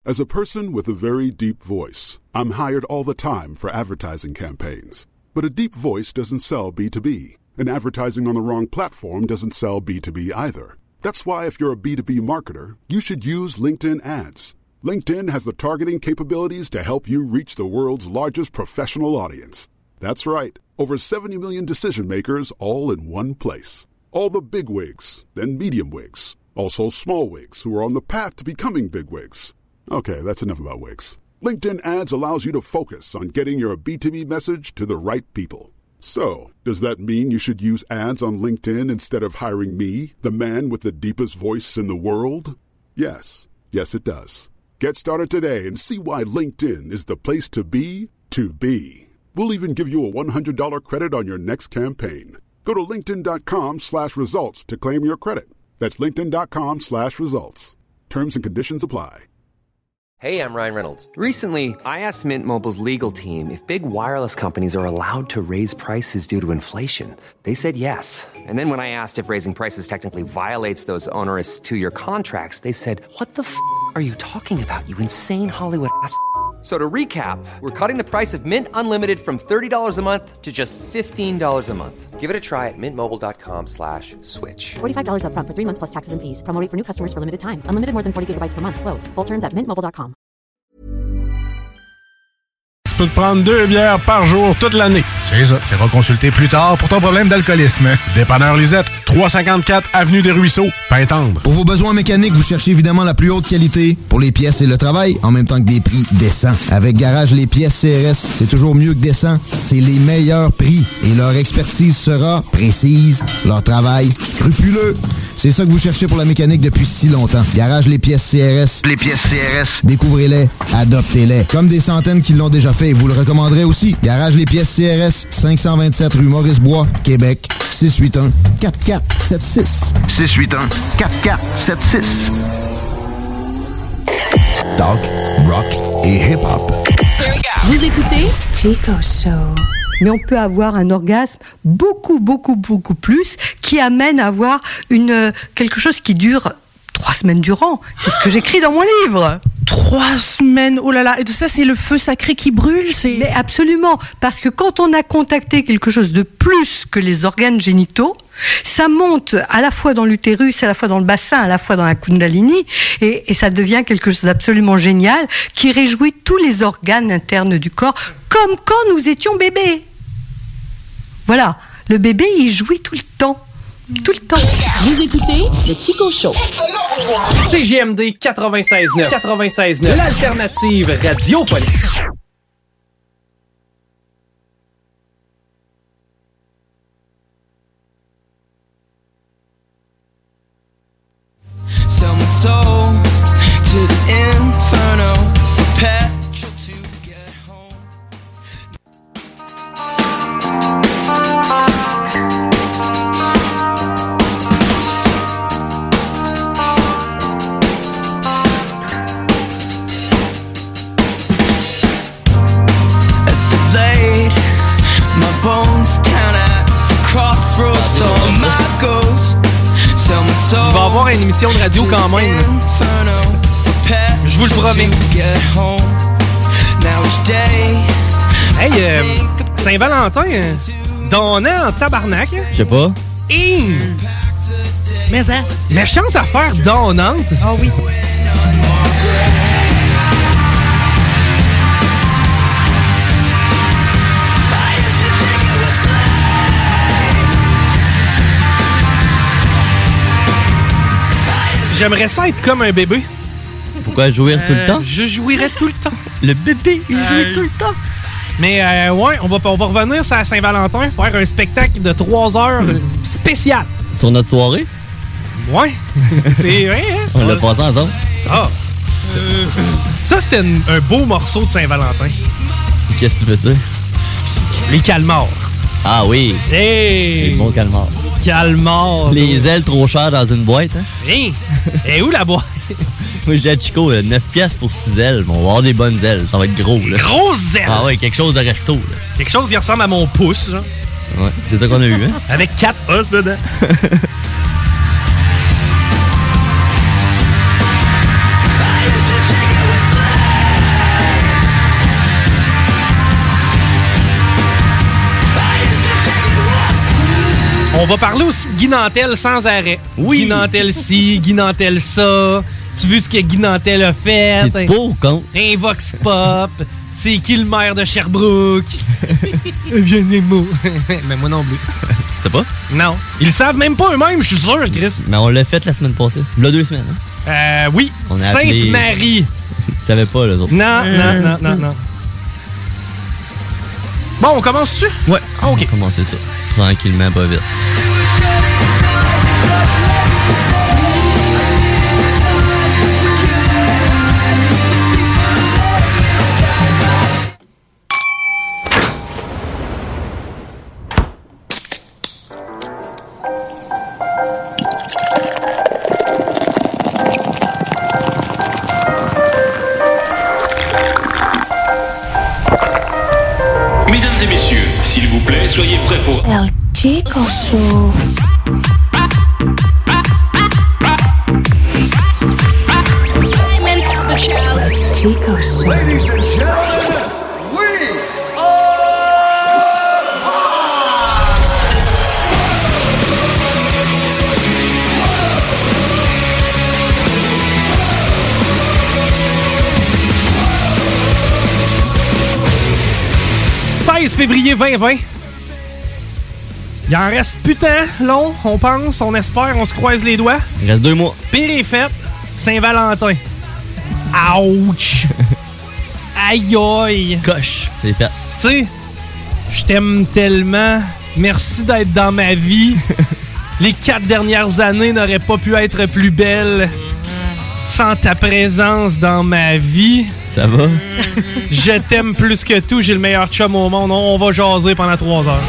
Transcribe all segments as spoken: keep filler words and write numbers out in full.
As a person with a very deep voice, I'm hired all the time for advertising campaigns. But a deep voice doesn't sell B two B, and advertising on the wrong platform doesn't sell B two B either. That's why if you're a B two B marketer, you should use LinkedIn ads. LinkedIn has the targeting capabilities to help you reach the world's largest professional audience. That's right, over seventy million decision makers all in one place. All the big wigs, then medium wigs, also small wigs who are on the path to becoming big wigs. Okay, that's enough about wigs. LinkedIn ads allows you to focus on getting your B two B message to the right people. So, does that mean you should use ads on LinkedIn instead of hiring me, the man with the deepest voice in the world? Yes. Yes, it does. Get started today and see why LinkedIn is the place to be to be. We'll even give you a one hundred dollars credit on your next campaign. Go to linkedin.com slash results to claim your credit. That's linkedin.com slash results. Terms and conditions apply. Hey, I'm Ryan Reynolds. Recently, I asked Mint Mobile's legal team if big wireless companies are allowed to raise prices due to inflation. They said yes. And then when I asked if raising prices technically violates those onerous two-year contracts, they said, what the f*** are you talking about, you insane Hollywood ass f- So to recap, we're cutting the price of Mint Unlimited from thirty dollars a month to just fifteen dollars a month. Give it a try at mintmobile.com slash switch. forty-five dollars up front for three months plus taxes and fees. Promo rate for new customers for limited time. Unlimited more than forty gigabytes per month. Slows full terms at mint mobile dot com. Tu peux te prendre deux bières par jour toute l'année. C'est ça. Tu iras consulter plus tard pour ton problème d'alcoolisme. Dépanneur Lisette, trois cent cinquante-quatre Avenue des Ruisseaux, Pintendre. Pour vos besoins mécaniques, vous cherchez évidemment la plus haute qualité pour les pièces et le travail, en même temps que des prix décents. Avec Garage Les Pièces C R S, c'est toujours mieux que décent. C'est les meilleurs prix et leur expertise sera précise, leur travail scrupuleux. C'est ça que vous cherchez pour la mécanique depuis si longtemps. Garage Les Pièces C R S. Les pièces C R S. Découvrez-les, adoptez-les. Comme des centaines qui l'ont déjà fait, vous le recommanderez aussi. Garage Les Pièces C R S, cinq cent vingt-sept rue Maurice-Bois, Québec, six huit un, quatre quatre sept six. six huit un, quatre quatre sept six. Talk, rock et hip-hop. Vous écoutez Chico Show. Mais on peut avoir un orgasme beaucoup, beaucoup, beaucoup plus qui amène à avoir une, quelque chose qui dure trois semaines durant. C'est ce que j'écris dans mon livre. Trois semaines, oh là là, et ça c'est le feu sacré qui brûle, c'est... Mais absolument, parce que quand on a contacté quelque chose de plus que les organes génitaux, ça monte à la fois dans l'utérus, à la fois dans le bassin, à la fois dans la kundalini, et, et ça devient quelque chose d'absolument génial, qui réjouit tous les organes internes du corps, comme quand nous étions bébés. Voilà, le bébé il jouit tout le temps. Tout le temps. Vous écoutez le Chico Show. C G M D quatre-vingt-seize neuf. quatre-vingt-seize neuf. L'alternative radiophonique. Someone sold to the inferno. Petrol to get home. Il va y avoir une émission de radio quand même. Je vous le promets. Hey, euh, Saint-Valentin, donnant en tabarnak. Je sais pas. Hey! Mais hein? Méchante affaire donnante. Ah oh oui. J'aimerais ça être comme un bébé. Pourquoi jouir euh, tout le temps? Je jouirais tout le temps. Le bébé, il euh, jouait tout le temps. Mais euh, ouais, on va, on va revenir sur Saint-Valentin, faire un spectacle de trois heures mmh. spécial. Sur notre soirée? Ouais. C'est vrai, hein? On l'a passé ensemble. Ah. Euh, ça, c'était une, un beau morceau de Saint-Valentin. Qu'est-ce que tu veux dire? Les calmars. Ah oui. Hey! Les bons calmars. Calmars. Les ailes trop chères dans une boîte, hein? Hey! Et où la boîte? Moi, je dis à Chico, neuf piastres pour six ailes. Bon, on va avoir des bonnes ailes. Ça va être gros, là. Grosses ailes! Ah ouais, quelque chose de resto, là. Quelque chose qui ressemble à mon pouce, genre. Ouais, c'est ça qu'on a eu, hein? Avec quatre os dedans. On va parler aussi de Guy Nantel sans arrêt. Oui. Guy Nantel ci, Guy Nantel ça. Tu vu ce que Guy Nantel a fait? T'es-tu pour ou contre? Un vox pop. C'est qui le maire de Sherbrooke? Viens Nemo. Mais moi non plus. C'est pas? Non. Ils le savent même pas eux-mêmes, je suis sûr, Chris. Mais on l'a fait la semaine passée. Il y a deux semaines. Hein? Euh, oui. On a appelé- Sainte-Marie. Ils savaient pas, les autres. Non, non, non, non, non. Bon, on commence-tu? Ouais. Ah, OK. On va commencer ça. Tranquillement, pas vite. Mesdames et messieurs, s'il vous plaît, soyez prêts pour... El Chico Show. El Chico Show. Ladies and gentlemen, we seize février vingt vingt. Il en reste putain long, on pense, on espère, on se croise les doigts. Il reste deux mois. Pire est fait, Saint-Valentin. Ouch! Aïe aïe! Coche, c'est fait. Tu sais, je t'aime tellement. Merci d'être dans ma vie. Les quatre dernières années n'auraient pas pu être plus belles sans ta présence dans ma vie. Ça va? Je t'aime plus que tout, j'ai le meilleur chum au monde. On va jaser pendant trois heures.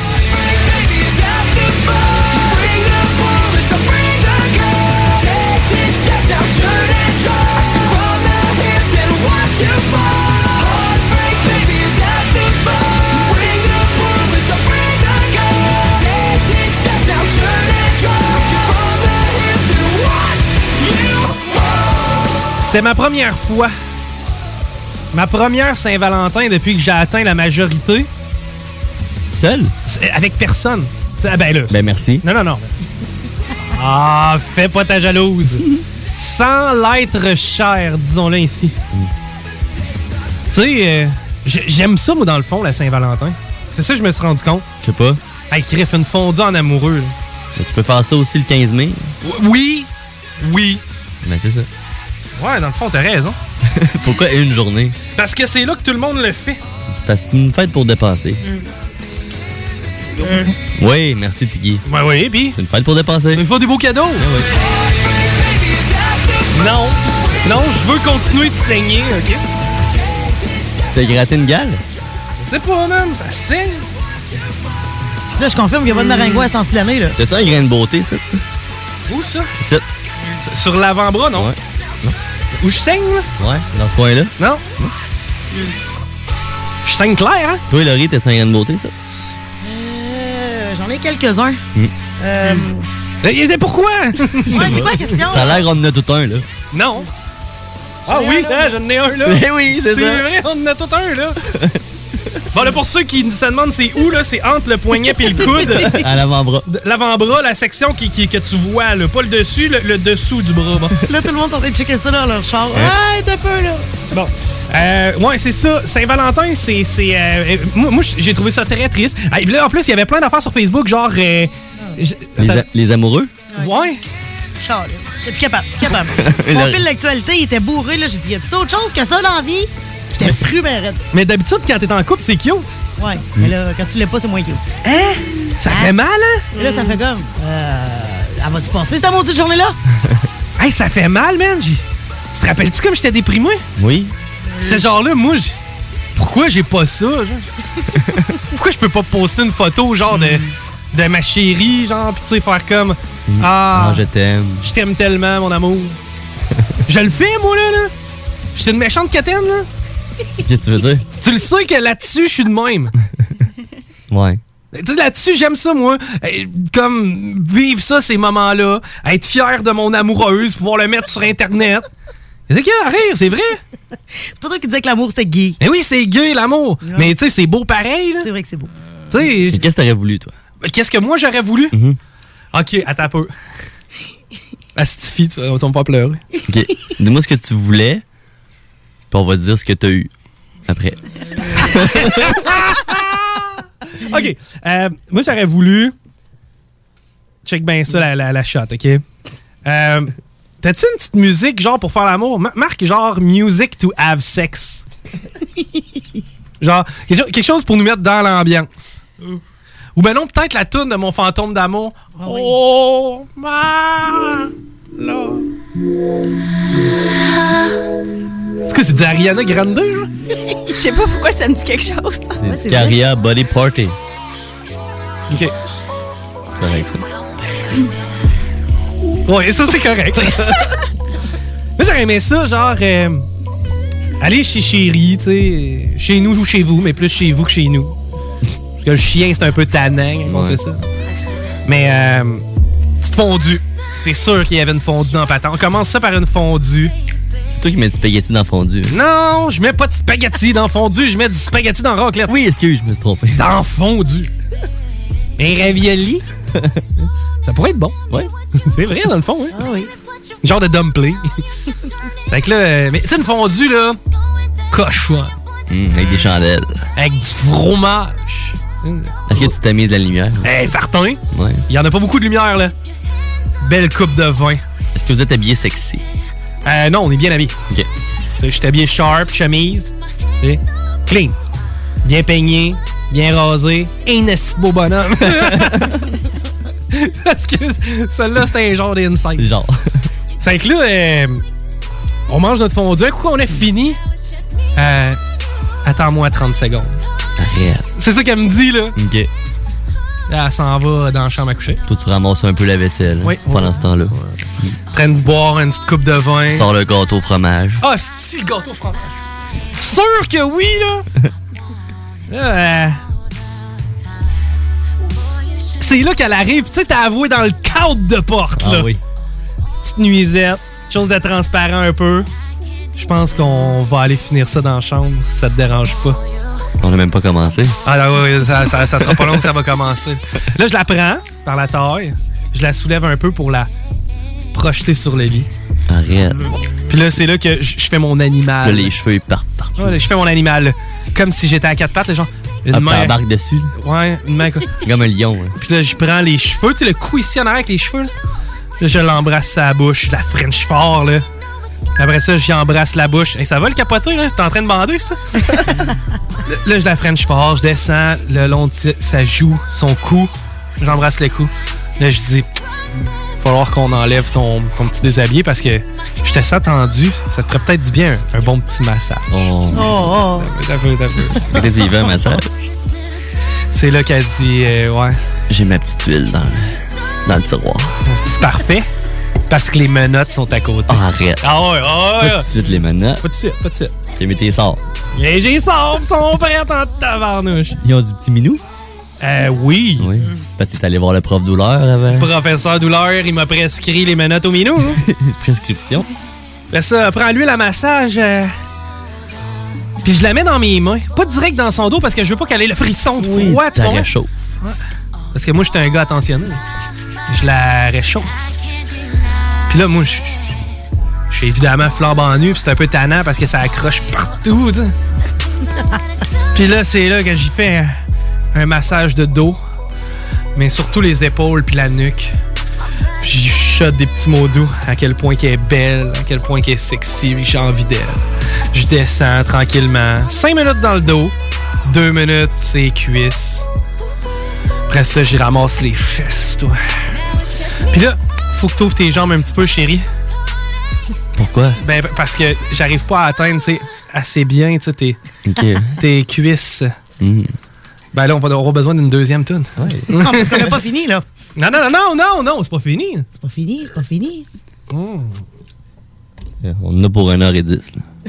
C'était ma première fois. Ma première Saint-Valentin depuis que j'ai atteint la majorité. Seul? Avec personne. T'sais, ben là. Ben merci. Non, non, non. Ah, fais pas ta jalouse. Sans l'être cher, disons-le ainsi. Mm. Tu sais, euh, j'aime ça, moi, dans le fond, la Saint-Valentin. C'est ça que je me suis rendu compte. Je sais pas. Hey, Criff, une fondue en amoureux. Là. Mais tu peux faire ça aussi le quinze mai. Oui. Oui. Ben c'est ça. Ouais, dans le fond, t'as raison. Pourquoi une journée? Parce que c'est là que tout le monde le fait. C'est parce que c'est une fête pour dépenser. Mm. Mm. Oui, merci Tiggy. Ouais, oui, puis? C'est une fête pour dépenser. Il faut des beaux cadeaux. Ouais, ouais. Non. Non, je veux continuer de saigner, OK? T'as gratté une gale? Je sais pas, man. Ça saigne. Là, je confirme qu'il n'y a pas de maringouin à ce temps-ci de l'année, là. T'as-tu un grain de beauté, ça? Où, ça? Ici. Sur l'avant-bras, non? Ouais. Non. Où je saigne, là? Ouais, dans ce coin-là. Non. non. Je saigne clair, hein? Toi, Laurie, t'as-tu un grain de beauté, ça? Euh, j'en ai quelques-uns. Mm. Euh... Et pourquoi? Ouais, c'est quoi la question? Ça a l'air qu'on en a tout un, là. Non. Ah oui, hein, j'en ai un, là. Mais oui, c'est ça. C'est vrai, on en a tout un, là. Bon, là, pour ceux qui se demandent c'est où, là, c'est entre le poignet et le coude. À l'avant-bras. L'avant-bras, la section qui, qui, que tu vois, là. Pas le dessus, le, le dessous du bras. Bon. Là, tout le monde est en train de checker ça dans leur char. Hein? Ouais, t'as peu, là. Bon. Euh, ouais, c'est ça. Saint-Valentin, c'est. c'est euh, moi, moi j'ai trouvé ça très triste. Ah, là, en plus, il y avait plein d'affaires sur Facebook, genre. Euh, les, a- les amoureux? Ouais. Charles, j'étais plus capable. Plus capable. Mon fil d'actualité, il était bourré, là. J'ai dit, y a-tu autre chose que ça dans la vie? J'étais fru, ben raide. Mais d'habitude, quand t'es en couple, c'est cute. Ouais, mm. mais là, quand tu l'es pas, c'est moins cute. Hein? Ça hein? fait mal, hein? Et là, ça fait comme. Euh. Elle va-tu passer cette maudite journée-là? Hey, ça fait mal, man. J'ai... Tu te rappelles-tu comme j'étais déprimé? Oui. J'étais genre là, moi, j'ai... Pourquoi j'ai pas ça, genre? Pourquoi je peux pas poster une photo, genre, de, de ma chérie, genre, pis tu sais, faire comme... Mm. Ah, ah, je t'aime. Je t'aime tellement, mon amour. Je le fais, moi, là, là. Je suis une méchante quétaine, là. Qu'est-ce que tu veux dire? Tu le sais que là-dessus, je suis de même. Ouais. Tu sais, là-dessus, j'aime ça, moi. Comme vivre ça, ces moments-là. Être fier de mon amoureuse, pouvoir le mettre sur Internet. C'est qu'il y a à rire, c'est vrai. C'est pas toi qui disais que l'amour, c'était gay. Mais oui, c'est gay, l'amour. Ouais. Mais tu sais, c'est beau pareil, là. C'est vrai que c'est beau. Tu sais. Qu'est-ce que t'aurais voulu, toi? Qu'est-ce que moi, j'aurais voulu? Mm-hmm. OK, attends un peu. Astifie, tu vas me faire pleurer. OK. Dis-moi ce que tu voulais, puis on va te dire ce que t'as eu après. OK. Euh, moi, j'aurais voulu... Check bien ça, la, la, la shot, OK? Euh, t'as-tu une petite musique, genre, pour faire l'amour? Ma- marque, genre, music to have sex. Genre, quelque chose, quelque chose pour nous mettre dans l'ambiance. Ou ben non, peut-être la toune de Mon fantôme d'amour. Oh, oui. Oh ma love. Est-ce que c'est du Ariana Grande, genre? Je sais pas pourquoi ça me dit quelque chose. C'est du Aria Body Party. OK. C'est correct, ça. Ouais, ça, c'est correct. Moi, j'aurais aimé ça, genre... Euh, aller chez Chérie, tu sais. Chez nous ou chez vous, mais plus chez vous que chez nous. Parce que le chien, c'est un peu tannant quand on fait ça. Mais, euh, petite fondue. C'est sûr qu'il y avait une fondue dans le patin. On commence ça par une fondue. C'est toi qui mets du spaghetti dans le fondu. Non, je mets pas de spaghetti dans le fondu, je mets du spaghetti dans le raclette. Oui, excuse, je me suis trompé. Dans le fondu. Un ravioli. Ça pourrait être bon. Ouais. C'est vrai, dans le fond. Hein? Ah oui. Genre de dumpling. C'est que là, euh, mais tu sais, une fondue, là, cochon. Mmh, avec des chandelles. Avec du fromage. Est-ce que tu tamises la lumière? Eh, hey, certain. Ouais. Il y en a pas beaucoup de lumière, là. Belle coupe de vin. Est-ce que vous êtes habillé sexy? Euh, non, on est bien habillé. OK. Je suis habillé sharp, chemise. T'sais, clean. Bien peigné, bien rasé. Un assez beau bonhomme. Parce que celle-là, c'est un genre d'insight. Genre. C'est que là, euh, on mange notre fondue. Un coup qu'on a fini, euh, attends-moi trente secondes. Arrête. C'est ça qu'elle me dit, là. OK. Là, elle s'en va dans la chambre à coucher. Toi, tu ramasses un peu la vaisselle oui, pendant oui. ce temps-là. Ouais. En train de boire une petite coupe de vin. Sors le gâteau au fromage. Ah, c'est-tu le gâteau au fromage? Sûr que oui, là! euh... C'est là qu'elle arrive. Tu sais, t'as avoué dans le cadre de porte, là. Ah oui. Petite nuisette, chose de transparent un peu. Je pense qu'on va aller finir ça dans la chambre, si ça te dérange pas. On n'a même pas commencé. Ah là, oui, ça, ça, ça sera pas long que ça va commencer. Là, je la prends par la taille, je la soulève un peu pour la projeter sur le lit. Arrête. Puis là, c'est là que je fais mon animal. Là, les cheveux, ils partent partout. Ouais, je fais mon animal, là. Comme si j'étais à quatre pattes, là, genre... Une ah, main... t'embarques dessus. Ouais, une main... Comme un lion. Hein. Puis là, je prends les cheveux, tu sais, le cou ici en arrière avec les cheveux, là. Là, je l'embrasse sa bouche, je la french fort, là. Après ça, j'y embrasse la bouche. Hey, ça va le capoter, là? T'es en train de bander, ça? Là, je la french fort, je descends le long de sa joue, son cou. J'embrasse le cou. Là, je dis, il va falloir qu'on enlève ton, ton petit déshabillé parce que je te sens tendu. Ça te ferait peut-être du bien, un, un bon petit massage. Oh. Oh, oh. T'as peu, t'as peu. Peut-être tu y vas un massage. C'est là qu'elle dit, euh, ouais. J'ai ma petite huile dans le, dans le tiroir. C'est parfait. Parce que les menottes sont à côté. Oh, arrête. Ah ouais, ah ouais. Pas tout de suite les menottes. Pas de suite, pas de suite. J'ai mis tes sorts. Et j'ai sorts, ils sont prêts en tabarnouche. Ils ont du petit minou? Euh, oui. Oui. Parce que t'es allé voir le prof douleur avant. Professeur douleur, il m'a prescrit les menottes au minou. Prescription. Fait ça, prends-lui la massage. Euh... Puis je la mets dans mes mains. Pas direct dans son dos parce que je veux pas qu'elle ait le frisson de oui, froid. Tu la réchauffe. Ouais. Parce que moi, j'étais un gars attentionné. Je la réchauffe. Puis là, moi, je je suis évidemment flambant nu, puis c'est un peu tannant parce que ça accroche partout, tu sais. Puis là, c'est là que j'y fais un, un massage de dos, mais surtout les épaules puis la nuque. Puis j'y chuchote des petits mots doux, à quel point qu'elle est belle, à quel point qu'elle est sexy, puis j'ai envie d'elle. Je descends tranquillement, cinq minutes dans le dos, deux minutes, c'est cuisses. Après ça, j'y ramasse les fesses, toi. Puis là, faut que tu ouvres tes jambes un petit peu, chérie. Pourquoi? Ben, parce que j'arrive pas à atteindre, tu sais, assez bien, tu sais, tes, okay. tes cuisses. Mm. Ben là, on va avoir besoin d'une deuxième toune. Ouais. Non, parce qu'on n'a pas fini, là. Non, non, non, non, non, c'est pas fini. C'est pas fini, c'est pas fini. Oh. On en a pour une heure et dix, là.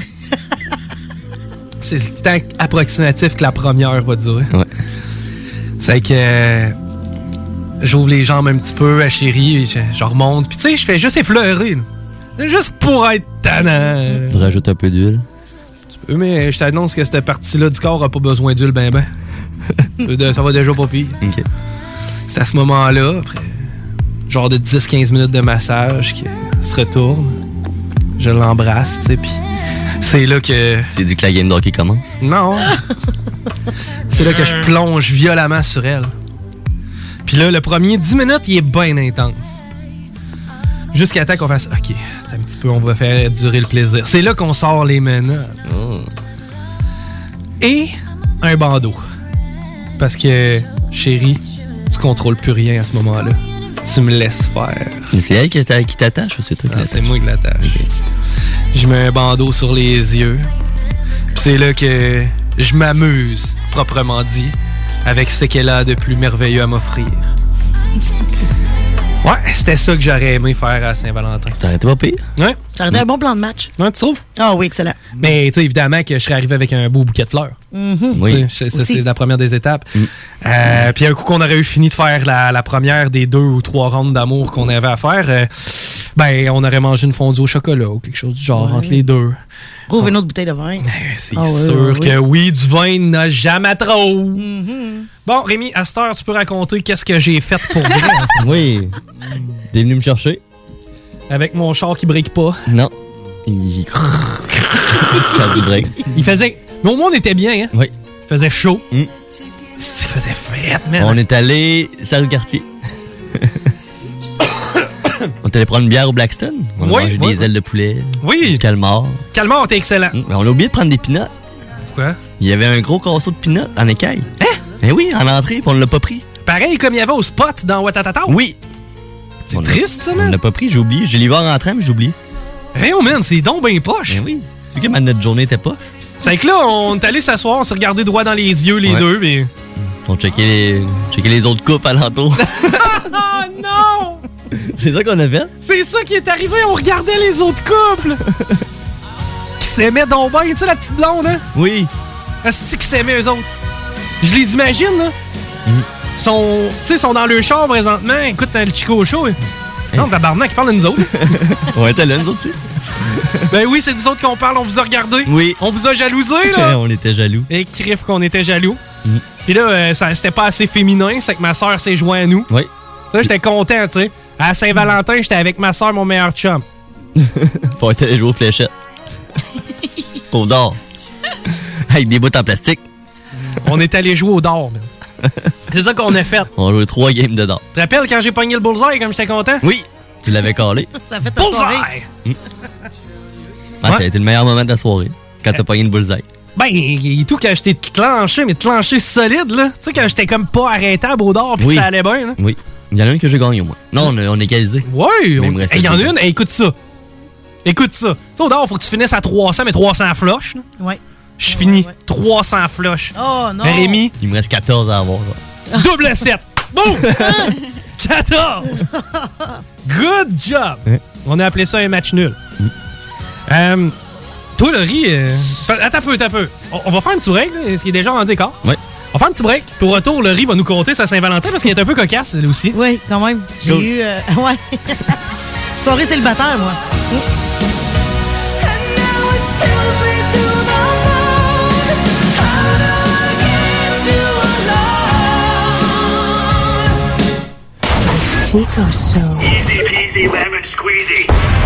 C'est tant approximatif que la première, va dire. Ouais. C'est que... Euh, j'ouvre les jambes un petit peu à chérie, je, je remonte. Puis tu sais, je fais juste effleurer. Là. Juste pour être tannant. Tu rajoutes un peu d'huile. Tu peux, mais je t'annonce que cette partie-là du corps n'a pas besoin d'huile ben ben. Ça va déjà pas pire. Okay. C'est à ce moment-là, après genre de dix à quinze minutes de massage qui se retourne. Je l'embrasse, tu sais, puis c'est là que... Tu dis que la game d'hockey commence? Non. C'est là que je plonge violemment sur elle. Puis là, le premier dix minutes, il est bien intense. Jusqu'à temps qu'on fasse... OK, attends un petit peu, on va faire durer le plaisir. C'est là qu'on sort les menottes. Oh. Et un bandeau. Parce que, chérie, tu contrôles plus rien à ce moment-là. Tu me laisses faire. Mais c'est elle qui t'attache ou c'est toi qui ah, l'attache? C'est moi qui l'attache. Okay. Je mets un bandeau sur les yeux. Puis c'est là que je m'amuse, proprement dit, avec ce qu'elle a de plus merveilleux à m'offrir. Ouais, c'était ça que j'aurais aimé faire à Saint-Valentin. T'aurais été pas pire? Ouais. Ça aurait été un bon plan de match. Ouais, tu trouves? Ah oui, excellent. Mais tu sais, évidemment que je serais arrivé avec un beau bouquet de fleurs. Mm-hmm. Oui. Ça, ça c'est la première des étapes. Mm. Euh, puis un coup qu'on aurait eu fini de faire la, la première des deux ou trois rondes d'amour qu'on avait à faire, euh, ben on aurait mangé une fondue au chocolat ou quelque chose du genre ouais. entre les deux. Ouvre oh. une autre bouteille de vin. C'est oh, sûr oui, que oui, oui, du vin n'a jamais trop. Mm-hmm. Bon, Rémi, à cette heure, tu peux raconter qu'est-ce que j'ai fait pour vrai. Oui. T'es venu me chercher? Avec mon char qui break pas. Non. Il... Il faisait... Mais au moins, on était bien, hein? Oui. Il faisait chaud. Mm. Il faisait fret, man. On est allé à rue Cartier. On est allé prendre une bière au Blackstone. On a oui, mangé oui, des oui. ailes de poulet. Oui. Du calmar. Calmar, t'es excellent. Mm. On a oublié de prendre des peanuts. Pourquoi? Il y avait un gros casseau de peanuts en écaille. Hein? Eh oui, en entrée, puis on l'a pas pris. Pareil comme il y avait au spot dans Watatata. Oui. C'est on triste, a, ça, man. On l'a pas pris, j'ai oublié. Je l'ai vu en rentrant, mais j'ai oublié. Hey, oh, man, c'est donc ben poche. Eh oui. Tu sais que ma notre journée était poche. C'est que là, on est allé s'asseoir, on s'est regardé droit dans les yeux, les ouais. deux, mais... On checkait les, checkait les autres couples alentour. Oh non! C'est ça qu'on a fait? C'est ça qui est arrivé, on regardait les autres couples! Qui s'aimaient donc bien, tu sais, la petite blonde, hein? Oui. C'est qui s'aimaient, eux autres. Je les imagine, là. Mm. Ils sont, ils sont dans le char présentement. Écoute, le Chico Show. Hein. Hey. Non, tabarnak, qui parle de nous autres. On était là, nous autres, aussi. Ben oui, c'est de vous autres qu'on parle. On vous a regardé. Oui. On vous a jalousé, là. On était jaloux. Et crif qu'on était jaloux. Mm. Puis là, euh, ça, c'était pas assez féminin. C'est que ma soeur s'est jointe à nous. Oui. Là, j'étais content, tu sais. À Saint-Valentin, j'étais avec ma soeur, mon meilleur chum. On était allé jouer aux fléchettes. Au dard. Avec des bouts en plastique. On est allé jouer au dard, man. C'est ça qu'on a fait. On a joué trois games de dard. Tu te rappelles quand j'ai pogné le bullseye, comme j'étais content? Oui. Tu l'avais calé. Ça fait ta soirée. Mmh. Ah, ouais. Ça a été le meilleur moment de la soirée. Quand t'as pogné le bullseye. Ben, et tout quand j'étais clenché, mais clenché solide, là. Tu sais, quand j'étais comme pas arrêtable au dard, puis oui. que ça allait bien, là. Oui. Il y en a une que j'ai gagné, au moins. Non, on, a, on est égalisé. Oui. Il on... hey, y en a une. Hey, écoute ça. Écoute ça. Tu sais, au dard, faut que tu finisses à trois cents, mais trois cents flush. Oui. Je finis ouais. trois cents flush. Oh non! Rémi? Il me reste quatorze à avoir. Là. Double sept! Boum! quatorze! Good job! Ouais. On a appelé ça un match nul. Mm. Euh, toi, Laurie, euh, attends un peu, attends un peu. On, on va faire un petit break, là, ce qui est déjà rendu écart. Oui. On va faire un petit break. Puis au retour, Laurie va nous compter sa Saint-Valentin parce qu'il est un peu cocasse, elle aussi. Oui, quand même. J'ai cool. eu... Euh, ouais. Soirée célibataire, moi. Mm. Chico Show. Easy peasy lemon squeezy.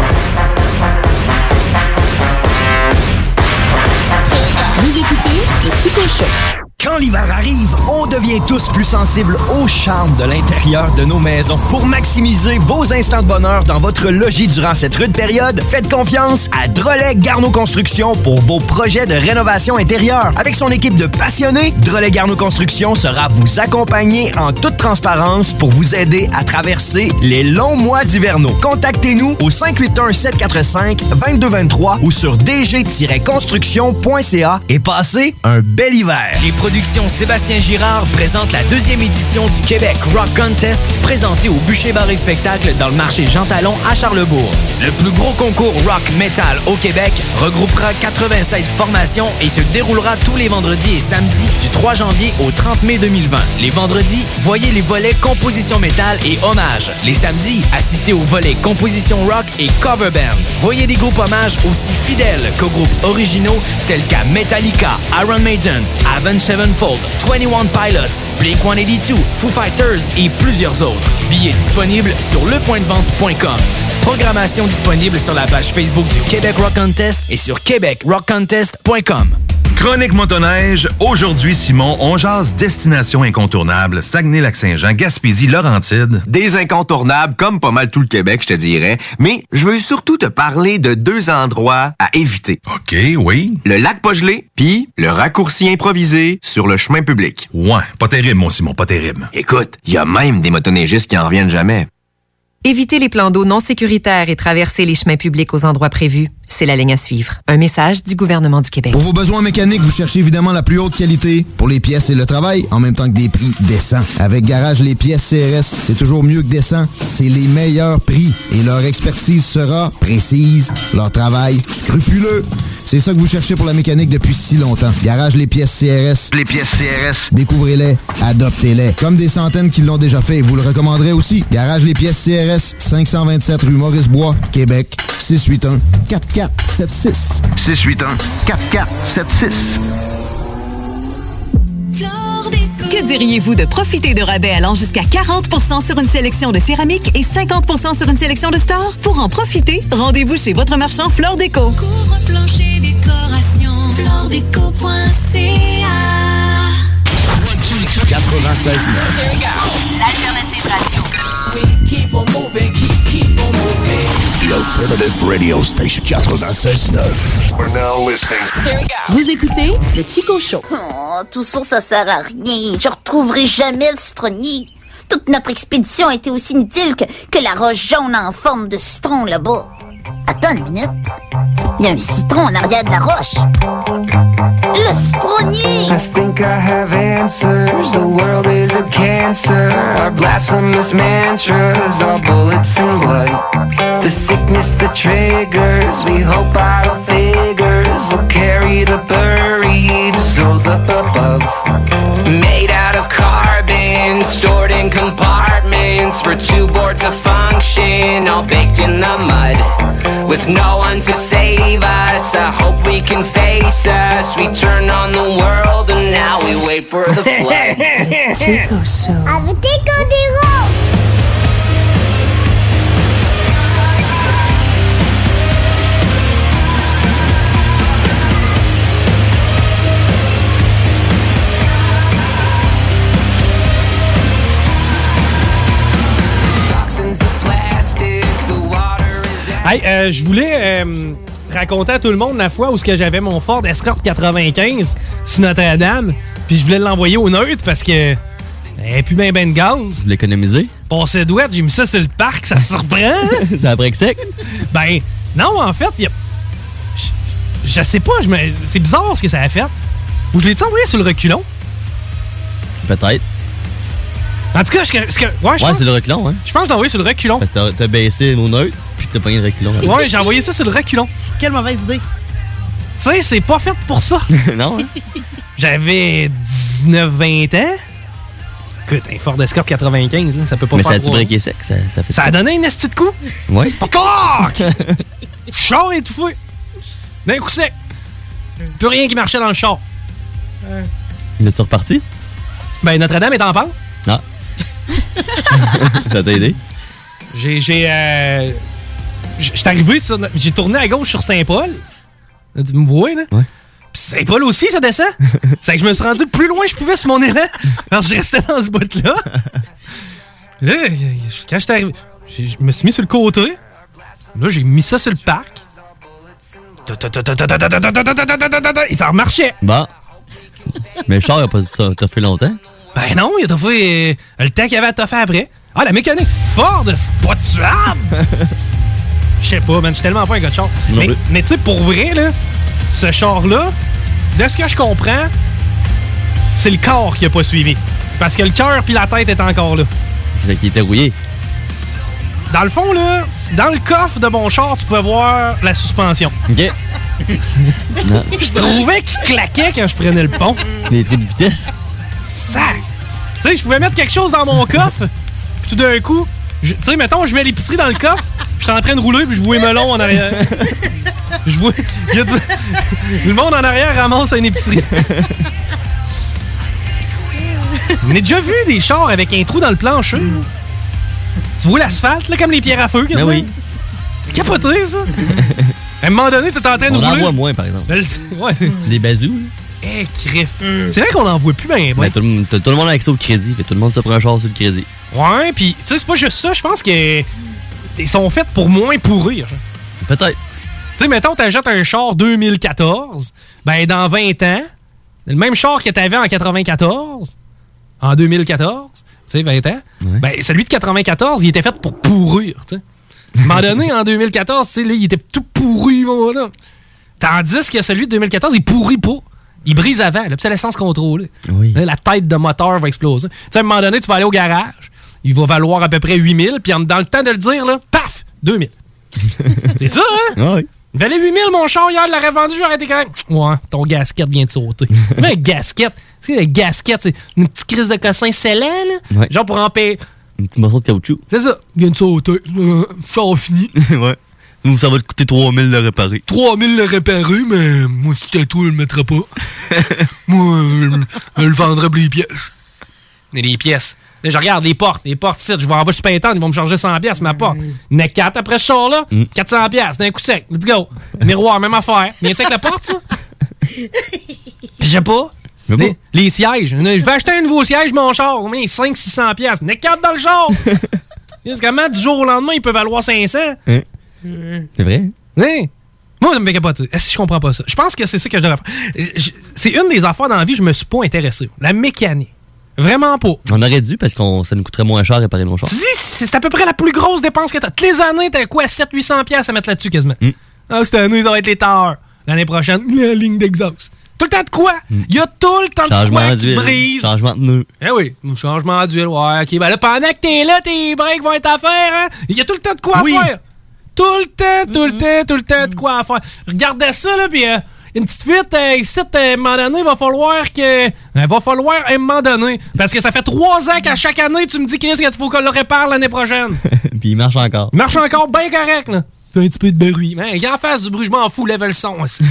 Vous écoutez le Chico Show. Quand l'hiver arrive, on devient tous plus sensibles au charme de l'intérieur de nos maisons. Pour maximiser vos instants de bonheur dans votre logis durant cette rude période, faites confiance à Drolet Garneau Construction pour vos projets de rénovation intérieure. Avec son équipe de passionnés, Drolet Garneau Construction sera vous accompagner en toute transparence pour vous aider à traverser les longs mois d'hivernaux. Contactez-nous au cinq huit un, sept quatre cinq, deux deux deux trois ou sur d g tiret construction point c a et passez un bel hiver. Les Productions Sébastien Girard présente la deuxième édition du Québec Rock Contest présentée au Bûcher Bar et Spectacle dans le marché Jean Talon à Charlebourg. Le plus gros concours rock metal au Québec regroupera quatre-vingt-seize formations et se déroulera tous les vendredis et samedis du trois janvier au trente mai deux mille vingt. Les vendredis, voyez les volets composition métal et hommage. Les samedis, assistez aux volets composition rock et cover band. Voyez des groupes hommages aussi fidèles qu'aux groupes originaux tels qu'à Metallica, Iron Maiden, Avenged Sevenfold, twenty-one Pilots, Blink one eighty-two, Foo Fighters et plusieurs autres. Billets disponibles sur le point de vente point com. Programmation disponible sur la page Facebook du Québec Rock Contest et sur québec rock contest point com. Chronique motoneige, aujourd'hui, Simon, on jase destination incontournable, Saguenay-Lac-Saint-Jean, Gaspésie, Laurentides. Des incontournables, comme pas mal tout le Québec, je te dirais. Mais je veux surtout te parler de deux endroits à éviter. OK, oui. Le lac pas gelé, puis le raccourci improvisé sur le chemin public. Ouais, pas terrible, mon Simon, pas terrible. Écoute, il y a même des motoneigistes qui en reviennent jamais. Évitez les plans d'eau non sécuritaires et traversez les chemins publics aux endroits prévus. C'est la ligne à suivre. Un message du gouvernement du Québec. Pour vos besoins mécaniques, vous cherchez évidemment la plus haute qualité pour les pièces et le travail, en même temps que des prix décents. Avec Garage Les Pièces C R S, c'est toujours mieux que décent. C'est les meilleurs prix et leur expertise sera précise, leur travail scrupuleux. C'est ça que vous cherchez pour la mécanique depuis si longtemps. Garage Les Pièces C R S. Les pièces C R S. Découvrez-les, adoptez-les. Comme des centaines qui l'ont déjà fait, vous le recommanderez aussi. Garage Les Pièces C R S, cinq cent vingt-sept rue Maurice-Bois, Québec, six huit un, quatre quatre sept six. six huit un, quatre quatre sept six. Que diriez-vous de profiter de rabais allant jusqu'à quarante pour cent sur une sélection de céramique et cinquante pour cent sur une sélection de stores? Pour en profiter, rendez-vous chez votre marchand Flore Déco. Couvre-plancher décoration, floredeco point c a. quatre-vingt-seize neuf. L'alternative radio. Keep on moving, keep, keep on moving. The Alternative Radio Station quatre-vingt-seize neuf. We're now listening. Vous écoutez le Chico Show. Oh, tout ça, ça sert à rien. Je retrouverai jamais le citronnier. Toute notre expédition a été aussi inutile que, que la roche jaune en forme de citron là-bas. Attends une minute. Il y a un citron en arrière de la roche. Le citronnier! I think I have answers. The world is a cancer. Our blasphemous mantras are bullets and blood. The sickness that triggers. We hope idle figures will carry the buried souls up above. Made out of carbon, stored in compartments. We're too bored to function, all baked in the mud. With no one to save us, I hope we can face us. We turn on the world and now we wait for the flood. Chico Show. Avec des condéraux. Hey, euh, je voulais euh, raconter à tout le monde la fois où ce que j'avais mon Ford Escort quatre-vingt-quinze sur Notre-Dame, puis je voulais l'envoyer au neutre parce que il n'y avait plus ben ben de gaz. Vous l'économisez? Passé douette, j'ai mis ça sur le parc, ça surprend. Ça a break sec? Ben, non, en fait, y a... je, je sais pas, je me... c'est bizarre ce que ça a fait. Ou je l'ai-tu envoyé sur le reculon? Peut-être. En tout cas, ce que, ce que, ouais, ouais pense, c'est le reculon, hein? Je pense que j'ai envoyé sur le reculon. Parce que t'as, t'as baissé au neutre, puis t'as pogné le reculon. Ouais, j'ai envoyé ça sur le reculon. Quelle mauvaise idée. Tu sais, c'est pas fait pour ça. Non, hein? J'avais dix-neuf vingt ans. Écoute, un Ford Escort quatre-vingt-quinze, là, ça peut pas mais faire... Mais ça a-tu breaké sec? Ça, ça, fait ça a donné un esti de coup? Oui. Clac! Char étouffé. D'un coup sec. Plus rien qui marchait dans le char. Euh... Il est-tu reparti? Ben, Notre-Dame est en pente. Non. Ça t'a aidé? J'ai... j'ai euh... J'étais arrivé sur... J'ai tourné à gauche sur Saint-Paul. Tu me vois, là? Ouais. Pis Saint-Paul aussi, ça descend. C'est que je me suis rendu plus loin que je pouvais sur mon élan. Parce que je restais dans ce bout-là. Là, quand j'étais arrivé... Je me suis mis sur le côté. Là, j'ai mis ça sur le parc. Et ça remarchait. Bon. Mais le char, il a pas ça. T'as fait longtemps? Ben non, il a fait euh, le temps qu'il y avait à toffer après. Ah, la mécanique Ford, c'est pas tuable! Je sais pas, man, je suis tellement pas un gars de char. Non mais mais tu sais, pour vrai, là, ce char-là, de ce que je comprends, c'est le corps qui a pas suivi. Parce que le cœur puis la tête est encore là. C'est qu'il était rouillé. Dans le fond, là, dans le coffre de mon char, tu pouvais voir la suspension. OK. Je trouvais qu'il claquait quand je prenais le pont. Les trous de vitesse. Sac! Tu sais, je pouvais mettre quelque chose dans mon coffre, puis tout d'un coup, tu sais, mettons, je mets l'épicerie dans le coffre, je suis en train de rouler, puis je vois les melons en arrière. Je vois... Y a du... Le monde en arrière ramasse une épicerie. On a déjà vu des chars avec un trou dans le plancher. Tu vois l'asphalte, là, comme les pierres à feu, Ben oui. C'est capoté, ça. À un moment donné, t'es en train de On en rouler. voit moins, par exemple. Ouais. Les bazous. Eh, crif. C'est vrai qu'on en voit plus, ben, Ben, tout, le, monde- tout le monde a accès au crédit. Fait, tout le monde se prend un char sur le crédit. Ouais, pis, tu sais, c'est pas juste ça. Je pense que ils sont faits pour moins pourrir. Peut-être. Tu sais, mettons, t'achètes un char deux mille quatorze, ben, dans vingt ans, le même char que t'avais en quatre-vingt-quatorze, en deux mille quatorze, tu sais, vingt ans, ouais. ben, celui de quatre-vingt-quatorze, il était fait pour pourrir, tu sais. À un moment donné, en deux mille quatorze, tu sais, là, il était tout pourri, mon là. Tandis que celui de deux mille quatorze, il pourrit pas. Il brise avant, là, pis c'est l'essence contrôlée. Oui. Là, la tête de moteur va exploser. Tu sais, à un moment donné, tu vas aller au garage, il va valoir à peu près huit mille, puis dans le temps de le dire, là, paf, deux mille. C'est ça, hein? Ah oui. Il valait huit mille, mon char, hier, il l'aurait vendu, j'aurais été quand même. Ouais, ton gasket vient de sauter. Mais un gasket, tu sais, le gasket, c'est une petite crise de cossin scellant, là. Ouais. Genre pour en payer. Un petit morceau de caoutchouc. C'est ça, il vient de sauter. Euh, char fini. Ouais. Nous, ça va te coûter trois mille de le réparer. trois mille le réparer, mais moi, si c'était toi, je le mettrais pas. Moi, euh, je le vendrais pour les pièces. Mais les pièces. Là, je regarde les portes. Les portes, ici, je vais en voir sur Payton, ils vont me charger cent pièces ma porte. Il y en a quatre après ce char-là. Mm. quatre cents pièces d'un coup sec. Let's go. Miroir, même affaire. Viens-tu avec la porte, ça? Je sais pas. Les, les sièges. Je vais acheter un nouveau siège, mon char. Combien? cinq cents six cents pièces. Il y en a quatre dans le char. Parce que comment, du jour au lendemain, il peut valoir cinq cents? Hein? C'est vrai? Oui. Moi, ça me fait capoter. Est-ce que je comprends pas ça? Je pense que c'est ça que je devrais faire. Je- C'est une des affaires dans la vie que je me suis pas intéressé. La mécanique. Vraiment pas. On aurait dû parce que ça nous coûterait moins cher réparer nos chars. Tu dis, c'est c'est à peu près la plus grosse dépense que t'as. Toutes les années, t'as quoi? sept cents à huit cents pièces à mettre là-dessus quasiment. Mm. Ah, cette année, ça va être les tailleurs. L'année prochaine, la ligne d'exhaust. Tout le temps de quoi? Il y a tout le temps de Changement quoi qui d'huile. brise. Changement de nœud. Eh oui, changement d'huile, ouais, ok. Ben là, pendant que t'es là, tes breaks vont être à faire, hein? Il y a tout le temps de quoi Oui. à faire. Tout le temps, tout le temps, tout le temps de quoi à faire. Regardez ça, là, pis euh, une petite fuite, euh, ici, euh, à un moment donné, il va falloir que... Il va falloir à un moment donné. Parce que ça fait trois ans qu'à chaque année, tu me dis, Chris, qu'il faut qu'on le répare l'année prochaine. Puis il marche encore. Il marche encore bien correct, là. Fait un petit peu de bruit. Mais il en face du bruit, je m'en fous, lève le son aussi.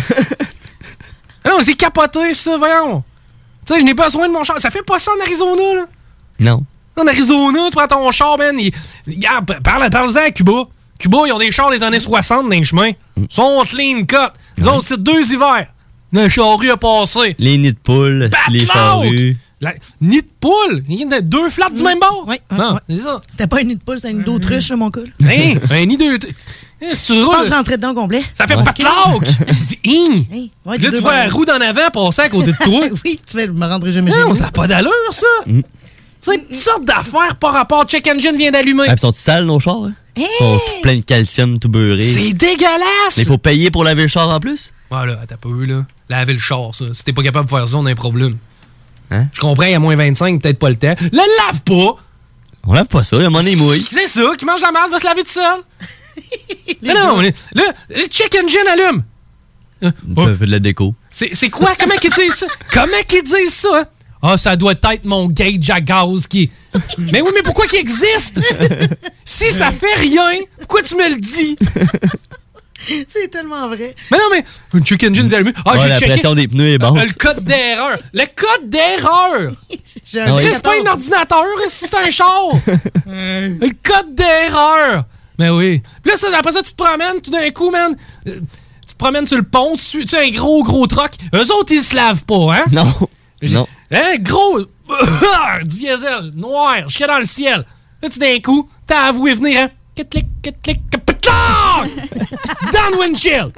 Ah non, c'est capoté, ça, voyons. Tu sais, je n'ai pas besoin de mon char. Ça fait pas ça en Arizona, là. Non. En Arizona, tu prends ton char, man. Il... Regarde, parle, parle-en à Cuba. Cuba, ils ont des chars des années soixante dans les chemins. Ils sont clean cut. Nous autres, c'est deux hivers. Le charrue a passé. Les nids de poules, les charrues. La... Nid de poule? Il y a deux flaps du même bord? Oui, non, ouais. c'est ça. C'était pas un nid de poule, c'était un nid d'autruche, là, mon cul. là. Hein? Un nid de... Eh, si tu Je pense roules, que je rentrais dedans au complet. ça fait Ouais. pas de claque. C'est hing. Hey, ouais, Là, deux tu vois la bords. roue d'en avant passer à côté de toi. Oui, tu fais, je me rendrai jamais chez Non, nous. ça n'a pas d'allure, ça. C'est une sorte d'affaire par rapport. Check Engine vient d'allumer. Ah, puis sont-ils sales, nos chars? Hein? Ils sont tout pleins de calcium, tout beurré. C'est dégueulasse. Mais il faut payer pour laver le char en plus? Voilà, attends un peu, là. Laver le char, ça. Si t'es pas capable de faire ça, on a un problème. Hein? Je comprends, il y a moins vingt-cinq, peut-être pas le temps. Le lave pas! On lave pas ça, il y a mon nez mouille. C'est ça, qui mange la merde va se laver tout seul. Mais non, mais là, le check engine allume. Ça fait de la déco. C'est c'est quoi? Comment qu'ils disent ça? Comment qu'ils disent ça? hein? Ah, ça doit être mon gauge à gaz qui... Mais oui, mais pourquoi qu'il existe? Si ça fait rien, pourquoi tu me le dis? C'est tellement vrai. Mais non, mais un check engine est allumé. Ah, Ouais, j'ai la checké. pression des pneus est basse. Euh, Le code d'erreur. Le code d'erreur. J'ai un Ah oui. C'est pas un ordinateur, si c'est un char. Le code d'erreur. Mais oui. Puis là, ça, après ça, tu te promènes, tout d'un coup, man. euh, Tu te promènes sur le pont, tu suis tu sais, un gros, gros troc. Eux autres, ils se lavent pas, hein? Non. J'ai- Non. Hein, gros. Diesel, noir, jusqu'à dans le ciel. Là, tout d'un coup, t'as avoué venir, hein? Clic, clic, clic, clic, capitard! Dans le windshield!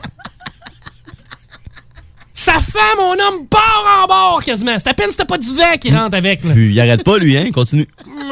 Ça fait, mon homme, bord en bord, quasiment. C'est à peine si t'as pas du vent qui rentre avec, là. Puis il arrête pas, lui, hein? Il continue.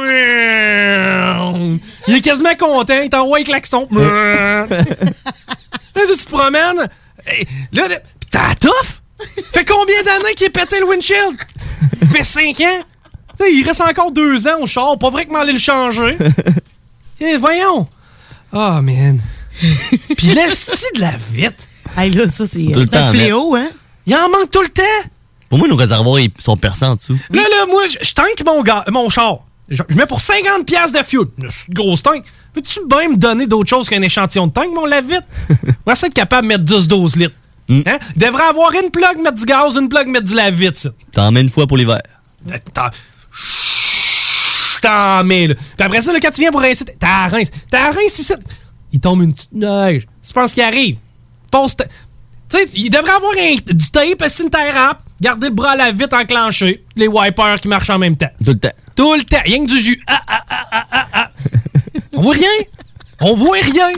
Il est quasiment content, il t'envoie un klaxon. Là, tu te promènes. Hey, là, là, pis t'as la touffe? Fait combien d'années qu'il a pété le windshield? Fait cinq ans? Là, il reste encore deux ans au char. Pas vrai que m'en aller le changer. Eh, voyons. Oh, man. Pis laisse-tu de la vite? Hey, là, ça, c'est Tout le c'est un temps, fléau, hein? Il en manque tout le temps. Pour moi, nos réservoirs ils sont perçants en dessous. Là, là, moi, je je tank mon, ga- mon char. Je je mets pour cinquante piastres de fuel. C'est une grosse tank. Peux-tu bien me donner d'autre chose qu'un échantillon de tank, mon lave-vite? On va être capable de mettre dix douze litres. Mm. Hein? Il devrait avoir une plug, mettre du gaz, une plug, mettre du lave-vite, ça. T'en mets une fois pour l'hiver. Attends. Chut. t'en mets, là. Puis après ça, là, quand tu viens pour rincer, t'as rince. T'as rince ici. Il tombe une petite neige. Tu penses qu'il arrive? Pose ta... Tu sais, il devrait avoir un, du tape, assis une terre rap, garder le bras à la vitre enclenché, les wipers qui marchent en même temps. Tout le temps. Tout le temps. Rien que du jus. Ah, ah, ah, ah, ah, ah. On voit rien. On voit rien.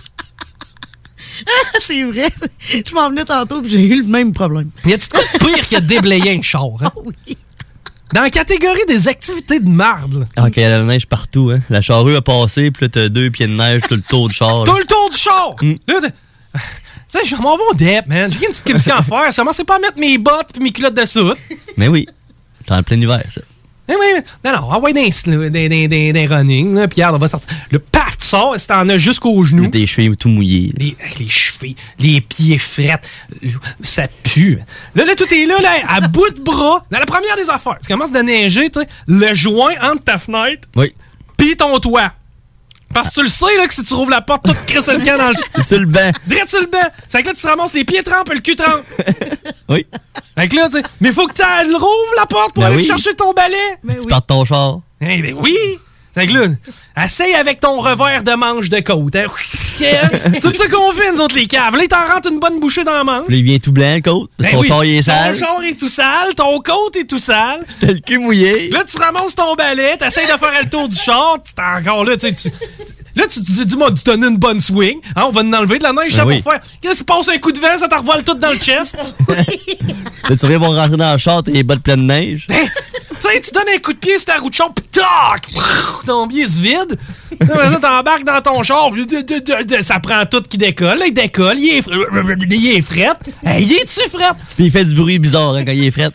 C'est vrai. Je m'en venais tantôt et j'ai eu le même problème. Y a-tu quoi de pire que déblayer un char? Hein? Oh oui. Dans la catégorie des activités de marde. Là. Ah, quand il y a la neige partout, hein. La charrue a passé, puis là, t'as deux pieds de neige, tout le tour du char. Tout le tour du char! Mm. Là, tu sais, je m'en vais au D E P, man. J'ai une petite commission à faire. Je commençais pas à mettre mes bottes et mes culottes de soute. Mais oui. C'est en plein hiver, ça. Mais oui, non, non, envoie des, des, des, des, des running, là, puis regarde, on va sortir. Le paf, tu sors, si t'en as jusqu'aux genoux. Tes chevilles tout mouillés. Les, les chevilles, les pieds frettes, ça pue. Là, là, tout est là, là, à bout de bras. Dans la première des affaires, tu commences de neiger, tu sais, le joint entre ta fenêtre, oui, pis ton toit. Parce que tu le sais, là, que si tu rouvres la porte, tout crisse le camp dans le... C'est sur le banc. Direct sur le banc. C'est que là, tu te ramasses les pieds trempes et le cul trempe. Oui. Fait que là, tu sais, mais faut que tu rouvres la porte pour ben aller oui. chercher ton balai. Mais tu oui. Partes ton char. Eh ben oui. Fait que là, essaye avec ton revers de manche de côte. Hein? C'est tout ça qu'on fait, nous autres, les caves. Là, il t'en rentre une bonne bouchée dans la manche. Là, il vient tout blanc, le côte. Ben ton oui. char, il est sale. Ton char est tout sale. Ton côte est tout sale. T'as le cul mouillé. Là, tu ramasses ton balai. T'essayes de faire le tour du char. T'es encore là, tu sais, tu... Là, tu te dis, moi, tu donnes une bonne swing. Hein, on va en enlever de la neige, ça ben oui. pour faire. Qu'est-ce qui passe un coup de vent, ça te revole tout dans le chest. Là, tu reviens pour rentrer dans le char, t'as les bottes pleines de neige. Ben, tu sais, tu donnes un coup de pied sur ta roue de char, pis tac! Ton pied se vide. Là, ça, t'embarques dans ton char. Ça prend tout qui décolle. Là, il décolle. Il est, il est frette. Hey, il est-tu frette? Puis il fait du bruit bizarre hein, quand il est frette.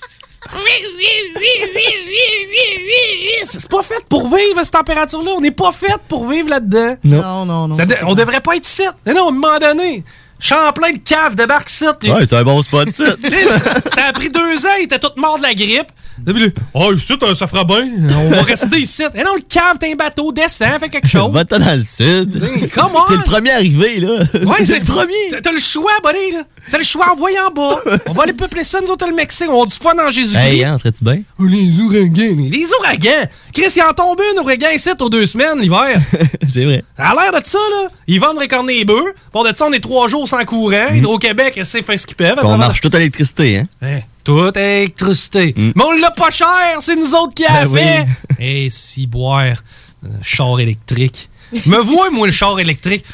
C'est pas fait pour vivre à cette température-là. On n'est pas fait pour vivre là-dedans. Non, non, non. Ça de, on vrai. devrait pas être ici. Mais non, à un moment donné, Champlain de cave débarque ici. Ouais, c'est un bon spot, ici. Ça a pris deux ans, il était tout mort de la grippe. Oh, ici, ça fera bien. On va rester ici. Et non, le cave, t'as un bateau, descends, fais quelque chose. Va-t'en dans le sud. Hey, come on. T'es le premier arrivé, là. Ouais, c'est le premier. T'as le choix, buddy, là. T'as le choix, envoyé en bas. On va aller peupler ça, nous autres, le Mexique. On va du fun en Jésus-Christ. Hey, hein, serais-tu bien? Oh, les ouragans. Les ouragans. Chris, il en tombe une ouragan ici aux deux semaines, l'hiver. C'est vrai. Ça a l'air de ça, là. Ils vendent récorner les bœufs. Pour de ça, on est trois jours sans courant. Mm. Hydro-Québec, c'est fait ce qu'ils peuvent. On marche toute à l'électricité, hein? Hey, toute à l'électricité. Mm. Mais on l'a pas cher, c'est nous autres qui l'a ben fait. Oui. Eh, si boire. Euh, char électrique. Me vois, moi, le char électrique.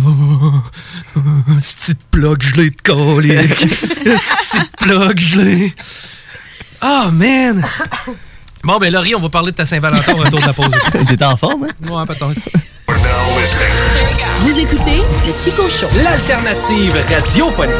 C'est plug gelé de colique. C'est plug gelé. Oh, man. Bon, ben, Laurie, on va parler de ta Saint-Valentin au retour de la pause. T'es en forme, hein? Ouais, peut-être. Vous écoutez le Chico Show, l'alternative radiophonique.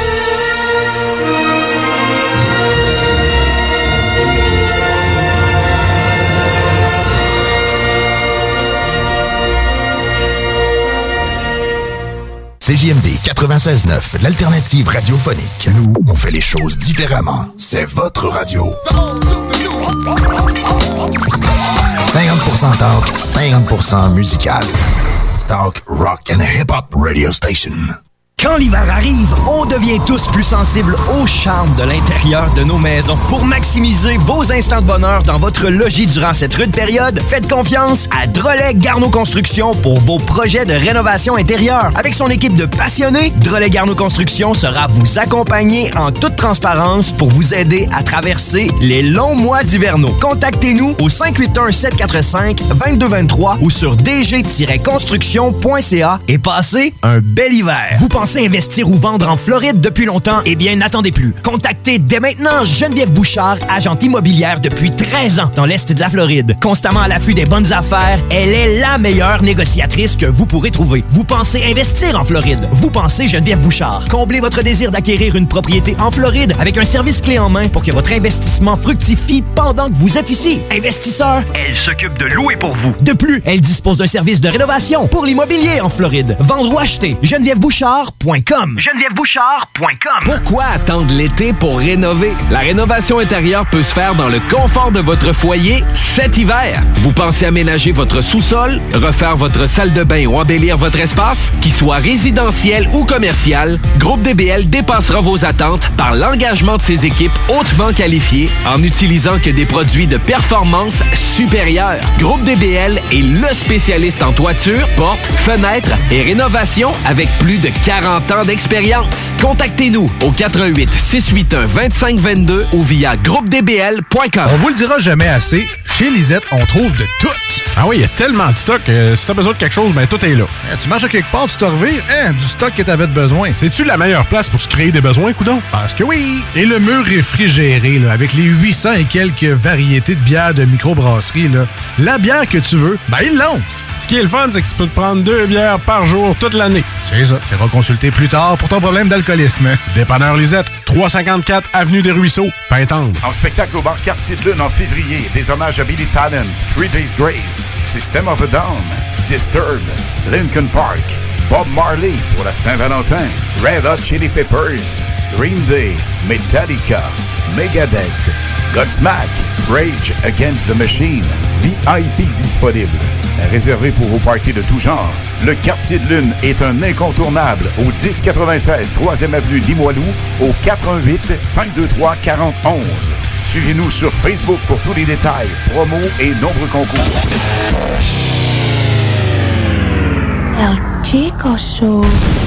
C J M D quatre-vingt-seize neuf, l'alternative radiophonique. Nous, on fait les choses différemment. C'est votre radio. cinquante pour cent talk, cinquante pour cent musical. Talk, rock and hip-hop radio station. Quand l'hiver arrive, on devient tous plus sensibles au charme de l'intérieur de nos maisons. Pour maximiser vos instants de bonheur dans votre logis durant cette rude période, faites confiance à Drolet Garneau Construction pour vos projets de rénovation intérieure. Avec son équipe de passionnés, Drolet Garneau Construction sera vous accompagner en toute transparence pour vous aider à traverser les longs mois d'hivernaux. Contactez-nous au cinq huit un, sept quatre cinq, deux deux deux trois ou sur d g tiret construction point c a et passez un bel hiver. Vous pensez investir ou vendre en Floride depuis longtemps? Eh bien, n'attendez plus. Contactez dès maintenant Geneviève Bouchard, agente immobilière depuis treize ans dans l'Est de la Floride. Constamment à l'affût des bonnes affaires, elle est la meilleure négociatrice que vous pourrez trouver. Vous pensez investir en Floride? Vous pensez Geneviève Bouchard. Comblez votre désir d'acquérir une propriété en Floride avec un service clé en main pour que votre investissement fructifie pendant que vous êtes ici. Investisseur, elle s'occupe de louer pour vous. De plus, elle dispose d'un service de rénovation pour l'immobilier en Floride. Vendre ou acheter, Geneviève Bouchard point com. Geneviève Bouchard point com. Pourquoi attendre l'été pour rénover? La rénovation intérieure peut se faire dans le confort de votre foyer cet hiver. Vous pensez aménager votre sous-sol, refaire votre salle de bain ou embellir votre espace? Qu'il soit résidentiel ou commercial, Groupe D B L dépassera vos attentes par l'engagement de ses équipes hautement qualifiées en utilisant que des produits de performance supérieure. Groupe D B L est le spécialiste en toiture, portes, fenêtres et rénovation avec plus de quarante ans d'expérience. Contactez-nous au quatre un huit, six huit un, deux cinq deux deux ou via groupe d b l point com. On vous le dira jamais assez, chez Lisette, on trouve de tout. Ah oui, il y a tellement de stock. Euh, si t'as besoin de quelque chose, ben tout est là. Eh, tu marches à quelque part, tu te revires, hein, du stock que t'avais de besoin. C'est-tu la meilleure place pour se créer des besoins, coudon? Parce que oui! Et le mur réfrigéré, là, avec les huit cents et quelques variétés de bières de microbrasserie, là, la bière que tu veux, ben ils l'ont! Ce qui est le fun, c'est que tu peux te prendre deux bières par jour toute l'année. C'est ça. Tu iras consulter plus tard pour ton problème d'alcoolisme. Dépanneur Lisette, trois cent cinquante-quatre Avenue des Ruisseaux, Pintendre. En spectacle au bar Quartier de Lune en février, des hommages à Billy Talent, Three Days Grace, System of a Down, Disturbed, Linkin Park, Bob Marley pour la Saint-Valentin, Red Hot Chili Peppers, Green Day, Metallica, Megadeth, Godsmack, Rage Against the Machine, V I P disponible. Réservé pour vos parties de tout genre, le Quartier de Lune est un incontournable au dix quatre-vingt-seize troisième Avenue Limoilou au quatre un huit, cinq deux trois, quatre zéro un un. Suivez-nous sur Facebook pour tous les détails, promos et nombreux concours. El Chico Show.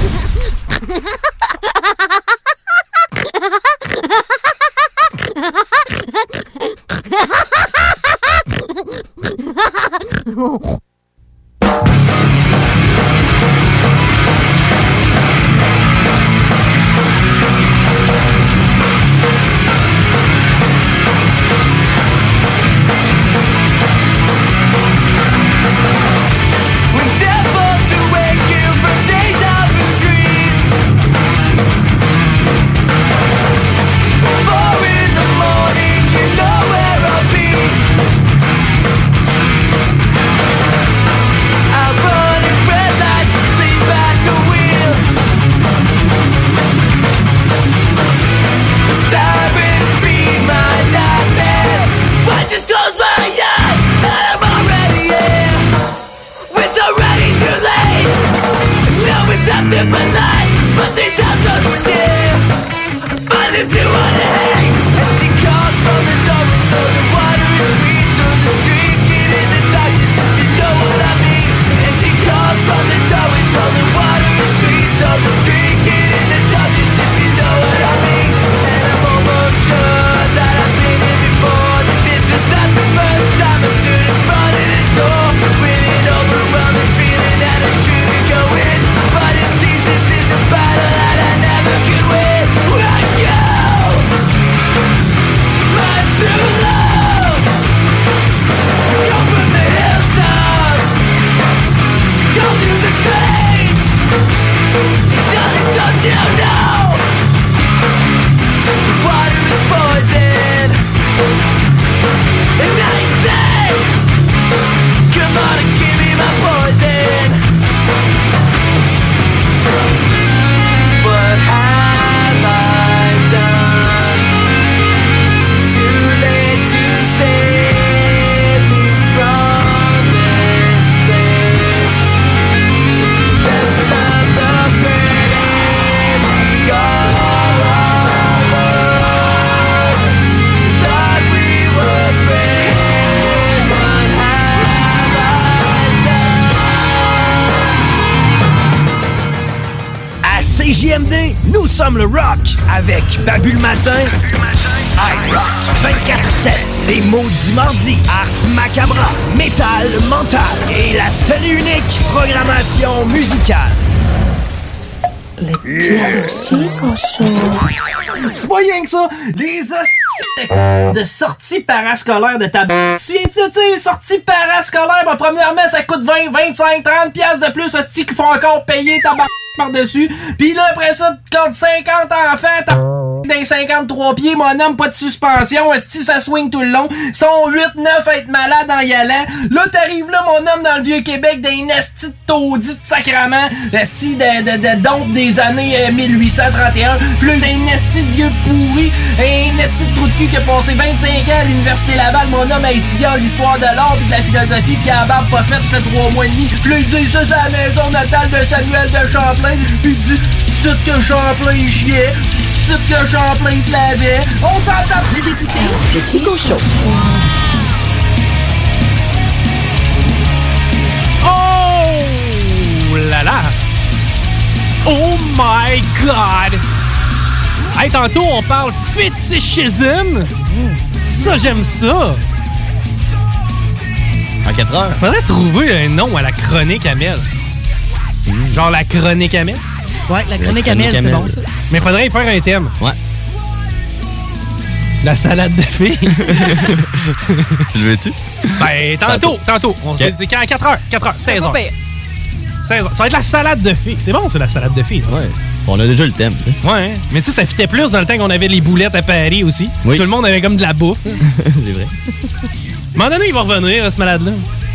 C J M D, nous sommes le rock avec Babu le matin, iRock vingt-quatre sept, les maudits mardis, Ars Macabra, Métal Mental et la seule et unique programmation musicale. Le Chico Show. C'est pas rien que ça. Les hosties de sorties parascolaires de ta b***. Tu viens-tu de dire sorties parascolaires? Ben, premièrement, ça coûte vingt, vingt-cinq, trente piastres de plus, hostie, qu'il faut encore payer ta b*** par-dessus. Pis là, après ça, tu comptes cinquante enfants, ta b***. D'un cinquante-trois pieds, mon homme, pas de suspension, esti, ça swing tout le long. Sont huit neuf à être malade en y allant. Là, t'arrives là, mon homme, dans le Vieux-Québec, d'un esti de taudis de sacrament, esti de, de, de dompe des années euh, mille huit cent trente et un. Puis là, d'un esti de vieux pourri, un esti de trou de cul qui a passé vingt-cinq ans à l'Université Laval, mon homme a étudié en l'histoire de l'art pis de la philosophie pis à la barbe pas faite, ça fait trois mois et demi. Puis là, il dit ça, c'est la maison natale de Samuel de Champlain. Puis il dit, c'est tout que Champlain chiait, c'est tout que Champlain se lavait. On s'entend. Vous écoutez le Chico Show. Oh là là! Oh my God! Hey, tantôt, on parle fétichisme. Ça, j'aime ça. En quatre heures. Faudrait trouver un nom à la chronique Amel. Mmh. Genre la chronique Amel. Ouais, la chronique Amel, c'est bon, ça. Mais faudrait y faire un thème. Ouais. La salade de filles. Tu le veux-tu? Ben, tantôt, tantôt. On okay. s'est dit qu'à quatre heures, quatre heures, seize heures. seize heures. Ça va être la salade de filles. C'est bon, c'est la salade de filles. Là. Ouais. On a déjà le thème. T'sais. Ouais, mais tu sais, ça fitait plus dans le temps qu'on avait les boulettes à Paris aussi. Oui. Tout le monde avait comme de la bouffe. C'est vrai. À un moment donné, il va revenir, ce malade-là.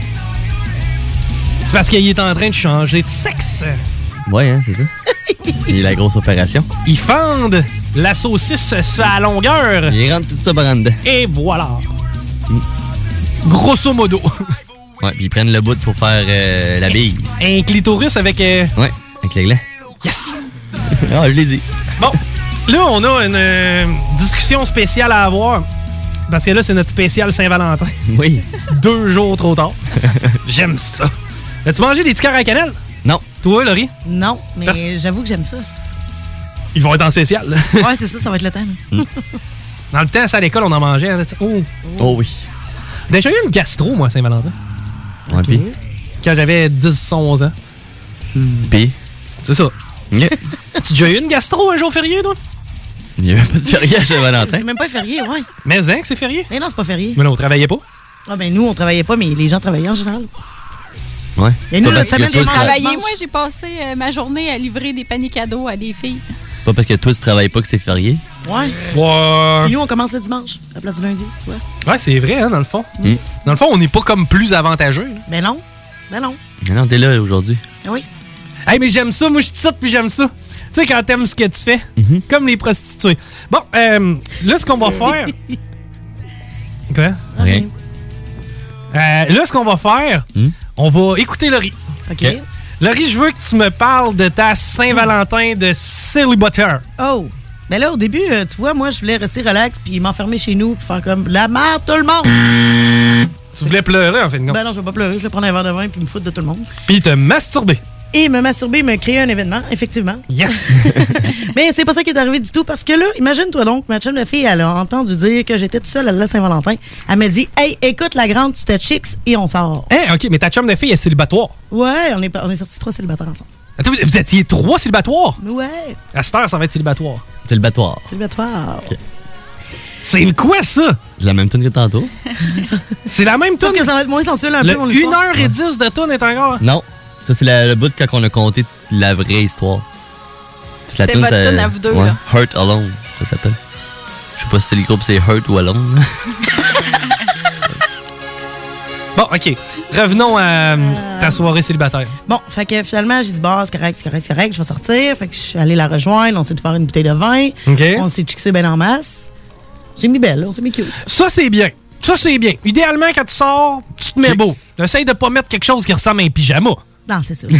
C'est parce qu'il est en train de changer de sexe. Ouais, hein, c'est ça. Il est la grosse opération. Ils fendent la saucisse sur la longueur. Il rentre tout ça par en dedans. Et voilà. Mm. Grosso modo. Ouais, puis ils prennent le bout pour faire euh, la bille. Un clitoris avec... Euh... Ouais, avec les glands. Yes! Ah, je l'ai dit. Bon, là, on a une euh, discussion spéciale à avoir. Parce que là, c'est notre spécial Saint-Valentin. Oui. Deux jours trop tard. J'aime ça. As-tu mangé des petits cœurs à cannelle? Non. Toi, Laurie? Non, mais Pers- j'avoue que j'aime ça. Ils vont être en spécial. Là. Ouais, c'est ça, ça va être le temps. Mm. Dans le temps, ça, à l'école, on en mangeait. Hein, oh. oh oui. Déjà eu une gastro, moi, à Saint-Valentin. Ouais, pis? Quand j'avais dix onze ans. Mm. Pis? C'est ça. Yeah. Tu as déjà eu une gastro un jour férié, toi? Il n'y a même pas de férié à Saint-Valentin. C'est même pas férié, ouais. Mais hein, que c'est férié? Mais non, c'est pas férié. Mais non, on travaillait pas. Ah, ben nous, on travaillait pas, mais les gens travaillaient en général. Ouais. Et nous, la semaine, j'ai travaillé. Moi, j'ai passé euh, ma journée à livrer des paniers cadeaux à des filles. Pas parce que toi, tu travailles pas que c'est férié. Ouais. Ouais. Et nous, on commence le dimanche, à la place du lundi, tu vois. Ouais, c'est vrai, hein, dans le fond. Mm. Dans le fond, on n'est pas comme plus avantageux. Là. Ben non. Ben non. Mais non, t'es là aujourd'hui. Oui. Hey, mais j'aime ça. Moi, je suis ça puis j'aime ça. Tu sais, quand t'aimes ce que tu fais, mm-hmm. Comme les prostituées. Bon, euh, là, ce qu'on va faire... Quoi? Rien. Euh, là, ce qu'on va faire, mm. on va écouter Laurie. OK. Okay. Laurie, je veux que tu me parles de ta Saint-Valentin de célibataire. Oh! Ben là, au début, euh, tu vois, moi, je voulais rester relax puis m'enfermer chez nous puis faire comme la merde, tout le monde! Tu voulais pleurer, en fait, non? Ben non, je vais pas pleurer. Je vais prendre un verre de vin puis me foutre de tout le monde. Puis te masturber. Et me masturber, me créer un événement, effectivement. Yes! Mais c'est pas ça qui est arrivé du tout, parce que là, imagine-toi donc, ma chum de fille, elle a entendu dire que j'étais toute seule à la Saint-Valentin. Elle m'a dit, hey, écoute la grande, tu te chicks et on sort. Hein, OK, mais ta chum de fille est célibataire. Ouais, on est, on est sortis trois célibataires ensemble. Attends, vous étiez trois célibatoires? Ouais. À cette heure, ça va être célibatoire. Célibatoire. Célibatoire. OK. C'est quoi ça? C'est la même tune que tantôt. C'est la même tune? Sauf que ça va être moins sensuel un le peu, mon une heure et dix de tune est encore? Non. Ça, c'est la, le bout quand on a compté la vraie histoire. C'était votre tune à vous deux, ouais, là. Hurt Alone, ça s'appelle. Je sais pas si le groupe c'est Hurt ou Alone. Bon, OK. Revenons à euh... ta soirée célibataire. Bon, fait que finalement, j'ai dit, bah, c'est correct, c'est correct, c'est correct, je vais sortir. Fait que je suis allée la rejoindre, on s'est fait faire une bouteille de vin. Okay. On s'est chixé ben en masse. J'ai mis belle, on s'est mis cute. Ça, c'est bien. Ça, c'est bien. Idéalement, quand tu sors, tu te mets Chicks. Beau. Essaye de pas mettre quelque chose qui ressemble à un pyjama. Non, c'est ça.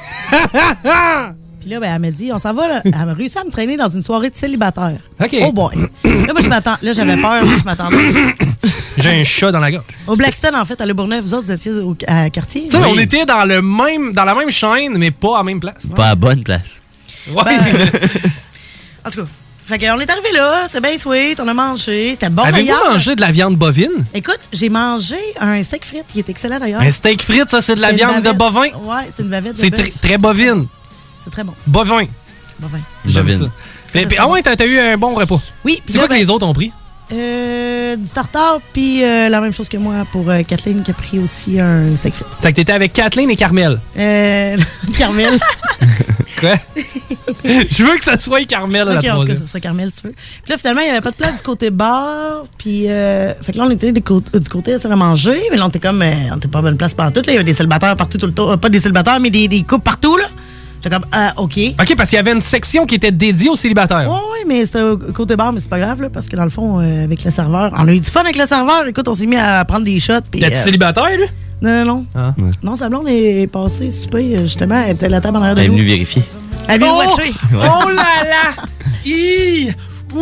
Puis là, ben, elle m'a dit, on s'en va, là. Elle m'a réussi à me traîner dans une soirée de célibataire. OK. Oh boy. Là, moi, je m'attends. Là, j'avais peur, là, je m'attendais. J'ai un chat dans la gorge. Au Blackstone, en fait, à Le Bourgneuf, vous autres, vous étiez au à quartier. Tu sais, oui. On était dans, le même, dans la même chaîne, mais pas à la même place. Pas à la bonne place. Ouais. Ben, en tout cas. Fait qu'on est arrivé là, c'était bien sweet, on a mangé, c'était bon. Avez-vous d'ailleurs. mangé de la viande bovine? Écoute, j'ai mangé un steak frites qui est excellent d'ailleurs. Un steak frites, ça, c'est de la c'est viande de bovin? Ouais, c'est une bavette de C'est tr- très bovine. C'est très bon. Bovin. Bovin. J'aime bovine. ça. Mais, puis, ah ouais, t'as, t'as eu un bon repas. Oui. C'est quoi ben, que les autres ont pris? Euh, du tartare, puis euh, la même chose que moi pour euh, Kathleen qui a pris aussi un steak frites. C'est que t'étais avec Kathleen et Carmel. Euh, Carmel. Quoi? Je veux que ça soit Carmel à Ok, la en tout cas, troisième. ça serait Carmel, si tu veux. Puis là, finalement, il n'y avait pas de place du côté bar. Puis, euh, fait que là, on était du côté, du côté à manger. Mais là, on était comme, euh, on était pas à bonne place partout. Là, il y avait des célibataires partout tout le temps. Euh, pas des célibataires, mais des, des couples partout, là. J'étais comme, ah, OK. OK, parce qu'il y avait une section qui était dédiée aux célibataires. Oui, oui, mais c'était au côté bar, mais c'est pas grave, là, parce que dans le fond, euh, avec le serveur, on a eu du fun avec le serveur. Écoute, on s'est mis à prendre des shots. Puis, T'es-tu euh, célibataire, lui? Non, non, non. Ah. Non, sa blonde est passée souper, euh, justement. Elle était à la table en arrière de Elle est nous. venue vérifier. Elle est venue Oh! watcher. Oh là là! Hi!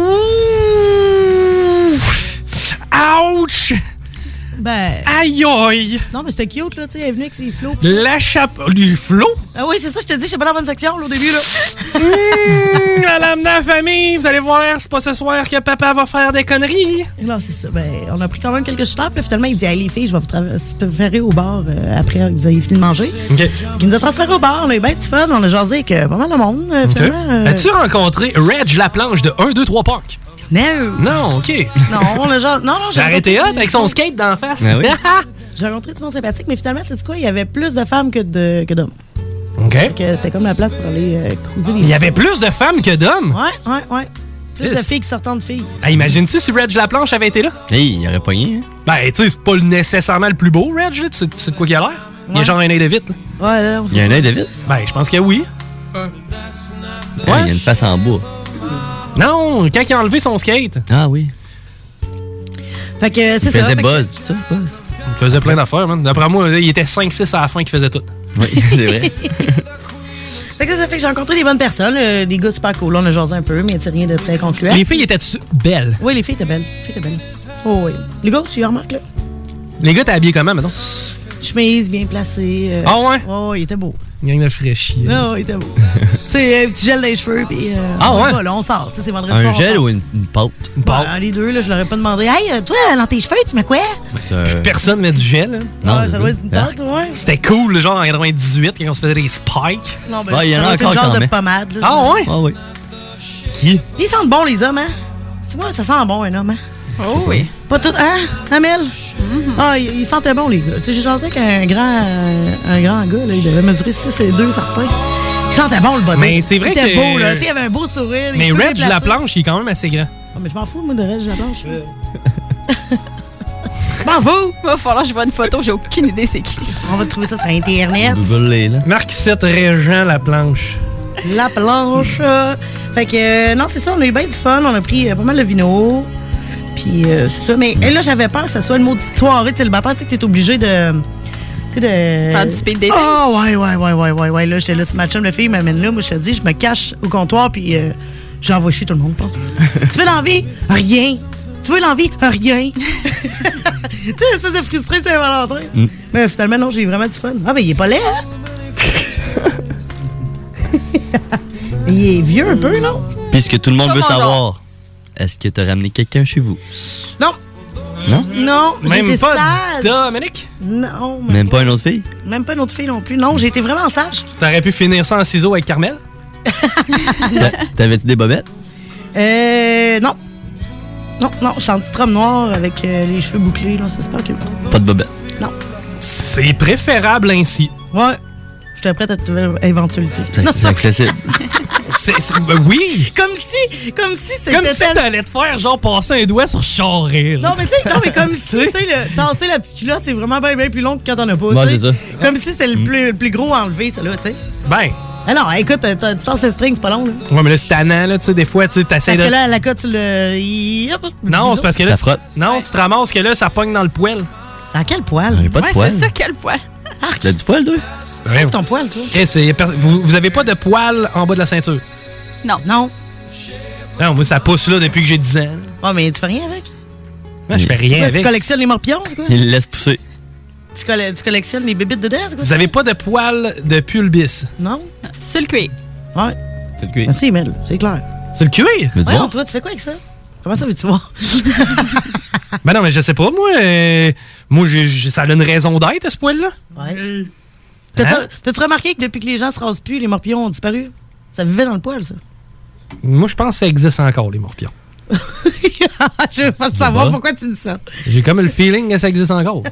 Ouh! Ouch! Ben. Aïe aïe! Non, mais c'était cute, là, tu sais. Elle est venue avec ses flots. La chape... Les flots? Ah oui, c'est ça, je te dis, j'étais pas dans la bonne section, là, au début, là. Mmh, madame de la famille, vous allez voir, c'est pas ce soir que papa va faire des conneries. Non, c'est ça. Ben, on a pris quand même quelques shooters, puis là, finalement, il dit, hey, les filles, je vais vous transférer au bar euh, après que vous ayez fini de manger. OK. Il nous a transféré au bar, on a eu bien du fun, on a jasé avec euh, pas mal de monde, euh, OK. finalement. euh, As-tu rencontré Reg Laplanche de un, deux, trois Park? Non. Non, OK. Non, on a genre. Non, non, J'ai arrêté hot rencontré- avec son skate d'en face. Ben oui. J'ai rencontré du monde sympathique, mais finalement, tu sais quoi, il y avait plus de femmes que de que d'hommes. OK. Fait que c'était comme la place pour aller euh, cruiser les Il y avait plus de femmes que d'hommes? Ouais, ouais, ouais. Plus de Yes. filles qui sortant de filles. Ah, imagine-tu si Reg Laplanche avait été là? Hey, il aurait pogné. Hein? Ben, tu sais, c'est pas nécessairement le plus beau, Reg, là. Tu sais, tu sais de quoi il a l'air? Il y a Ouais. genre un œil de vite, là. Ouais, là, on Il y a un œil de vis? Ben, je pense que oui. Ouais, il y a une face en bois. Non, quand il a enlevé son skate. Ah oui. Fait que euh, c'est Il ça. faisait fait que- buzz, c'est ça? Buzz. Il faisait plein d'affaires, man. D'après moi, il était cinq six à la fin qui faisait tout. Oui, c'est vrai. Fait que ça fait que j'ai rencontré des bonnes personnes, euh, des gars super cool. On a jasé un peu, mais c'est rien de très concluant. Les filles étaient belles. Oui, les filles étaient belles. Les filles étaient belles. Oh oui. Les gars, tu y remarques, là? Les gars, t'es habillé comment, mettons? Chemise bien placée. euh, Ah ouais? Oh, il était beau. Gang de fraîchis. Oh, il était beau. Tu sais, un petit gel dans les cheveux, puis. euh, Ah on ouais? va, là, on sort. Tu sais, c'est vendredi Un soir. on gel sort. ou une, une pâte? Une Bah, pâte. les deux, là, je leur ai pas demandé. Hey, euh, toi, dans tes cheveux, tu mets quoi? Euh, Personne met du gel. hein. Non, Ah, c'est ça doit ça. être une pâte, ouais. C'était cool, le genre en quatre-vingt-dix-huit, quand on se faisait des spikes. Non, ben, Ah, il y en ça a doit être encore une genre quand de même. pommade, là. Ah ouais? Ah oui. Qui? Ils sentent bon, les hommes, hein? C'est moi, ça sent bon, un homme, hein? Oh oui. Pas tout. Hein, Amel? Ah, il, il sentait bon, les gars. Tu sais, j'ai jasé avec un grand, euh, un grand gars, là. Il devait mesurer six et deux, certain. Il sentait bon, le bottin. Mais c'est vrai il était que- beau, là. Tu sais, il avait un beau sourire. les Mais cheveux Reg bien placés. Laplanche, il est quand même assez grand. Ah, mais je m'en fous, moi, de Reg Laplanche. Je m'en fous! Il va falloir que je vois une photo, j'ai aucune idée c'est qui. On va trouver ça sur Internet. Google là. Marc sept Régent Laplanche. La planche. euh. Fait que, euh, non, c'est ça, on a eu bien du fun. On a pris euh, pas mal de vino. Puis, euh, c'est ça. Mais euh, là, j'avais peur que ça soit une maudite soirée de célibataire. Tu sais, que t'es obligé de. Tu sais, de. Faire du speed dating? Ah, ouais, ouais, ouais, ouais, ouais, ouais. Là, j'étais là, si ma chum de fille m'amène là, moi, je te dis, je me cache au comptoir, puis euh, j'envoie chier tout le monde, je pense. Tu veux l'envie? Rien. Tu veux l'envie? Rien. Tu sais, l'espèce de frustré de Saint-Valentin. Mm. Mais finalement, non, j'ai eu vraiment du fun. Ah, ben, il est pas laid, hein? Il est vieux un peu, non? Puisque tout le monde Pas veut mon genre. savoir, est-ce que tu as ramené quelqu'un chez vous? Non. Non? Non, j'ai Même été pas sage. Dominique? Non. Même pas une autre fille? Même pas une autre fille non plus. Non, j'ai été vraiment sage. T'aurais pu finir ça en ciseaux avec Carmel? T'a- T'avais-tu des bobettes? Euh, non. Non, non, je suis en petite robe noire avec euh, les cheveux bouclés. Là, c'est super cool. Pas de bobettes. Non. C'est préférable ainsi. Ouais. J'étais prête à toute éventualité. C'est Non, c'est accessible. C'est- c'est- ben oui! Comme si, comme si c'était Comme si tel- t'allais te faire genre passer un doigt sur Charest. Non, mais tu sais, non, mais comme si, tu sais, le- tasser la petite culotte, c'est vraiment bien, bien plus long que quand t'en as pas. Ouais, tu sais. c'est ça. Comme si c'était le plus, le plus gros à enlever, ça, là, tu sais. Ben, Ah non, écoute, t'as- t'as- tu tasses le string, c'est pas long, là. ouais, mais là, c'est tannant, là, tu sais, des fois, tu sais, t'essaies Parce de... que là, la cote, tu le. il- hop, Non, c'est parce que là... Ça tu- frotte. Non, tu te ramasses que là, ça pogne dans le poêle. Dans quel poil? J'ai pas de Ouais, poils. c'est ça, quel poil. T'as du poil, toi? C'est ton poil, toi? Chris, y a per- vous, vous avez pas de poils en bas de la ceinture? Non. Non. Non, moi, ça pousse là depuis que j'ai dix ans. Oh, mais tu fais rien avec? Moi, je fais rien Quoi, avec. Tu collectionnes les morpions, c'est quoi? Il le laisse pousser. Tu, colle- tu collectionnes les bébites dedans, c'est quoi? Vous avez pas de poils de pulbis? Non? Sur le cuir. Ouais. C'est le cuir. Merci, Mel, c'est clair. C'est le cuir? Veux-tu Ouais, voir? toi, tu fais quoi avec ça? Comment ça veux-tu voir? Ben non, mais je sais pas, moi. euh, moi, j'ai- j'ai- ça a une raison d'être, ce poil-là. Ouais. T'as-tu Hein? t'as-tu remarqué que depuis que les gens se rasent plus, les morpions ont disparu? Ça vivait dans le poil, ça. Moi, je pense que ça existe encore, les morpions. Je veux pas sais savoir pas. pourquoi tu dis ça. J'ai comme le feeling que ça existe encore.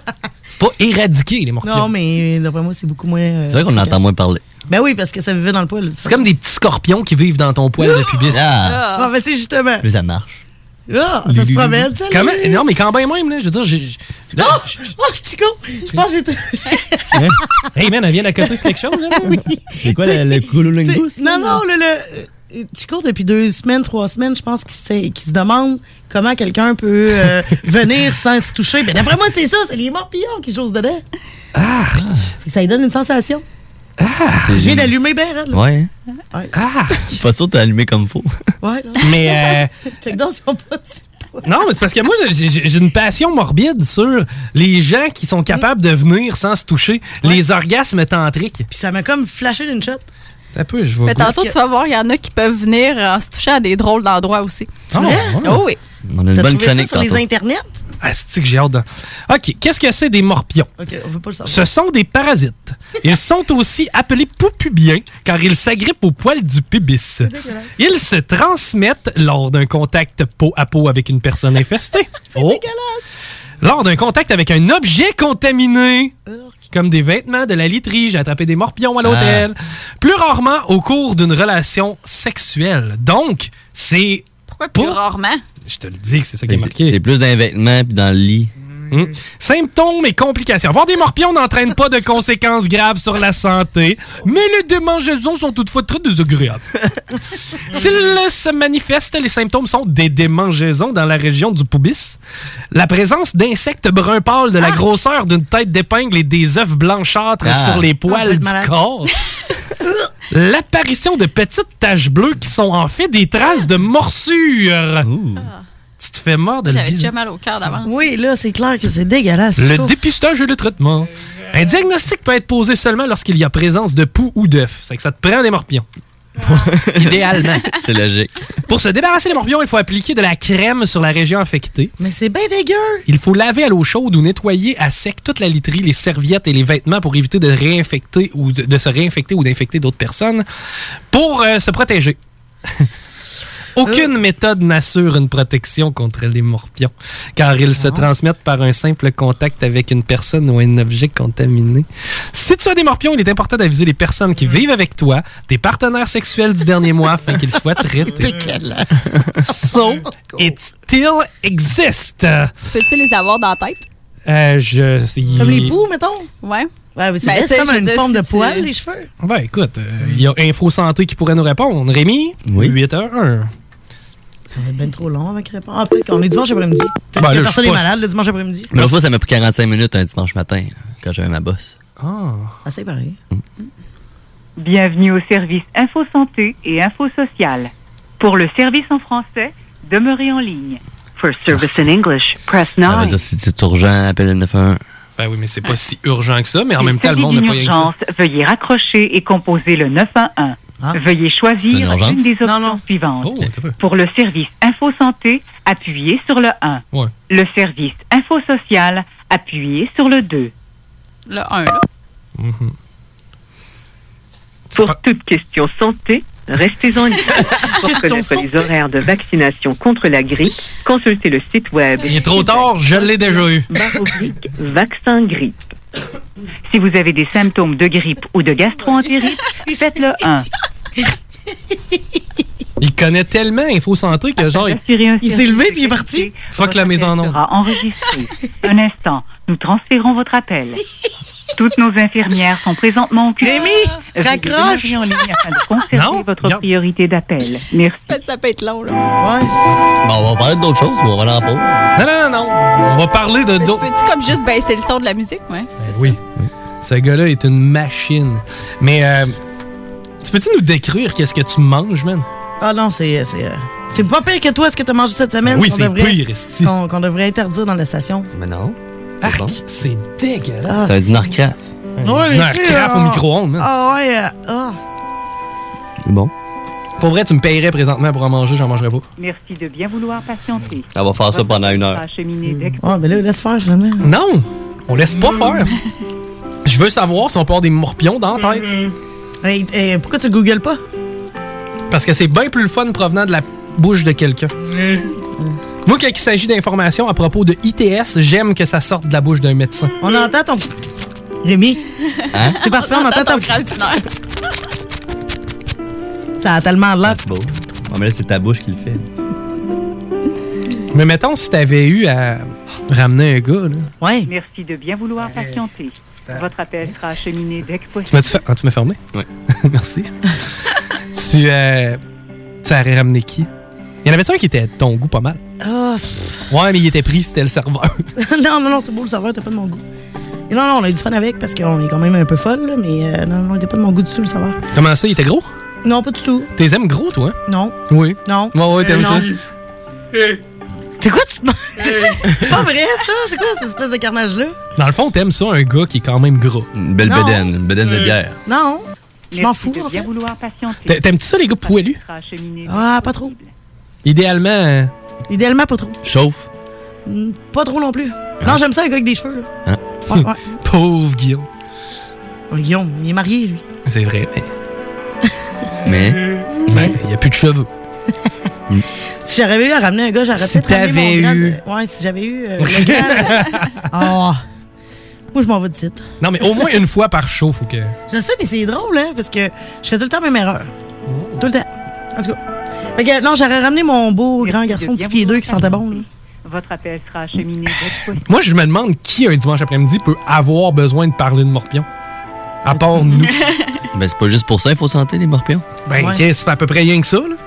C'est pas éradiquer, les morpions. Non, mais d'après moi, c'est beaucoup moins... euh, C'est vrai qu'on entend moins parler. Ben oui, parce que ça vivait dans le poil. C'est comme des petits scorpions qui vivent dans ton poil de pubis. Ah! Ah, ben c'est justement. Plus ça marche. Ah, ça se promène, ça, Comment? là. Non, mais quand même, même, là, je veux dire, j'ai... j'ai- là, Oh! Oh, Chico! Je pense que j'ai... Hey, man, elle vient d'à côté, c'est quelque chose, là? Oui. C'est quoi le, le cololingus? Non, non, le, le, euh, Chico, depuis deux semaines, trois semaines, je pense qu'il se, qu'il se demande comment quelqu'un peut euh, venir sans se toucher. Ben, d'après moi, c'est ça, c'est les morpillons qui jouent dedans. Ah! Fait que ça lui donne une sensation. Ah! Je viens d'allumer bien, raide, là. Ouais. Ouais. Ah! Pas sûr que t'as allumé comme faut. Ouais, là. Mais, euh, Check donc, ils sont pas... non, mais c'est parce que moi, j'ai- j'ai j'ai une passion morbide sur les gens qui sont capables de venir sans se toucher. Les orgasmes tantriques. Puis ça m'a comme flashé d'une shot. Un peu, je vois. Mais tantôt, tu vas voir, il y en a qui peuvent venir en se toucher à des drôles d'endroits aussi. Ah, ouais. Oh oui. On a une T'as bonne trouvé ça chronique sur tantôt. les internets? Ah, c'est que j'ai hâte de... OK, qu'est-ce que c'est des morpions? OK, on veut pas le savoir. Ce sont des parasites. Ils sont aussi appelés poupubiens car ils s'agrippent au poil du pubis. Ils se transmettent lors d'un contact peau à peau avec une personne infestée. C'est Oh. dégueulasse. Lors d'un contact avec un objet contaminé, comme des vêtements, de la literie, j'ai attrapé des morpions à l'hôtel. Plus rarement au cours d'une relation sexuelle. Donc, c'est... Pourquoi plus rarement? Je te le dis que c'est ça qui est C'est marqué. c'est plus dans les vêtements puis dans le lit. Hum. Symptômes et complications. Avoir des morpions n'entraîne pas de conséquences graves sur la santé, mais les démangeaisons sont toutefois très désagréables. S'ils se manifestent, les symptômes sont des démangeaisons dans la région du pubis, la présence d'insectes bruns pâles de la grosseur d'une tête d'épingle et des œufs blanchâtres Ah. sur les Ah, je vais poils être du malade. corps. L'apparition de petites taches bleues qui sont en fait des traces de morsures. Tu te fais mort de le J'avais bisou. déjà mal au cœur d'avance. Oui, là, c'est clair que c'est dégueulasse. Le Chico. dépistage et le traitement. Un diagnostic peut être posé seulement lorsqu'il y a présence de poux ou d'œufs. C'est que ça te prend des morpions. Idéalement. C'est logique. Pour se débarrasser des morpions, il faut appliquer de la crème sur la région affectée. Mais c'est bien dégueu. Il faut laver à l'eau chaude ou nettoyer à sec toute la literie, les serviettes et les vêtements pour éviter de réinfecter ou de, de se réinfecter ou d'infecter d'autres personnes pour euh, se protéger. Aucune méthode n'assure une protection contre les morpions, car ils se transmettent par un simple contact avec une personne ou un objet contaminé. Si tu as des morpions, il est important d'aviser les personnes qui vivent avec toi, tes partenaires sexuels du dernier mois, afin qu'ils soient traités. So, it still exists. Peux-tu les avoir dans la tête? Euh, je... c'est- Comme les poux, mettons. Ouais. Ouais, mais c'est Ben, vrai, tu c'est sais, comme je veux une dire, forme si de tu- poil, les cheveux. Ben, écoute, il y a Info Santé qui pourrait nous répondre. Rémi? Oui. huit un un. Ça va être bien trop long avec réponse. Ah, peut-être qu'on est dimanche après-midi. Peut-être Ben, que là, personne je n'est sais pas. malade le dimanche après-midi. Mais l'autre fois, ça m'a pris quarante-cinq minutes un dimanche matin, quand j'avais ma bosse. Ah. Ah, c'est pareil. Bienvenue au service Info Santé et Info Social. Pour le service en français, demeurez en ligne. For service in English, press Ça veut nine. dire si c'est urgent, appelle le neuf un un. Ben oui, mais c'est pas si urgent que ça, mais en Il même temps, le s'agit monde n'a d'une pas rien que ça. urgence, veuillez raccrocher et composer le neuf un un. Veuillez C'est choisir une urgence? l'une des options Non, non. suivantes. Oh, t'as peu. Pour le service Info Santé, appuyez sur le un. Ouais. Le service Info Social, appuyez sur le deux. Le un, là. Mhm. Pour toute question santé, restez en ligne. Pour connaître les horaires de vaccination contre la grippe, consultez le site web. Il est trop tard, je l'ai déjà eu. Barre oblique, vaccin grippe. Si vous avez des symptômes de grippe ou de gastro-entérite, faites le un. Il connaît tellement Info Santé que genre, il, Il s'est levé puis il est parti. fuck la maison en ondes. Sera enregistré. Un instant, nous transférons votre appel. Toutes nos infirmières sont présentement occupées. Rémi, Veuillez raccroche. demeurer en ligne afin de conserver Non, votre regarde. priorité d'appel. Merci. Ça peut être long, là. Ouais. Bon, on va parler d'autres choses ou on va aller en pause? Non, non, non, non. On va parler de Mais tu d'autres. peux-tu comme juste baisser le son de la musique? Ouais. Ben oui. Ce gars-là est une machine. Mais, euh, tu peux-tu nous décrire qu'est-ce que tu manges, man? Ah non, c'est c'est euh, c'est pas pire que toi ce que tu as mangé cette semaine. Ben oui, qu'on c'est devrait- pire, esti. Qu'on qu'on devrait interdire dans la station. Mais non. Arc, bon. c'est dégueulasse. C'est un dîner craft. Un Ouais, dîner mais tu sais, craft au euh, micro-ondes, man. Ah ouais, euh, ah. C'est bon. Pour vrai, tu me payerais présentement pour en manger, j'en mangerais pas. Merci de bien vouloir patienter. On va faire ça pendant une heure. Acheminé dès que Ah, ben là, laisse faire, finalement. Non! On laisse pas faire. Je veux savoir si on peut avoir des morpions dans la tête. Hey, hey, pourquoi tu googles pas? Parce que c'est bien plus le fun provenant de la bouche de quelqu'un. Moi, quand il s'agit d'informations à propos de I T S, j'aime que ça sorte de la bouche d'un médecin. On entend ton... Rémi. Hein? C'est parfait, on, on entend ton... Ça a tellement l'air. C'est beau. Non, mais là, c'est ta bouche qui le fait. Mais mettons, si t'avais eu à ramener un gars, là. Ouais. Merci de bien vouloir patienter. Votre appel sera acheminé dès que possible. Tu m'as-tu fait... ah, tu m'as fermé? Oui. Merci. tu, euh... tu aurais ramené qui? Il y en avait-tu un qui était de ton goût pas mal? Oh. Ouais, mais il était pris, c'était le serveur. non, non, non, c'est beau, le serveur, t'as pas de mon goût. Et non, non, on a eu du fun avec parce qu'on est quand même un peu folle, là, mais euh, non, non, il était pas de mon goût du tout, le serveur. Comment ça, il était gros? Non, pas du tout. T'es aimes gros, toi? Non. Oui. Non. Ouais, ouais, t'aimes euh, ça. Hey. C'est quoi, tu... C'est pas vrai, ça? C'est quoi, cette espèce de carnage-là? Dans le fond, t'aimes ça, un gars qui est quand même gros. Une belle Non. bedaine, une bedaine de bière. Non. Je m'en fous, de en bien fait. vouloir patienter. T'aimes-tu ça, les gars poilus? Ah, pas trop. Idéalement... euh, Idéalement, pas trop. Chauffe. Mm, Pas trop non plus. Non, j'aime ça, un gars avec des cheveux, là. Hein? Ouais, ouais. Pauvre Guillaume. Oh, Guillaume, il est marié, lui. C'est vrai, mais... Mais... Ben, il n'y a plus de cheveux. Si j'avais eu à ramener un gars, j'aurais Si peut-être ramené t'avais mon eu- grade. Ouais, si j'avais eu euh, le gars... là. Oh. Moi, je m'en vais de site. Non, mais au moins une fois par show, faut que... Je sais, mais c'est drôle, hein, parce que je fais tout le temps la même erreur. Tout le temps. En tout cas. Fait que, non, j'aurais ramené mon beau grand garçon de six pieds deux qui sentait bon, là. Votre appel sera acheminé dès que possible. Moi, je me demande qui, un dimanche après-midi, peut avoir besoin de parler de morpion. À part nous. Ben, c'est pas juste pour ça, il faut sentir les morpions. Ben, Ouais. qu'est-ce, c'est à peu près rien que ça, là.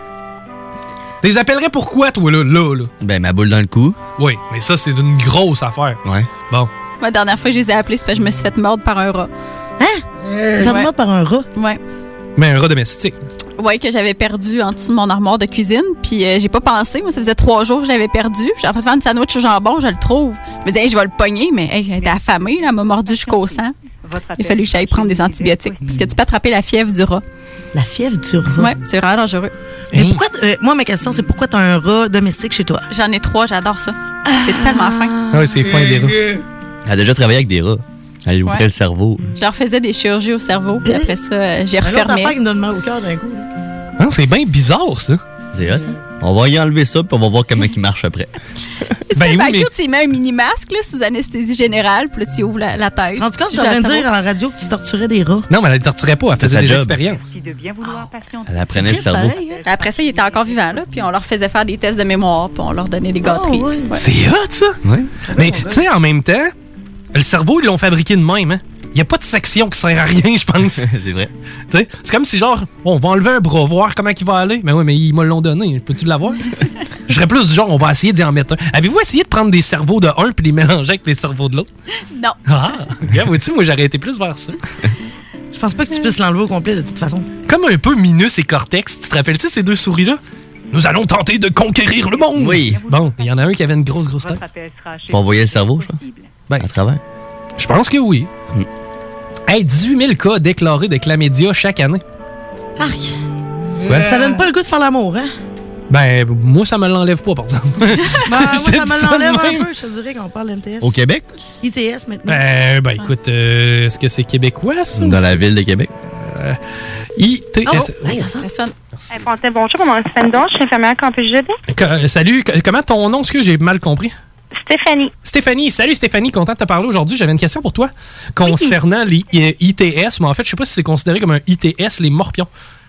Les appellerais pourquoi, toi, là, là, là? Ben, ma boule dans le cou. Oui, mais ça, c'est une grosse affaire. Ouais. Bon. Moi, la dernière fois que je les ai appelés, c'est parce que je me suis fait mordre par un rat. Hein? Fait ouais. mordre par un rat? Ouais. Mais un rat domestique. Ouais, que j'avais perdu en dessous de mon armoire de cuisine. Puis euh, j'ai pas pensé. Moi, ça faisait trois jours que je l'avais perdu. J'étais en train de faire une sandwich au jambon, je le trouve. Je me disais, hey, je vais le pogner, mais hey, elle était affamée, là, elle m'a mordu jusqu'au sang. Il a fallu que j'aille prendre des antibiotiques. Parce que tu peux attraper la fièvre du rat. La fièvre du rat? Ouais, c'est vraiment dangereux. Mais pourquoi... euh, moi, ma question, c'est pourquoi t'as un rat domestique chez toi? J'en ai trois, j'adore ça. C'est tellement fin. Ah oui, c'est fin, des rats. Elle a déjà travaillé avec des rats. Elle ouvrait Ouais. le cerveau. Je leur faisais des chirurgies au cerveau, puis après ça, euh, j'ai Un autre refermé. affaire qui me donne mal au cœur d'un coup. là. Hein, c'est bien bizarre, ça. C'est hot, hein? On va y enlever ça, puis on va voir comment il marche après. C'est Ben oui, pas mais- cute, tu y mets un mini-masque là, sous anesthésie générale, puis là, tu ouvres la, la tête. Tu te rends compte que tu t'es en train de gères dire le à la radio que tu torturais des rats? Non, mais elle ne torturait pas, elle C'est faisait sa des job. expériences. Merci de bien vouloir patienter. Elle apprenait le triste, cerveau. pareil, hein? Après ça, il était encore vivant, là, puis on leur faisait faire des tests de mémoire, puis on leur donnait des gâteries. Oh, oui. Ouais. C'est hot, ça. Ouais. Mais, tu sais, en même temps, le cerveau, ils l'ont fabriqué de même, hein. Il n'y a pas de section qui sert à rien, je pense. C'est vrai. Tu sais, c'est comme si, genre, bon, on va enlever un bras, voir comment il va aller. Mais oui, mais ils me l'ont donné. Peux-tu l'avoir? Je serais plus du genre, on va essayer d'y en mettre un. Avez-vous essayé de prendre des cerveaux de un puis les mélanger avec les cerveaux de l'autre? Non. Ah, regarde, vois-tu, moi, j'aurais été plus vers ça. Je pense pas que tu puisses l'enlever au complet, de toute façon. Comme un peu Minus et Cortex. Tu te rappelles-tu ces deux souris-là? Nous allons tenter de conquérir le monde! Oui. Bon, il y en a un qui avait une grosse, grosse tête. Votre appel sera acheminé Pour envoyer le cerveau, je pense. Ben, À travers. je pense que oui. Mm. Hey, dix-huit mille cas déclarés de chlamydia chaque année. Arc! Ouais. Ça donne pas le goût de faire l'amour, hein? Ben, moi, ça me l'enlève pas, par exemple. Ben, moi, Je te ça dis me ça l'enlève de un même. peu, je te dirais qu'on parle d'M T S. Au Québec? I T S maintenant. Euh, ben, écoute, euh, est-ce que c'est québécois, ça? Dans la ville de Québec? Euh, I T S. Oh, hey, ça sent. Ça sonne. Hey, Fontaine, bonjour, mon nom est Stéphanie, je suis infirmière, comment puis-je aider? Co- euh, salut, co- comment ton nom? Est-ce que j'ai mal compris? Stéphanie. Stéphanie, salut Stéphanie, content de te parler aujourd'hui. J'avais une question pour toi concernant les euh, I T S, mais en fait, je sais pas si c'est considéré comme un I T S, les morpions.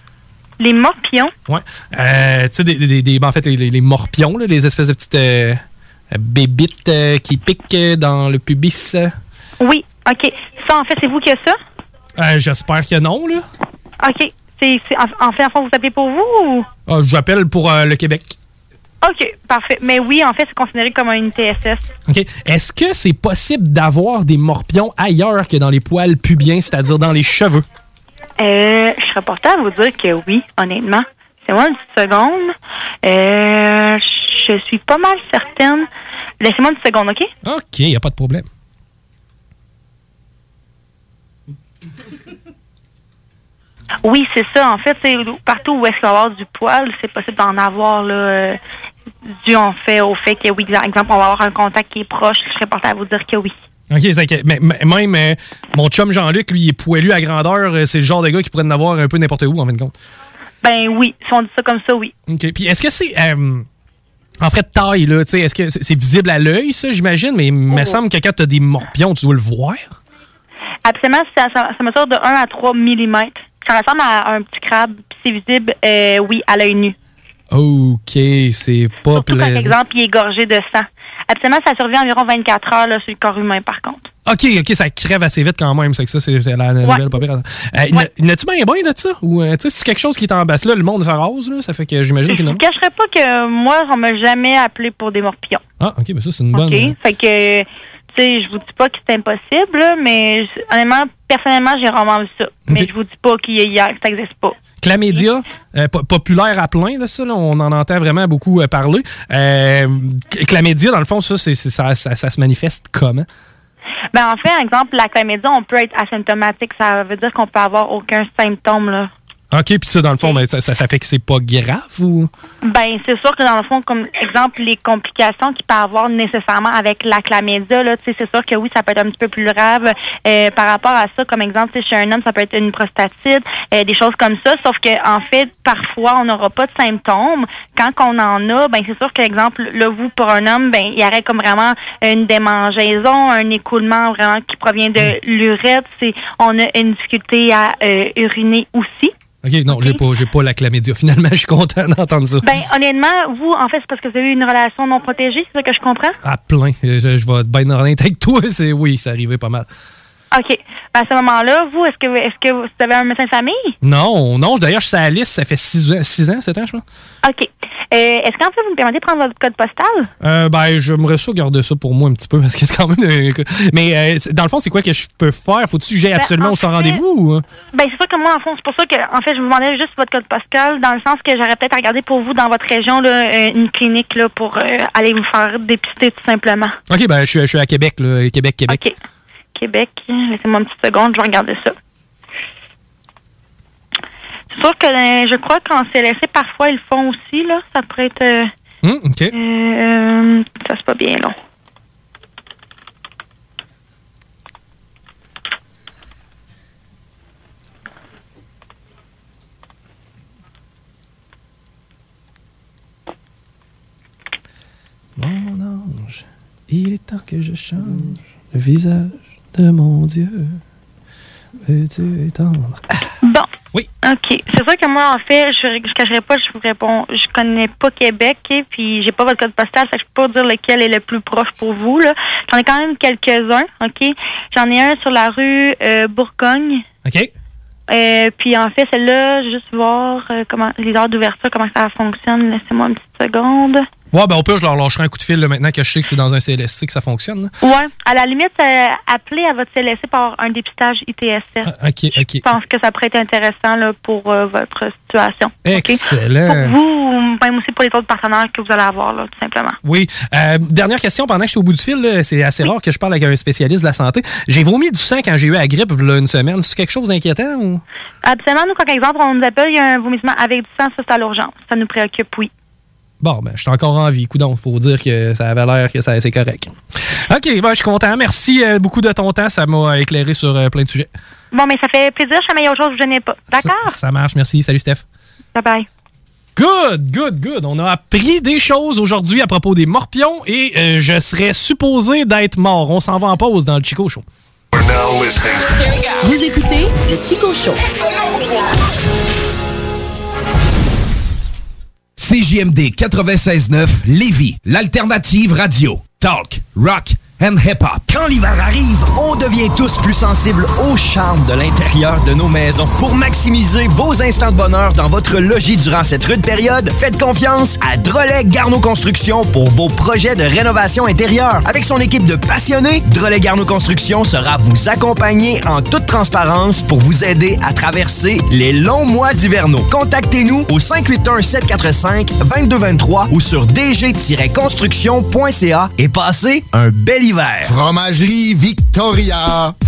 Les morpions? Ouais. Euh, tu sais, des, des, des- ben, en fait, les, les morpions, là, les espèces de petites euh, euh, bébites euh, qui piquent euh, dans le pubis. euh. Oui, OK. Ça, en fait, c'est vous qui avez ça? Euh, J'espère que non, là. OK. C'est, c'est- en, en fait, en fait, vous appelez pour vous ou? Ah, J'appelle pour euh, le Québec. OK, parfait. Mais oui, en fait, c'est considéré comme un I T S S. OK. Est-ce que c'est possible d'avoir des morpions ailleurs que dans les poils pubiens, c'est-à-dire dans les cheveux? Euh, je serais portée à vous dire que oui, honnêtement. C'est moi une petite seconde. Euh, je suis pas mal certaine. Laissez-moi une petite seconde, OK? OK, il n'y a pas de problème. Oui, c'est ça. En fait, c'est partout où est-ce qu'il va y avoir du poil, c'est possible d'en avoir là, euh, dû en fait au fait que oui, par exemple, on va avoir un contact qui est proche. Je serais portée à vous dire que oui. OK, c'est que mais- mais- même euh, mon chum Jean-Luc, lui, il est poilu à grandeur. euh, C'est le genre de gars qui pourrait en avoir un peu n'importe où, en fin de compte. Ben oui, si on dit ça comme ça, oui. OK. Puis est-ce que c'est... euh, En fait, de taille, là, tu sais, est-ce que c'est c'est visible à l'œil, ça, j'imagine? Mais il me Oh. semble que quand tu as des morpions, tu dois le voir. Absolument, ça, ça, ça mesure de un à trois millimètres. Ça ressemble à un petit crabe, puis c'est visible, euh, oui, à l'œil nu. OK, c'est pas Surtout quand, par plaisant. exemple, il est gorgé de sang. Absolument, ça survit environ vingt-quatre heures là, sur le corps humain, par contre. OK, OK, ça crève assez vite quand même. C'est que ça, c'est c'est la, la Ouais. nouvelle pas pire. Euh, Ouais. N'as-tu bien bien de ça? Ou, euh, tu sais, c'est quelque chose qui est en basse là, le monde se rase, là? Ça fait que j'imagine Je qu'il vous non. cacherai pas que moi, on m'a jamais appelé pour des morpions. Ah, OK, mais ça, c'est une bonne. OK? Fait que, tu sais, je vous dis pas que c'est impossible, là, mais je- honnêtement, personnellement, j'ai rarement vu ça. Mais je vous dis pas qu'il y a hier, que ça n'existe pas. Chlamydia, euh, po- populaire à plein, là, ça, là, on en entend vraiment beaucoup euh, parler. Euh, chlamydia, dans le fond, ça, c'est, c'est- ça, ça, ça se manifeste comment? Ben, en fait, par exemple, la chlamydia, on peut être asymptomatique. Ça veut dire qu'on peut avoir aucun symptôme, là. OK, puis ça, dans le fond, ben, ça, ça, ça fait que c'est pas grave ou? Ben, c'est sûr que dans le fond, comme exemple, les complications qu'il peut avoir nécessairement avec la chlamydia, là, tu sais, c'est sûr que oui, ça peut être un petit peu plus grave. Euh, par rapport à ça, comme exemple, tu sais, chez un homme, ça peut être une prostatite, euh, des choses comme ça. Sauf que, en fait, parfois, on n'aura pas de symptômes. Quand on en a, ben, c'est sûr que, exemple, là, vous, pour un homme, ben, il y aurait comme vraiment une démangeaison, un écoulement vraiment qui provient de l'urètre. C'est, on a une difficulté à euh, uriner aussi. OK, non, j'ai pas, j'ai pas la chlamydia. Finalement, je suis content d'entendre ça. Ben, honnêtement, vous, en fait, c'est parce que vous avez eu une relation non protégée, c'est ça que je comprends? À plein. Je, je vais être bien honnête avec toi. C'est, oui, c'est arrivé pas mal. OK. Ben, à ce moment-là, vous, est-ce que, est-ce que vous avez un médecin de famille? Non, non. D'ailleurs, je suis à la liste. Ça fait six ans, six ans, sept ans, je pense. OK. Euh, est-ce qu'en fait, vous me permettez de prendre votre code postal? Euh, ben, j'aimerais ça garder ça pour moi un petit peu parce que c'est quand même. euh, Mais euh, c'est- dans le fond, c'est quoi que je peux faire? Faut-tu que j'aille Ben, absolument en au sans fait- rendez-vous? Ou? Ben, c'est sûr que moi, en fond, c'est pour ça que, en fait, je vous demandais juste votre code postal, dans le sens que j'aurais peut-être à regarder pour vous, dans votre région, là, euh, une clinique, là, pour euh, aller vous faire dépister, tout simplement. OK, ben, je suis, je suis à Québec, là. Québec, Québec. OK. Québec. Laissez-moi une petite seconde, je vais regarder ça. C'est sûr que euh, je crois qu'en C L S C, parfois, ils le font aussi, là. Ça pourrait être... euh, Hum, OK. euh, ça, c'est pas bien long. Mon ange, il est temps que je change le visage de mon Dieu. Veux-tu étendre? Bon. Oui. OK. C'est sûr que moi, en fait, je ne cacherai pas, je vous réponds. Je connais pas Québec, et puis j'ai pas votre code postal, fait que je peux pas dire lequel est le plus proche pour vous, là. J'en ai quand même quelques-uns, OK? J'en ai un sur la rue euh, Bourgogne. OK. Euh, puis en fait, celle-là, je vais juste voir euh, comment les heures d'ouverture, comment ça fonctionne. Laissez-moi une petite seconde. Ouais, ben, au pire, je leur lâcherai un coup de fil, là, maintenant que je sais que c'est dans un C L S C que ça fonctionne, là. Ouais. À la limite, euh, appelez à votre C L S C par un dépistage I T S S. Ah, OK, OK. Je pense que ça pourrait être intéressant là, pour euh, votre situation. Excellent. OK? Pour vous, même aussi pour les autres partenaires que vous allez avoir, là, tout simplement. Oui. Euh, dernière question, pendant que je suis au bout du fil, là, c'est assez rare que je parle avec un spécialiste de la santé. J'ai vomi du sang quand j'ai eu la grippe il y a une semaine. C'est quelque chose d'inquiétant ou? Absolument. Nous, par exemple, on nous appelle, il y a un vomissement avec du sang, ça, c'est à l'urgence. Ça nous préoccupe, oui. Bon, ben, je suis encore en vie. Coudonc, faut dire que ça avait l'air que ça, c'est correct. OK, ben, je suis content. Merci euh, beaucoup de ton temps. Ça m'a éclairé sur euh, plein de sujets. Bon, mais ça fait plaisir. Je sais, mais il y a autre chose, je n'ai pas. D'accord? Ça, ça marche. Merci. Salut, Steph. Bye-bye. Good, good, good. On a appris des choses aujourd'hui à propos des morpions et euh, je serais supposé d'être mort. On s'en va en pause dans le Chico Show. Vous écoutez le Chico Show. C J M D quatre-vingt-seize neuf Lévis, l'alternative radio. Talk, rock and hip-hop. Quand l'hiver arrive, on devient tous plus sensibles au charme de l'intérieur de nos maisons. Pour maximiser vos instants de bonheur dans votre logis durant cette rude période, faites confiance à Drolet Garneau Construction pour vos projets de rénovation intérieure. Avec son équipe de passionnés, Drolet Garneau Construction sera vous accompagner en toute transparence pour vous aider à traverser les longs mois d'hivernaux. Contactez-nous au cinq huit un, sept quatre cinq, deux deux deux trois ou sur d g tiret construction point c a et passez un bel hiver. Fromagerie Victoria.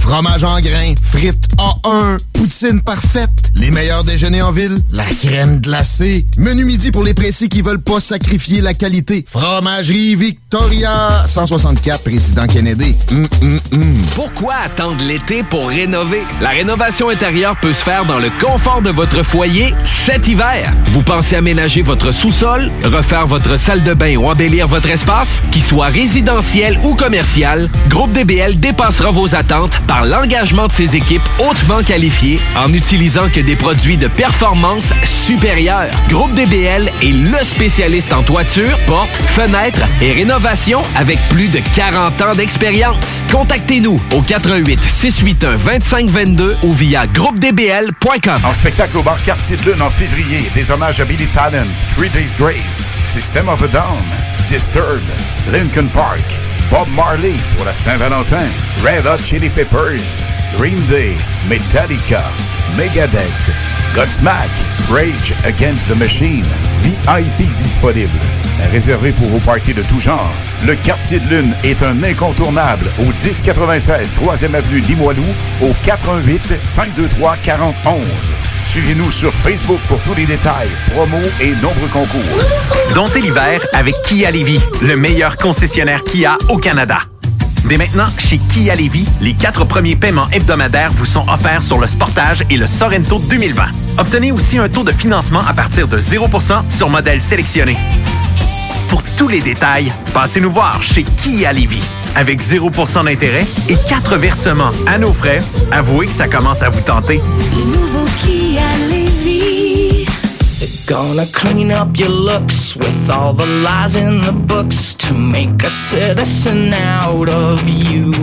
fromage en grains, frites A un, poutine parfaite, les meilleurs déjeuners en ville, la crème glacée, menu midi pour les pressés qui veulent pas sacrifier la qualité. Fromagerie Victoria, cent soixante-quatre Président Kennedy. Hum, hum, hum. Pourquoi attendre l'été pour rénover? La rénovation intérieure peut se faire dans le confort de votre foyer cet hiver. Vous pensez aménager votre sous-sol, refaire votre salle de bain ou embellir votre espace? Qu'il soit résidentiel ou commercial, Groupe D B L dépassera vos attentes par l'engagement de ses équipes hautement qualifiées en n'utilisant que des produits de performance supérieure. Groupe D B L est le spécialiste en toiture, portes, fenêtres et rénovation avec plus de quarante ans d'expérience. Contactez-nous au quatre un huit, six huit un, deux cinq deux deux ou via groupe d b l point com. En spectacle au bar Quartier de Lune en février, des hommages à Billy Talent, Three Days Grace, System of a Down, Disturbed, Linkin Park, Bob Marley pour la Saint-Valentin, Red Hot Chili Peppers, Green Day, Metallica, Megadeth, Godsmack, Rage Against the Machine, V I P disponible. Réservé pour vos parties de tout genre, le Quartier de Lune est un incontournable au dix quatre-vingt-seize troisième avenue Limoilou au quatre un huit, cinq deux trois, quatre zéro un un. Suivez-nous sur Facebook pour tous les détails, promos et nombreux concours. Domptez l'hiver avec Kia Lévis, le meilleur concessionnaire Kia au Canada. Dès maintenant, chez Kia Lévis, les quatre premiers paiements hebdomadaires vous sont offerts sur le Sportage et le Sorento deux mille vingt. Obtenez aussi un taux de financement à partir de zéro pour cent sur modèles sélectionnés. Pour tous les détails, passez nous voir chez Kia Lévis. Avec zéro pour cent d'intérêt et quatre versements à nos frais, avouez que ça commence à vous tenter. Le nouveau Kia Lévis. They're gonna clean up your looks with all the lies in the books to make a citizen out of you.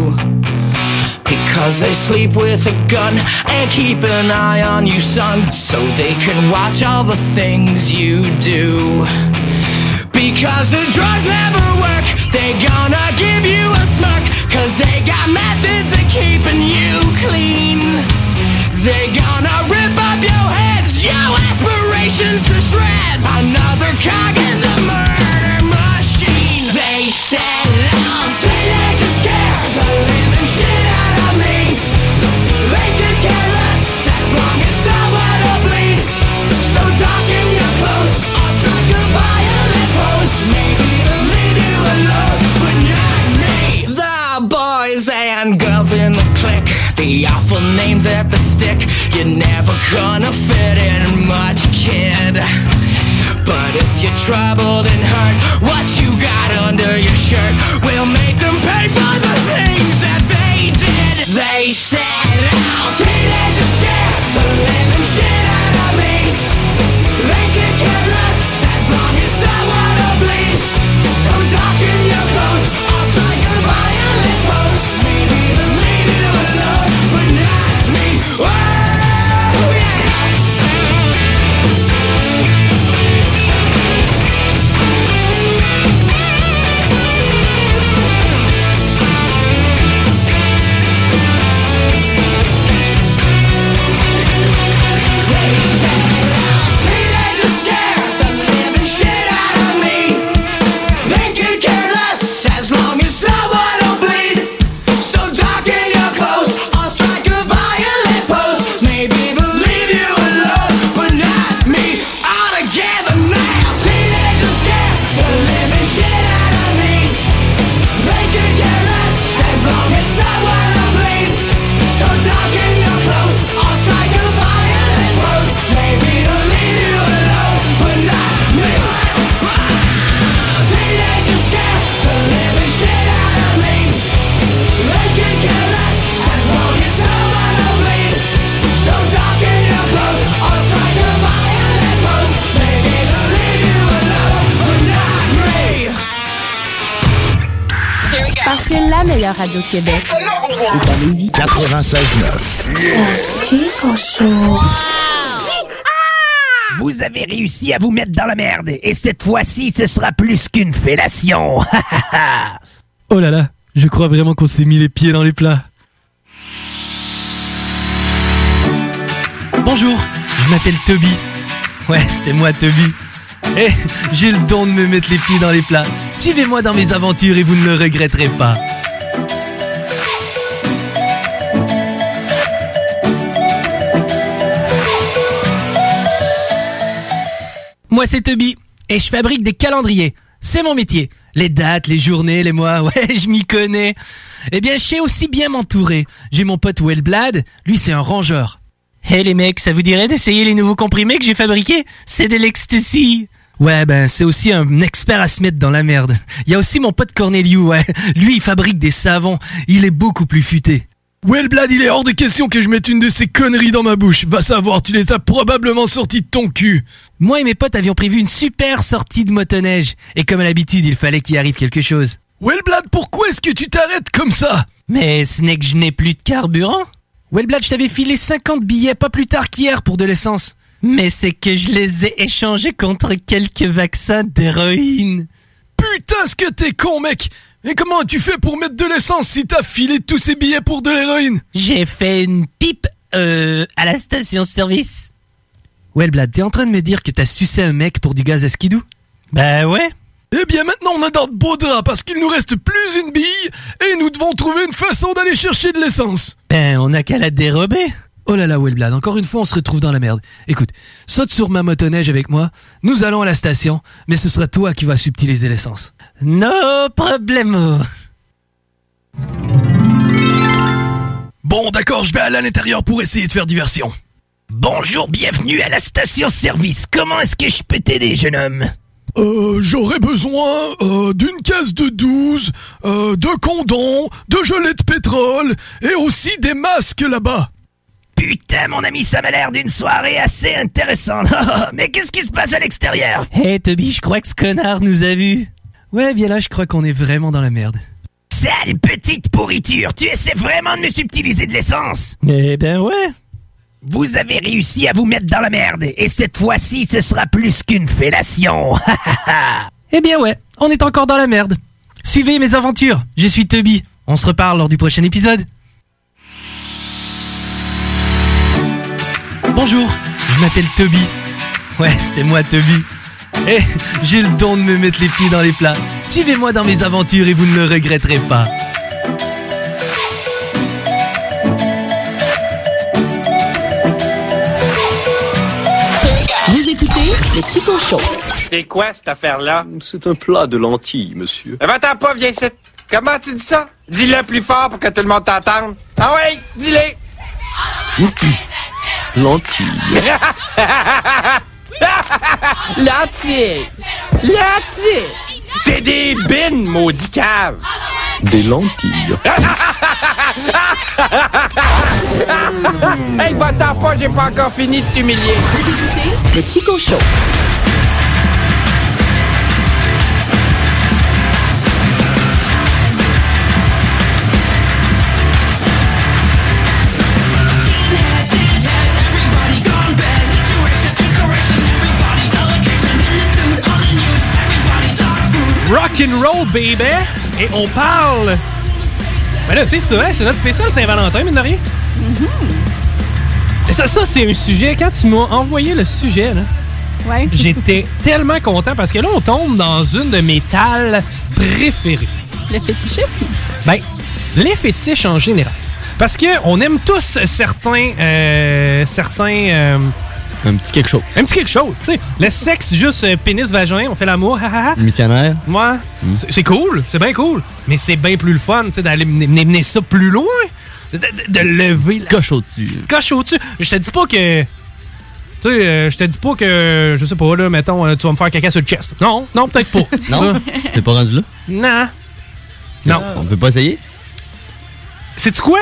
Because they sleep with a gun and keep an eye on you, son, so they can watch all the things you do. Because the drugs never work, they gonna give you a smirk, cause they got methods of keeping you clean. They gonna rip up your heads, your aspirations to shreds. Another cog in the murder machine. They said I'll teenagers scare the living shit out of me. They could care less as long as someone will bleed. So darken your clothes, I'll strike a violent pose. Maybe they'll leave you alone, but not me. The boys and girls in the clique, the awful names at the stick. You're never gonna fit in much, kid. But if you're troubled and hurt, what you got under your shirt will make them pay for the things that they did. They said, "I'll teenagers scare the living shit out of me." They could care less as long as someone will bleed. So darken your clothes, I'll strike a violent pose. Maybe they'll leave you alone, but not me. Oh, yeah. Parce que la meilleure radio de Québec est à Lévis. quatre-vingt-seize neuf. Chico Show. Vous avez réussi à vous mettre dans la merde. Et cette fois-ci, ce sera plus qu'une fellation. Oh là là, je crois vraiment qu'on s'est mis les pieds dans les plats. Bonjour, je m'appelle Toby. Ouais, c'est moi Toby. Eh, j'ai le don de me mettre les pieds dans les plats. Suivez-moi dans mes aventures et vous ne le regretterez pas. Moi, c'est Toby, et je fabrique des calendriers. C'est mon métier. Les dates, les journées, les mois, ouais, je m'y connais. Eh bien, je sais aussi bien m'entourer. J'ai mon pote Wellblad, lui, c'est un rangeur. Hé hey, les mecs, ça vous dirait d'essayer les nouveaux comprimés que j'ai fabriqués? C'est de l'ecstasy. Ouais, ben, c'est aussi un expert à se mettre dans la merde. Il y a aussi mon pote Corneliu, ouais. Lui, il fabrique des savons. Il est beaucoup plus futé. Wellblad, il est hors de question que je mette une de ces conneries dans ma bouche. Va savoir, tu les as probablement sorties de ton cul. Moi et mes potes avions prévu une super sortie de motoneige. Et comme à l'habitude, il fallait qu'il arrive quelque chose. Wellblad, pourquoi est-ce que tu t'arrêtes comme ça? Mais ce n'est que je n'ai plus de carburant. Wellblad, je t'avais filé cinquante billets pas plus tard qu'hier pour de l'essence. Mais c'est que je les ai échangés contre quelques vaccins d'héroïne. Putain, ce que t'es con, mec! Et comment as-tu fait pour mettre de l'essence si t'as filé tous ces billets pour de l'héroïne? J'ai fait une pipe, euh, à la station-service. Wellblad, t'es en train de me dire que t'as sucé un mec pour du gaz à skidoo? Bah ouais. Eh bien maintenant on a dans de beaux draps parce qu'il nous reste plus une bille et nous devons trouver une façon d'aller chercher de l'essence. Ben, on a qu'à la dérober. Oh là là, Wellblad, encore une fois, on se retrouve dans la merde. Écoute, saute sur ma motoneige avec moi, nous allons à la station, mais ce sera toi qui vas subtiliser l'essence. No problemo. Bon, d'accord, je vais aller à l'intérieur pour essayer de faire diversion. Bonjour, bienvenue à la station-service. Comment est-ce que je peux t'aider, jeune homme? Euh, j'aurais besoin euh, d'une caisse de douze, euh, de condoms, de gelée de pétrole et aussi des masques là-bas. Putain, mon ami, ça m'a l'air d'une soirée assez intéressante. Mais qu'est-ce qui se passe à l'extérieur? Hé, hey, Toby, je crois que ce connard nous a vus. Ouais, bien là, je crois qu'on est vraiment dans la merde. Sale petite pourriture, tu essaies vraiment de me subtiliser de l'essence? Eh ben ouais. Vous avez réussi à vous mettre dans la merde, et cette fois-ci, ce sera plus qu'une fellation. Eh bien ouais, on est encore dans la merde. Suivez mes aventures, je suis Toby. On se reparle lors du prochain épisode. Bonjour, je m'appelle Toby. Ouais, c'est moi Toby. Eh, hey, j'ai le don de me mettre les pieds dans les plats. Suivez-moi dans mes aventures et vous ne le regretterez pas. Vous écoutez le Chico Show. C'est quoi cette affaire-là? C'est un plat de lentilles, monsieur. Eh ben, t'as pas, viens ici. Comment tu dis ça? Dis-le plus fort pour que tout le monde t'entende. Ah ouais, dis-le. Lentilles. Lentilles. Lentilles. C'est des bines, maudit cave. Des lentilles. Hey, va-t'en pas, j'ai pas encore fini de t'humilier. Vous écoutez le Chico Show. Rock'n'roll, baby! Et on parle... Ben là, c'est ça, hein? C'est notre spécial Saint-Valentin, mine de rien. Mm-hmm. Et ça, ça c'est un sujet... Quand tu m'as envoyé le sujet, là, ouais. J'étais tellement content parce que là, on tombe dans une de mes tales préférées. Le fétichisme? Ben, les fétiches en général. Parce qu'on aime tous certains... Euh, certains... Euh, Un petit quelque chose. Un petit quelque chose, tu sais. Le sexe, juste euh, pénis-vagin, on fait l'amour, hahaha. Missionnaire. Ouais. Mm. C'est, c'est cool, c'est bien cool. Mais c'est bien plus le fun, tu sais, d'aller mener ça plus loin. De, de, de lever... La... Coche au-dessus. Coche au-dessus. Je te dis pas que... Tu sais, euh, je te dis pas que, je sais pas, là, mettons, euh, tu vas me faire caca sur le chest. Non, non, peut-être pas. Non? T'es pas rendu là? Non. Non. On peut pas essayer? Sais-tu quoi?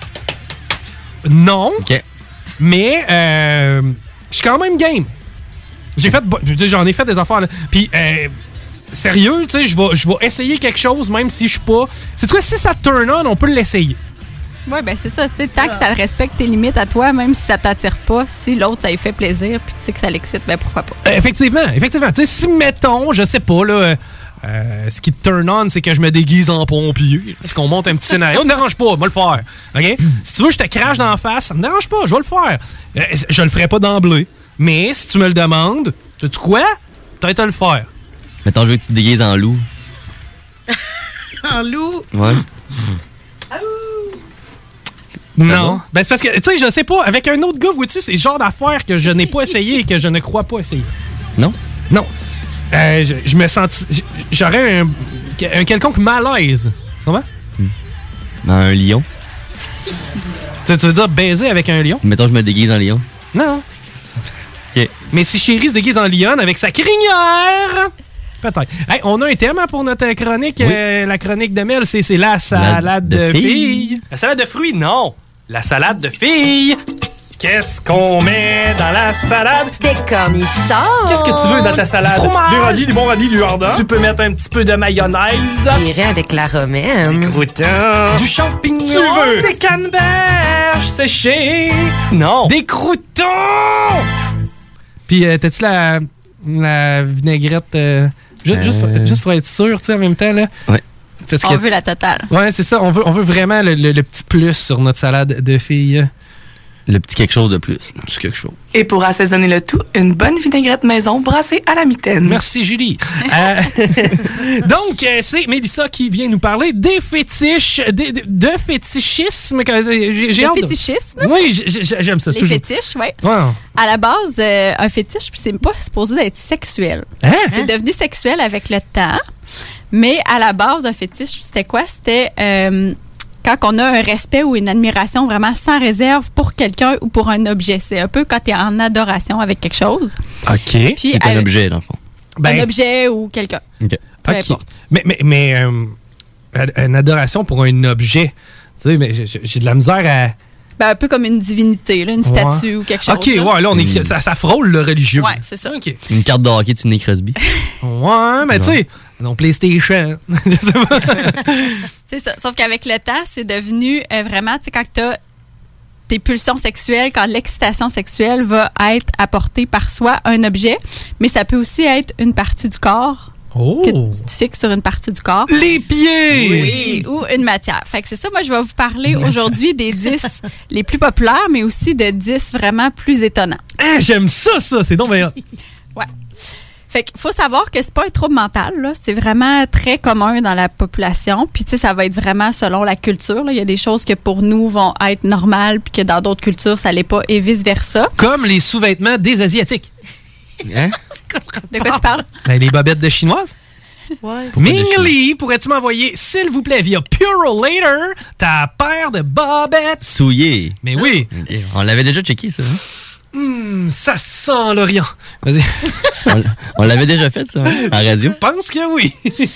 Non. OK. Mais, euh... je suis quand même game. J'ai fait, j'en ai fait des affaires, là. Puis, euh, sérieux, tu sais, je vais, je vais essayer quelque chose, même si je suis pas... C'est quoi, si ça turn on, on peut l'essayer. Ouais, ben c'est ça. Tu sais, tant que ça respecte tes limites à toi, même si ça t'attire pas, si l'autre, ça lui fait plaisir, puis tu sais que ça l'excite, ben pourquoi pas. Euh, effectivement, effectivement. Tu sais, si, mettons, je sais pas, là... Euh, ce qui te turn on, c'est que je me déguise en pompier. Qu'on monte un petit scénario. Ça me dérange pas, je vais le faire. OK? Si tu veux, je te crache d'en face, ça me dérange pas, je vais le faire. Euh, je le ferai pas d'emblée. Mais si tu me le demandes, sais-tu quoi? Peut-être à le faire. Mettons, je veux que tu te déguises en loup. En loup? Ouais. Non. Ben, c'est parce que, tu sais, je sais pas. Avec un autre gars, vois-tu, c'est le genre d'affaires que je n'ai pas essayé et que je ne crois pas essayer. Non? Non. Euh, je, je me sens... J'aurais un, un quelconque malaise. Tu comprends? Dans un lion. Tu, tu veux dire baiser avec un lion? Mettons, je me déguise en lion. Non. OK. Mais si Chérie se déguise en lionne avec sa crinière... Peut-être. Hey, on a un thème hein, pour notre chronique. Oui. Euh, la chronique de Mel, c'est, c'est la salade la de, de filles. filles. La salade de fruits, non. La salade de filles. Qu'est-ce qu'on met dans la salade? Des cornichons. Qu'est-ce que tu veux dans ta salade? Du fromage. Des radis, du bon radis, du jardin. Tu peux mettre un petit peu de mayonnaise. J'irai avec la romaine. Des croûtons. Du champignon. Tu veux? Des canneberges séchées. Non. Des croûtons. Puis, euh, t'as-tu la, la vinaigrette... Euh, juste, euh... juste, pour, juste pour être sûr, tu sais, en même temps, là. Ouais. Parce on que... veut la totale. Ouais, c'est ça. On veut, on veut vraiment le, le, le petit plus sur notre salade de filles. Le petit quelque chose de plus. Le petit quelque chose. Et pour assaisonner le tout, une bonne vinaigrette maison brassée à la mitaine. Merci, Julie. euh, donc, euh, c'est Mélissa qui vient nous parler des fétiches, des, de, de fétichisme. J'ai, j'ai de hâte fétichisme? De... Oui, j'ai, j'aime ça. Les toujours... fétiches, oui. Wow. À la base, euh, un fétiche, c'est pas supposé d'être sexuel. Hein? C'est hein? devenu sexuel avec le temps. Mais à la base, un fétiche, c'était quoi? C'était... Euh, quand on a un respect ou une admiration vraiment sans réserve pour quelqu'un ou pour un objet. C'est un peu quand tu es en adoration avec quelque chose. OK. Puis, c'est un euh, objet, dans le fond. Ben, un objet ou quelqu'un. OK. Peu okay. importe. Mais, mais, mais euh, une adoration pour un objet, tu sais, mais j'ai, j'ai de la misère à... Ben, un peu comme une divinité, là, une statue ouais. ou quelque chose. OK, là. ouais, là, on est, mmh. ça, ça frôle le religieux. Ouais, c'est ça. Okay. Une carte de hockey de Sidney Crosby. Ouais, mais tu sais, non, PlayStation. C'est ça. Sauf qu'avec le temps, c'est devenu euh, vraiment, tu sais, quand tu as tes pulsions sexuelles, quand l'excitation sexuelle va être apportée par soi un objet, mais ça peut aussi être une partie du corps. Oh. Que tu, tu fixes sur une partie du corps. Les pieds! Oui, ou une matière. Fait que c'est ça, moi, je vais vous parler aujourd'hui des dix les plus populaires, mais aussi de dix vraiment plus étonnants. Ah, j'aime ça, ça! C'est donc bien. Ouais. Fait qu'il faut savoir que c'est pas un trouble mental, là. C'est vraiment très commun dans la population. Puis, tu sais, ça va être vraiment selon la culture, là. Il y a des choses que pour nous vont être normales, puis que dans d'autres cultures, ça l'est pas, et vice-versa. Comme les sous-vêtements des Asiatiques. Hein? De quoi tu parles? Ben, les bobettes de chinoises. Ouais. Ming Li, pourrais-tu m'envoyer, s'il vous plaît, via Purolator, ta paire de bobettes? Souillées. Mais oui. Okay. On l'avait déjà checké, ça. Hein? Hum, ça sent l'Orient. Vas-y. on, on l'avait déjà fait, ça, hein, en radio? Je pense que oui.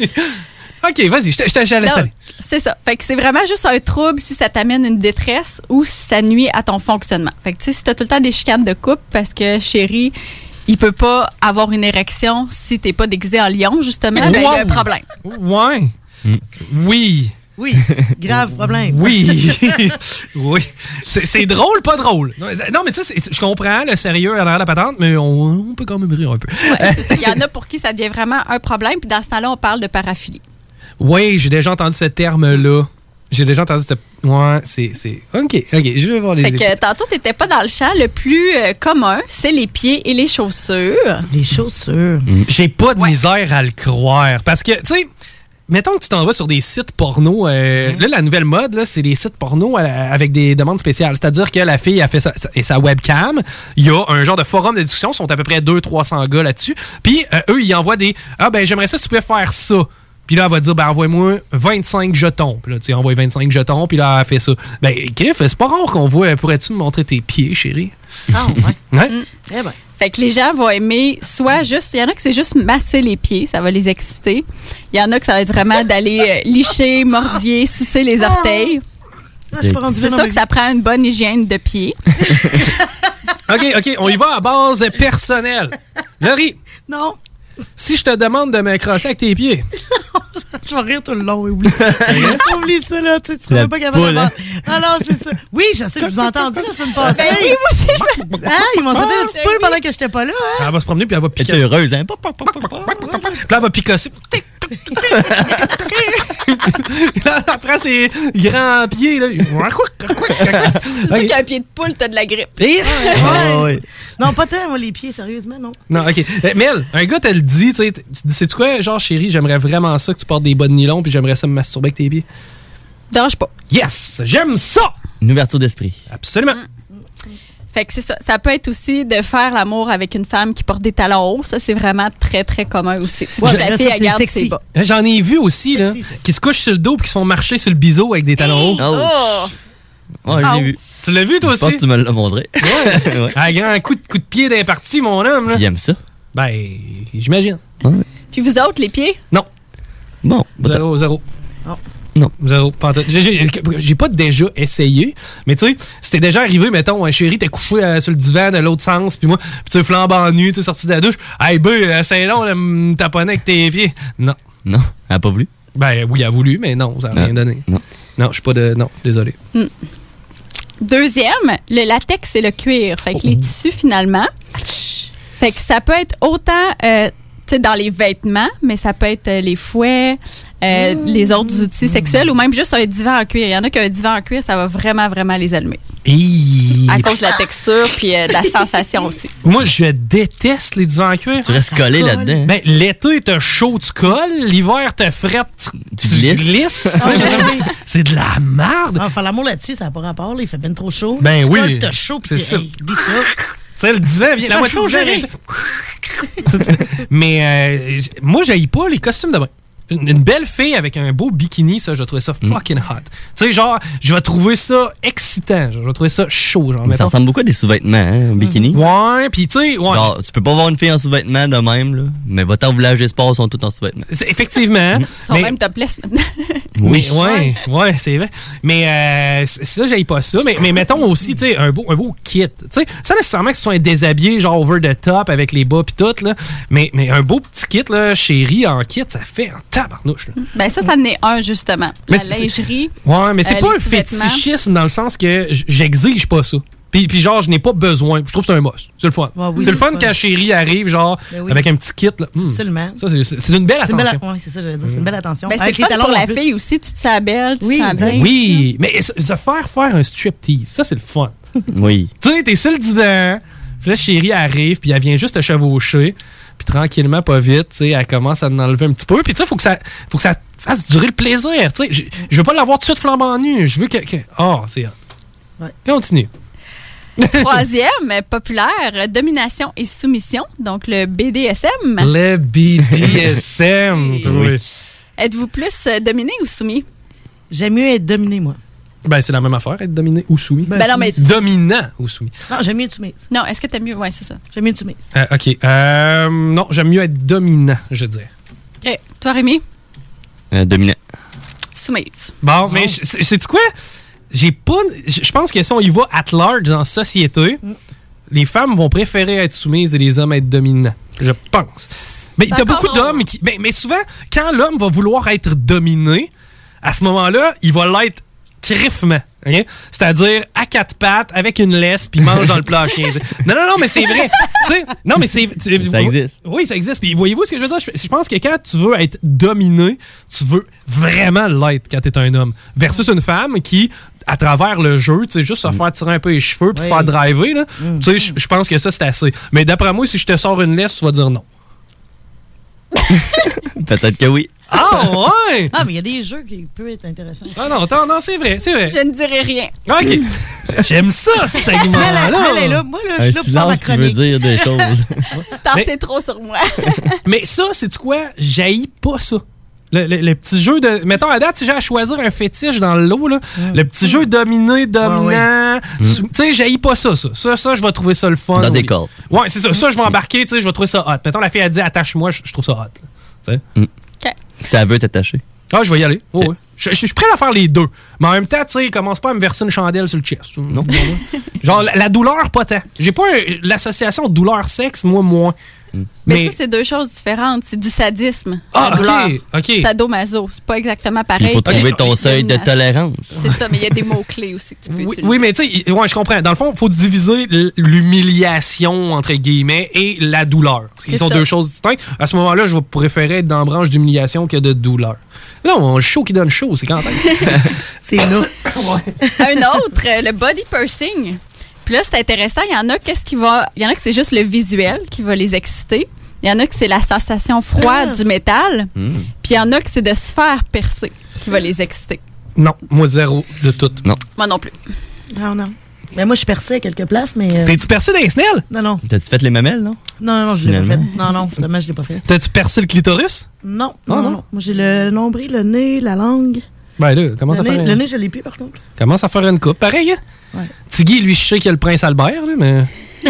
OK, vas-y, je te, je te, je te laisse aller. C'est ça. Fait que c'est vraiment juste un trouble si ça t'amène une détresse ou si ça nuit à ton fonctionnement. Fait que, tu sais, si t'as tout le temps des chicanes de couple parce que, chérie, il peut pas avoir une érection si t'es pas déguisé en lion, justement, ben, il y a un problème. Ouais. Mm. Oui. Oui, grave problème. Oui. Oui. C'est, c'est drôle, pas drôle. Non, mais tu sais, je comprends le sérieux à la patente, mais on, on peut quand même rire un peu. Ouais, c'est ça. Il y en a pour qui ça devient vraiment un problème, puis dans ce temps-là, on parle de paraphilie. Oui, j'ai déjà entendu ce terme-là. J'ai déjà entendu ce... Ouais, c'est... c'est... OK, OK, je vais voir les... Fait que tantôt, t'étais pas dans le champ. Le plus euh, commun, c'est les pieds et les chaussures. Les chaussures. Mm. J'ai pas de ouais. misère à le croire. Parce que, tu sais, mettons que tu t'en vas sur des sites porno. Euh, mm. Là, la nouvelle mode, là, c'est des sites porno avec des demandes spéciales. C'est-à-dire que la fille a fait sa, sa, sa webcam. Il y a un genre de forum de discussion. Ils sont à peu près deux cents à trois cents gars là-dessus. Puis, euh, eux, ils envoient des... Ah, ben, j'aimerais ça si tu pouvais faire ça. Puis là, elle va dire, ben, envoie-moi vingt-cinq jetons. Puis là, tu envoies vingt-cinq jetons, puis là, elle fait ça. Ben, Griff, c'est pas rare qu'on voit. Pourrais-tu me montrer tes pieds, chérie? Ah, ouais. Ouais? Mm. Eh ben. Fait que les gens vont aimer soit juste... Il y en a que c'est juste masser les pieds, ça va les exciter. Il y en a que ça va être vraiment d'aller euh, licher, mordiller, sucer les orteils. Ah, je suis pas c'est sûr que ça prend une bonne hygiène de pied. OK, OK, on y va à base personnelle. Laurie. Non. Si je te demande de me crosser avec tes pieds. Je vais rire tout le long, oublie ça. Oublie ça, là. Tu serais même pas capable de faire. Ah non, c'est ça. Oui, je sais, je vous ai entendu la semaine passée. Ben oui, moi aussi, je me... Ah, ils m'ont traité la petite poule pendant que j'étais pas là. Hein? Elle va se promener, puis elle va piquer. Elle est heureuse, hein? Puis là, elle va picosser. Là, elle prend ses grands pieds, là. C'est ça qu'un pied de poule, t'as de la grippe. Ouais, ouais. Ouais. Non, pas tant, moi, les pieds, sérieusement, non. Non, OK. Mel, un gars te le dit, tu sais, tu dis, sais-tu quoi, genre, chérie, j'aimerais vraiment ça que tu portes des bas de nylon, puis j'aimerais ça me masturber avec tes pieds. Dérange pas. Yes! J'aime ça! Une ouverture d'esprit. Absolument. Mm. Fait que c'est ça. Ça peut être aussi de faire l'amour avec une femme qui porte des talons hauts. Ça, c'est vraiment très, très commun aussi. Tu vois, Ouais, la là, fille, ça, elle c'est garde sexy. ses bas. J'en ai vu aussi, là, qui se couchent sur le dos et qui se font marcher sur le biseau avec des talons hauts. Oh! Ouais, je l'ai vu. Tu l'as vu, toi Je pense aussi? que tu me l'as montré. Ouais. Ouais. Un grand coup de, coup de pied d'un parti, mon homme. Là. Il aime ça. Ben, j'imagine. Puis vous autres, les pieds? Non. Bon. Zéro, zéro. Non. Non. Zéro. Pas en tout. J'ai- J'ai j'ai pas déjà essayé, mais tu sais, c'était déjà arrivé, mettons, un chéri, t'es couché euh, sur le divan de l'autre sens, puis moi, puis tu flambant nu, tu sorti de la douche. Hey, ben, c'est long de me taponner avec tes pieds. Non. Non, elle a pas voulu. Ben oui, elle a voulu, mais non, ça n'a rien donné. Non. Non, je suis pas de. Non, désolé. Mm. Deuxième, le latex et le cuir. Fait que Oh. les tissus, finalement. Fait que ça peut être autant euh, tu sais, dans les vêtements, mais ça peut être euh, les fouets, euh, les autres outils sexuels ou même juste un divan en cuir. Il y en a qu'un divan en cuir, ça va vraiment, vraiment les allumer. Hi. À cause de la texture puis euh, de la sensation aussi. Moi, je déteste les divans en cuir. Tu restes collé là-dedans. hein? Ben, l'été, t'as chaud, tu colles. L'hiver, t'as frette, tu, Tu glisses. Ah, oui. C'est de la merde. Ah, faire l'amour là-dessus, ça n'a pas rapport. Là. Il fait bien trop chaud. Ben tu oui. colles, t'as chaud. C'est Puis ça. hey, dis ça. Tu sais, le divan vient, la T'as moitié chaud, du divan chérie. vient- C'est- Mais euh, j- moi, j'haïs pas les costumes de bain. Une, une belle fille avec un beau bikini, ça, je vais trouver ça fucking hot. Tu sais, genre, je vais trouver ça excitant. genre, Je vais trouver ça chaud. Genre, Mais ça mettons. ressemble beaucoup à des sous-vêtements, hein, un bikini. Ouais, pis tu sais, ouais. Genre, tu peux pas voir une fille en sous-vêtements de même, là, mais va-t'en village des sports sont tous en sous-vêtements. C'est- Effectivement. Ils sont mais- même topless maintenant. Oui, ouais, ouais, c'est vrai. Mais euh, c- ça, j'aille pas ça. Mais, mais mettons aussi, tu sais, un beau, un beau kit. Tu sais, sans nécessairement que ce soit un déshabillé, genre over the top avec les bas pis tout, là. Mais, mais un beau petit kit, là, chéri en kit, ça fait un tabarnouche, là. Ben ça, ça en est un, justement. Mais La c'est- lingerie. Ouais, mais c'est euh, pas les un sous-vêtements. fétichisme dans le sens que j- j'exige pas ça. Puis, puis genre, je n'ai pas besoin. Je trouve que c'est un must. C'est le fun. Ouais, oui, c'est le c'est fun le quand fun. chérie arrive, genre, Ben oui. avec un petit kit, là. Hum. Absolument. Ça, c'est- c'est c'est une belle C'est une attention. belle, ouais, c'est ça, que j'allais dire. C'est une belle attention. Ben, c'est Avec le les fun talons, pour en la plus. fille aussi. Tu te sens belle, tu Oui, te sens exact. bien. Oui, mais se se faire faire un striptease, ça, c'est le fun. Oui. Tu sais, t'es sur le divan, puis là, chérie arrive, puis elle vient juste te chevaucher, puis tranquillement, pas vite, tu sais, elle commence à en enlever un petit peu, puis tu sais, faut que ça, faut que ça fasse durer le plaisir, tu sais. Je je veux pas l'avoir tout de suite flambant nu, je veux que... que- Oh, c'est hot. Ouais. Continue. Troisième, euh, populaire, euh, domination et soumission, donc le B D S M. Le B D S M, Oui. oui. Êtes-vous plus euh, dominé ou soumis? J'aime mieux être dominé, moi. Ben, c'est la même affaire, être dominé ou soumis. Ben non, mais- Dominant ou soumis. Non, j'aime mieux être soumise. Non, est-ce que t'aimes mieux? Ouais, c'est ça. J'aime mieux être soumise. Euh, OK. Euh, non, j'aime mieux être dominant, je dirais. OK. Toi, Rémi? Euh, dominant. Soumise. Bon, mais c'est- sais-tu quoi? J'ai pas. Je je pense que si on y va at large dans la société, les femmes vont préférer être soumises et les hommes être dominants. Je pense. Mais t'as D'accord, beaucoup d'hommes qui. Mais, mais souvent, quand l'homme va vouloir être dominé, à ce moment-là, il va l'être criffement. ok? C'est-à-dire à quatre pattes, avec une laisse, puis mange dans le plat à chien. Non, non, non, mais c'est vrai. Tu sais, non, mais c'est. tu- Ça existe. Oui, ça existe. Puis voyez-vous ce que je veux dire? Je, je pense que quand tu veux être dominé, tu veux vraiment l'être quand t'es un homme. Versus une femme qui, à travers le jeu, tu sais, juste se faire tirer un peu les cheveux puis se Oui. faire driver, là, tu sais, je- je pense que ça, c'est assez. Mais d'après moi, si je te sors une laisse, tu vas dire non. Peut-être que oui. Ah, ouais! Ah, mais il y a des jeux qui peuvent être intéressants. Ah non, attends, non, c'est vrai, c'est vrai. Je ne dirai rien. OK. J'aime ça, ce segment-là. Mais elle est là. Moi, là, je Un suis là pour faire ma silence qui veut chronique. dire des choses. T'en Mais- sais trop sur moi. Mais ça, c'est quoi? J'haïs pas ça. Le, le- le petit jeu de. Mettons, à date, si j'ai à choisir un fétiche dans le lot, là, le petit jeu dominé, dominant. sou- Tu sais, j'haïs pas ça, ça. Ça, ça, je vais trouver ça le fun. Dans des Oui. cordes. Ouais, c'est ça. Ça, je vais embarquer, tu sais, je vais trouver ça hot. Mettons, la fille a dit attache-moi, je je trouve ça hot. là. Tu sais? OK. Ça veut t'attacher. Ah, je vais y aller. Oh, ouais. Je, je suis prêt à faire les deux. Mais en même temps, tu sais, commence pas à me verser une chandelle sur le chest. Non. Genre, la, la douleur, pas tant. J'ai pas un- l'association douleur-sexe, moi, moins. Mais, ça, c'est deux choses différentes. C'est du sadisme. Ah, la douleur. OK, OK. Sadomaso. C'est pas exactement pareil. Il faut que trouver ton seuil de domination. tolérance. C'est ça, mais il y a des mots-clés aussi que tu peux Oui, utiliser. oui, mais tu sais, ouais, je comprends. Dans le fond, il faut diviser l- l'humiliation, entre guillemets, et la douleur. Parce qu'ils C'est sont ça. deux choses distinctes. À ce moment-là, je vais préférer être dans la branche d'humiliation que de douleur. Non, le show qui donne chaud, c'est quand même. C'est là. Un autre, euh, le body pursing. Puis là, c'est intéressant. Il y en a qu'est-ce qui va. Il y en a que c'est juste le visuel qui va les exciter. Il y en a que c'est la sensation froide Ah. du métal. Mm. Puis il y en a que c'est de se faire percer qui va les exciter. Non, moi, zéro de tout. Non. Moi non plus. Non, non. Ben moi, je perçais à quelques places, mais... Euh... T'es-tu percé dans les snelles? Non, non. T'as-tu fait les mamelles, non? Non, non, non, je l'ai pas fait. Non, non, finalement, je l'ai pas fait. T'as-tu percé le clitoris? Non, Ah, non, non. non, non. Moi, j'ai le nombril, le nez, la langue. Ben là, commence le à nez, faire... Le nez, je l'ai plus, par contre. Commence à faire une coupe. Pareil, hein? Ouais. Tiggy, lui, je sais qu'il y a le prince Albert, là, mais...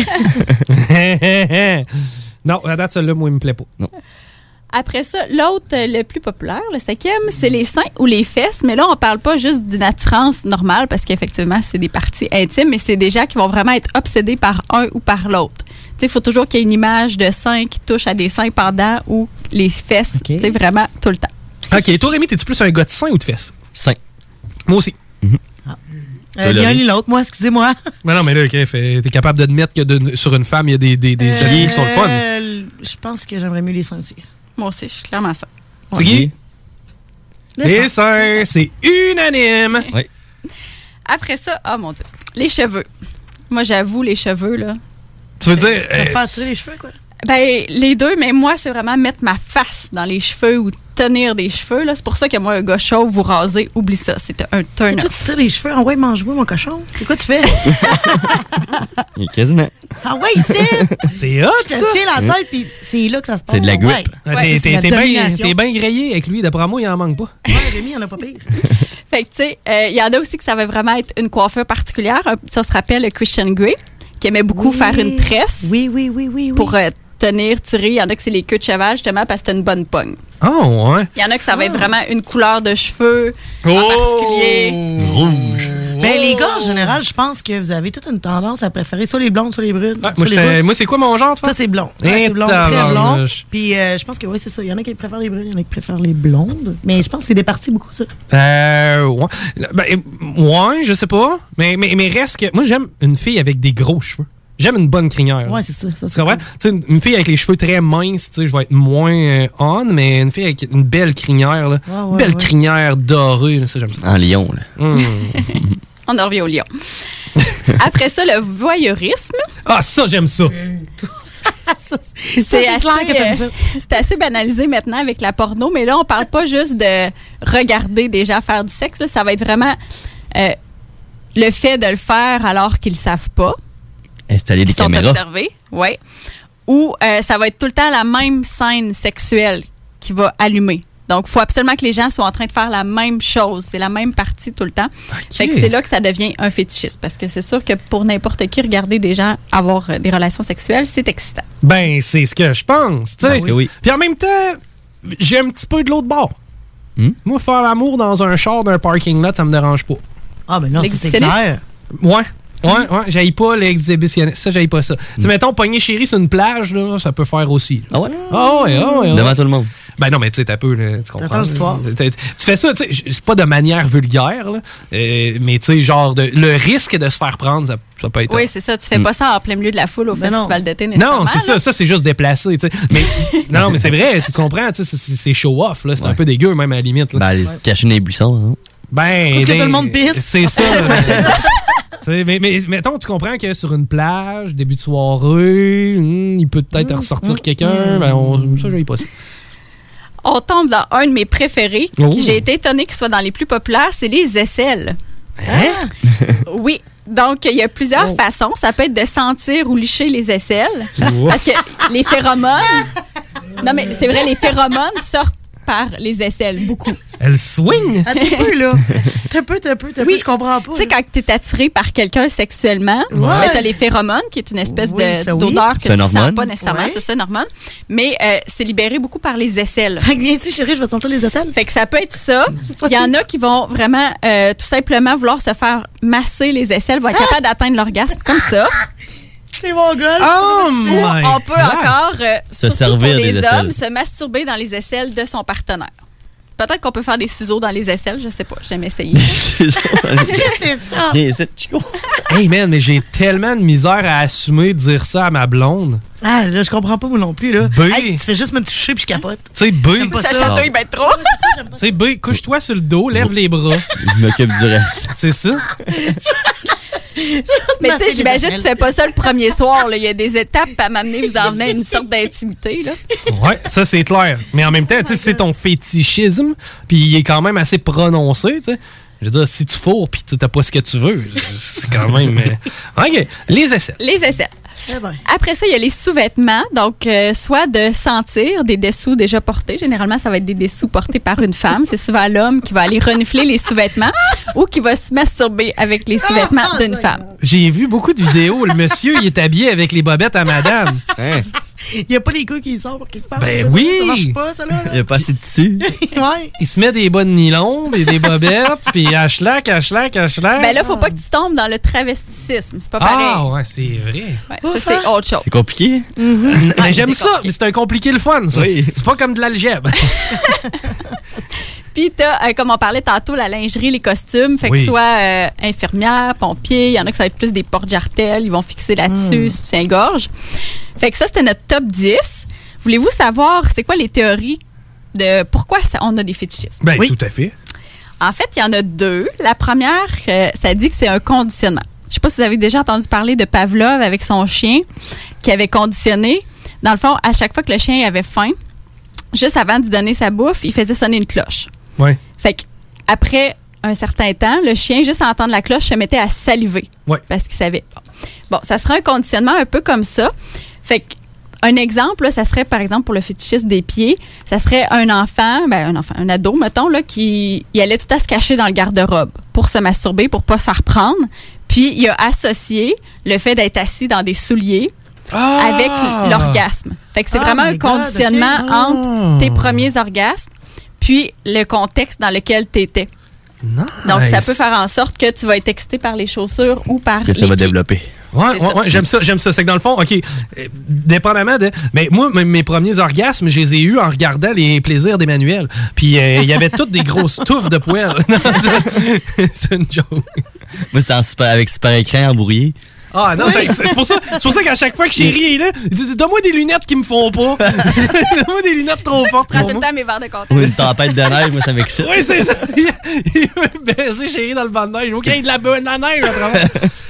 non, à date, celle-là, moi, il me plaît pas. Non. Après ça, l'autre, euh, le plus populaire, le cinquième, c'est les seins ou les fesses. Mais là, on parle pas juste d'une attirance normale parce qu'effectivement, c'est des parties intimes, mais c'est des gens qui vont vraiment être obsédés par un ou par l'autre. Tu sais, il faut toujours qu'il y ait une image de sein qui touche à des seins pendant ou les fesses, Okay. tu sais, vraiment tout le temps. OK, toi, Rémi, t'es-tu plus un gars de seins ou de fesses? Seins. Moi aussi. Euh, ni un ni l'autre, moi, excusez-moi. Mais non, mais là, OK, fait- t'es capable d'admettre que de- sur une femme, il y a des, des, des Euh, habits qui sont le fun. Je pense que j'aimerais mieux les seins aussi. Moi aussi, je suis clairement ça. Tiggy? Les Les seins, c'est unanime. Oui. Après ça, oh mon Dieu, les cheveux. Moi, j'avoue, les cheveux, là. Tu veux dire... Ça euh, faire tirer les cheveux, quoi. Ben, les deux, mais moi, c'est vraiment mettre ma face dans les cheveux ou tenir des cheveux. Là. C'est pour ça que moi, un gars chauve, vous rasez, oublie ça. C'est un Mais turn-off. toi, tu tires les cheveux. Ah ouais, mange-moi, mon cochon. C'est quoi tu fais? Quasiment. Ah ouais, c'est... C'est hot, Tu ça! te tiens la tête, puis c'est là que ça se passe. C'est de la Ouais. grippe. Ah, Ouais, t'es- c'est- c'est T'es la t'es bien domination. t'es bien grillé avec lui. D'après moi, il en manque pas. Ouais, Rémi, il en a pas pire. Fait que, tu sais, euh, il y en a aussi que ça va vraiment être une coiffure particulière. Un- Ça se rappelle le Christian Grey, qui aimait beaucoup Oui. faire une tresse. Oui, oui, oui, oui. oui. Pour euh, tenir, tirer. Il y en a que c'est les queues de cheval, justement, parce que c'est une bonne pogne. Oh, ouais. Il y en a que ça va être vraiment une couleur de cheveux en Oh! particulier. Rouge. Ben, les gars, en général, je pense que vous avez toute une tendance à préférer soit les blondes, soit les brunes. Ouais, soit moi, les j'étais- rousses. moi, c'est quoi mon genre, toi? Toi, c'est blond. Eh, Ouais, c'est blond, très blond. tabarnouche. Puis euh, je pense que oui, c'est ça. Il y en a qui préfèrent les brunes, il y en a qui préfèrent les blondes. Mais je pense que c'est des parties beaucoup, ça. Euh, ouais. Ben, euh, ouais, je sais pas. Mais, mais, mais reste que. Moi, j'aime une fille avec des gros cheveux. J'aime une bonne crinière. Ouais, c'est ça. ça Tu comprends? Tu sais, une- une fille avec les cheveux très minces, tu sais, je vais être moins euh, on, mais une fille avec une belle crinière, là. Ouais, ouais, une belle ouais. crinière dorée, là, ça, j'aime ça. En lion, là. Hum. On en revient au lion. Après ça, le voyeurisme. Ah, ça, j'aime ça. C'est c'est assez, clair que t'aimes ça. euh, c'est assez banalisé maintenant avec la porno, mais là, on parle pas juste de regarder des gens faire du sexe. Là, ça va être vraiment euh, le fait de le faire alors qu'ils savent pas. Installer des Ils sont caméras. observés, ouais. Ou euh, ça va être tout le temps la même scène sexuelle qui va allumer. Donc, il faut absolument que les gens soient en train de faire la même chose. C'est la même partie tout le temps. Fait que c'est là que ça devient un fétichisme. Parce que c'est sûr que pour n'importe qui, regarder des gens avoir euh, des relations sexuelles, c'est excitant. Ben, c'est ce que je pense, tu sais. Parce que oui. Puis en même temps, j'ai un petit peu de l'autre bord. Hmm? Moi, faire l'amour dans un char d'un parking lot, ça me dérange pas. Ah, ben non, ça, c'est L'exhibitionniste? clair. Ouais. Ouais, ouais, j'aille pas l'exhibitionniste. Ça, j'aille pas ça. Tu sais, mettons, pogner chérie sur une plage, là, ça peut faire aussi. là. Ah ouais? Ah ouais, ah ouais, ah Devant ouais. tout le monde. Ben non, mais tu sais, t'as peu, là, tu comprends. T'attends le soir. Tu tu fais ça, tu sais, c'est pas de manière vulgaire, là, euh, mais tu sais, genre, de, le risque de se faire prendre, ça, ça peut être... Oui, c'est ça. Tu fais pas ça en plein milieu de la foule au Ben non. festival d'été, nécessairement. Non, c'est ça, ça c'est juste déplacé, tu sais. Mais non, mais c'est vrai, tu comprends, tu sais, c'est- c'est c'est show off là, c'est un Ouais. peu dégueu même à la limite là. Ben, aller se cacher dans les buissons, hein. Ben, Parce que ben, tout le monde pisse. C'est ça. Tu sais, mais, mais mettons, tu comprends que sur une plage, début de soirée, hmm, il peut peut-être ressortir quelqu'un, ben on, ça j'ai pas ça. On tombe dans un de mes préférés, Oh. qui j'ai été étonnée qu'il soit dans les plus populaires, c'est les aisselles. Oui. Donc, il y a plusieurs façons. Ça peut être de sentir ou licher les aisselles. Parce que les phéromones... Non, mais c'est vrai, les phéromones sortent par les aisselles, beaucoup. Elle swing. Attends un peu, là. T'as un peu, t'as un peu, t'as un peu, je comprends pas. Tu sais, là. quand tu es attiré par quelqu'un sexuellement, Ouais. ben, tu as les phéromones, qui est une espèce Oui, de- ça, oui. d'odeur que C'est tu une ne sens hormone. pas nécessairement. Ouais. C'est ça, une hormone. Mais euh, c'est libéré beaucoup par les aisselles. Fait que viens ici, chérie, je vais te sentir les aisselles. Fait que ça peut être ça. Il y en a qui vont vraiment euh, tout simplement vouloir se faire masser les aisselles, vont être capables d'atteindre l'orgasme comme ça. C'est mon gars. Oh Ou my on peut God. encore, euh, Se surtout servir pour les des hommes, aisselles. se masturber dans les aisselles de son partenaire. Peut-être qu'on peut faire des ciseaux dans les aisselles, je sais pas, j'ai jamais essayé. C'est ça. Viens ici, Chico. Hey man, mais j'ai tellement de misère à assumer de dire ça à ma blonde. Ah, là, je comprends pas moi non plus, là. B. Hey, tu fais juste me toucher puis je capote. Tu sais, B, J'aime pas Ça ça. chatouille ben trop. tu sais, B, couche-toi sur le dos, lève les bras. Je m'occupe du reste. C'est ça? Mais tu sais, Masser j'imagine les que tu fais pas ça le premier soir. là. Il y a des étapes à m'amener, vous en venez à une sorte d'intimité. Là. Ouais, ça c'est clair. Mais en même temps, tu sais, c'est ton fétichisme, puis il est quand même assez prononcé, tu sais. Je veux dire, si tu fourres pis t'as pas ce que tu veux, c'est quand même... euh, OK, les essais. Les essais. Eh ben. Après ça, il y a les sous-vêtements. Donc, euh, soit de sentir des dessous déjà portés. Généralement, ça va être des dessous portés par une femme. C'est souvent l'homme qui va aller renifler les sous-vêtements ou qui va se masturber avec les sous-vêtements d'une femme. J'ai vu beaucoup de vidéos où le monsieur, il est habillé avec les bobettes à madame. Hein? Il n'y a pas les couilles qui sortent pour quelque part. Ben oui! Ça marche pas, ça, là. Il n'y a pas assez de tissu. Ouais. Il se met des bas de nylon, des, des bobettes, puis hashlac, hashlac, hashlac. Ben là, faut pas que tu tombes dans le travesticisme. C'est pas pareil. Ah, ouais, c'est vrai. Ouais, ça, c'est autre chose. C'est compliqué. Mm-hmm. Mais Ouais, j'aime c'est ça, compliqué. mais c'est un compliqué le fun, ça. Oui. C'est pas comme de l'algèbre. Puis t'as, euh, comme on parlait tantôt, la lingerie, les costumes. Fait Oui. que soit euh, infirmière, pompier, il y en a que ça va être plus des porte-jartelles. Ils vont fixer là-dessus, Mm. soutien-gorge. Fait que ça, c'était notre top dix. Voulez-vous savoir c'est quoi les théories de pourquoi ça, on a des fétichismes? Ben, oui. Tout à fait. En fait, il y en a deux. La première, euh, ça dit que c'est un conditionnement. Je sais pas si vous avez déjà entendu parler de Pavlov avec son chien qui avait conditionné. Dans le fond, à chaque fois que le chien avait faim, juste avant d'y donner sa bouffe, il faisait sonner une cloche. Ouais. Fait que après un certain temps, le chien, juste à entendre la cloche, se mettait à saliver. Ouais. Parce qu'il savait. Bon. bon, ça serait un conditionnement un peu comme ça. Fait que un exemple, là, ça serait, par exemple, pour le fétichisme des pieds, ça serait un enfant, ben un enfant, un ado, mettons, là, qui il allait tout à se cacher dans le garde-robe pour se masturber, pour pas s'en reprendre. Puis, il a associé le fait d'être assis dans des souliers Ah! avec l'orgasme. Fait que c'est Oh vraiment my un God, conditionnement ok. entre tes premiers orgasmes puis le contexte dans lequel tu étais. Nice. Donc, ça peut faire en sorte que tu vas être excité par les chaussures ou par Que les ça va pieds. développer. Ouais, C'est ouais, ça. ouais, j'aime ça, j'aime ça. C'est que dans le fond, OK, euh, dépendamment de... Mais moi, m- mes premiers orgasmes, je les ai eus en regardant les plaisirs d'Emmanuel. Puis euh, il y avait toutes des grosses touffes de poêle. Non, c'est- c'est une joke. Moi, c'était en super, avec super écran en bourrier. Ah non, c'est c'est pour ça, c'est pour ça qu'à chaque fois que Chérie est là, il dit, donne-moi des lunettes qui me font pas. Donne-moi des lunettes trop fortes. Tu prends pour tout le moi. temps mes verres de contact. Ou une tempête de neige, moi, ça m'excite. Oui, c'est ça. Il il veut baiser Chérie dans le banc de neige. OK, il y a de la bonne neige à travers.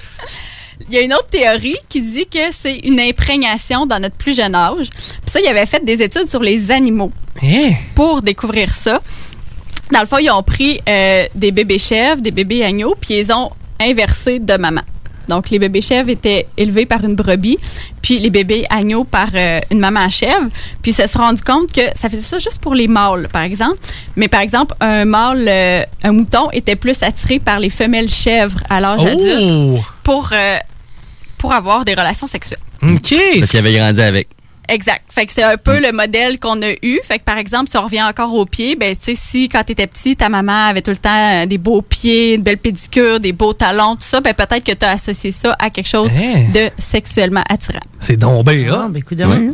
Il y a une autre théorie qui dit que c'est une imprégnation dans notre plus jeune âge. Puis ça, il avait fait des études sur les animaux Hein? pour découvrir ça. Dans le fond, ils ont pris euh, des bébés chèvres, des bébés agneaux, puis ils ont inversé de maman. Donc, les bébés chèvres étaient élevés par une brebis, puis les bébés agneaux par euh, une maman chèvre. Puis, ils se sont rendus compte que ça faisait ça juste pour les mâles, par exemple. Mais, par exemple, un mâle, euh, un mouton, était plus attiré par les femelles chèvres à l'âge Oh! adulte pour, euh, pour avoir des relations sexuelles. OK. Parce qu'il avait grandi avec. Exact. Fait que c'est un peu le modèle qu'on a eu. Fait que par exemple, si on revient encore aux pieds, ben tu sais, si quand t'étais petit, ta maman avait tout le temps des beaux pieds, une belle pédicure, des beaux talons, tout ça, ben peut-être que t'as associé ça à quelque chose Hein? de sexuellement attirant. C'est donc bien, Ah, hein? ben écoute, ouais.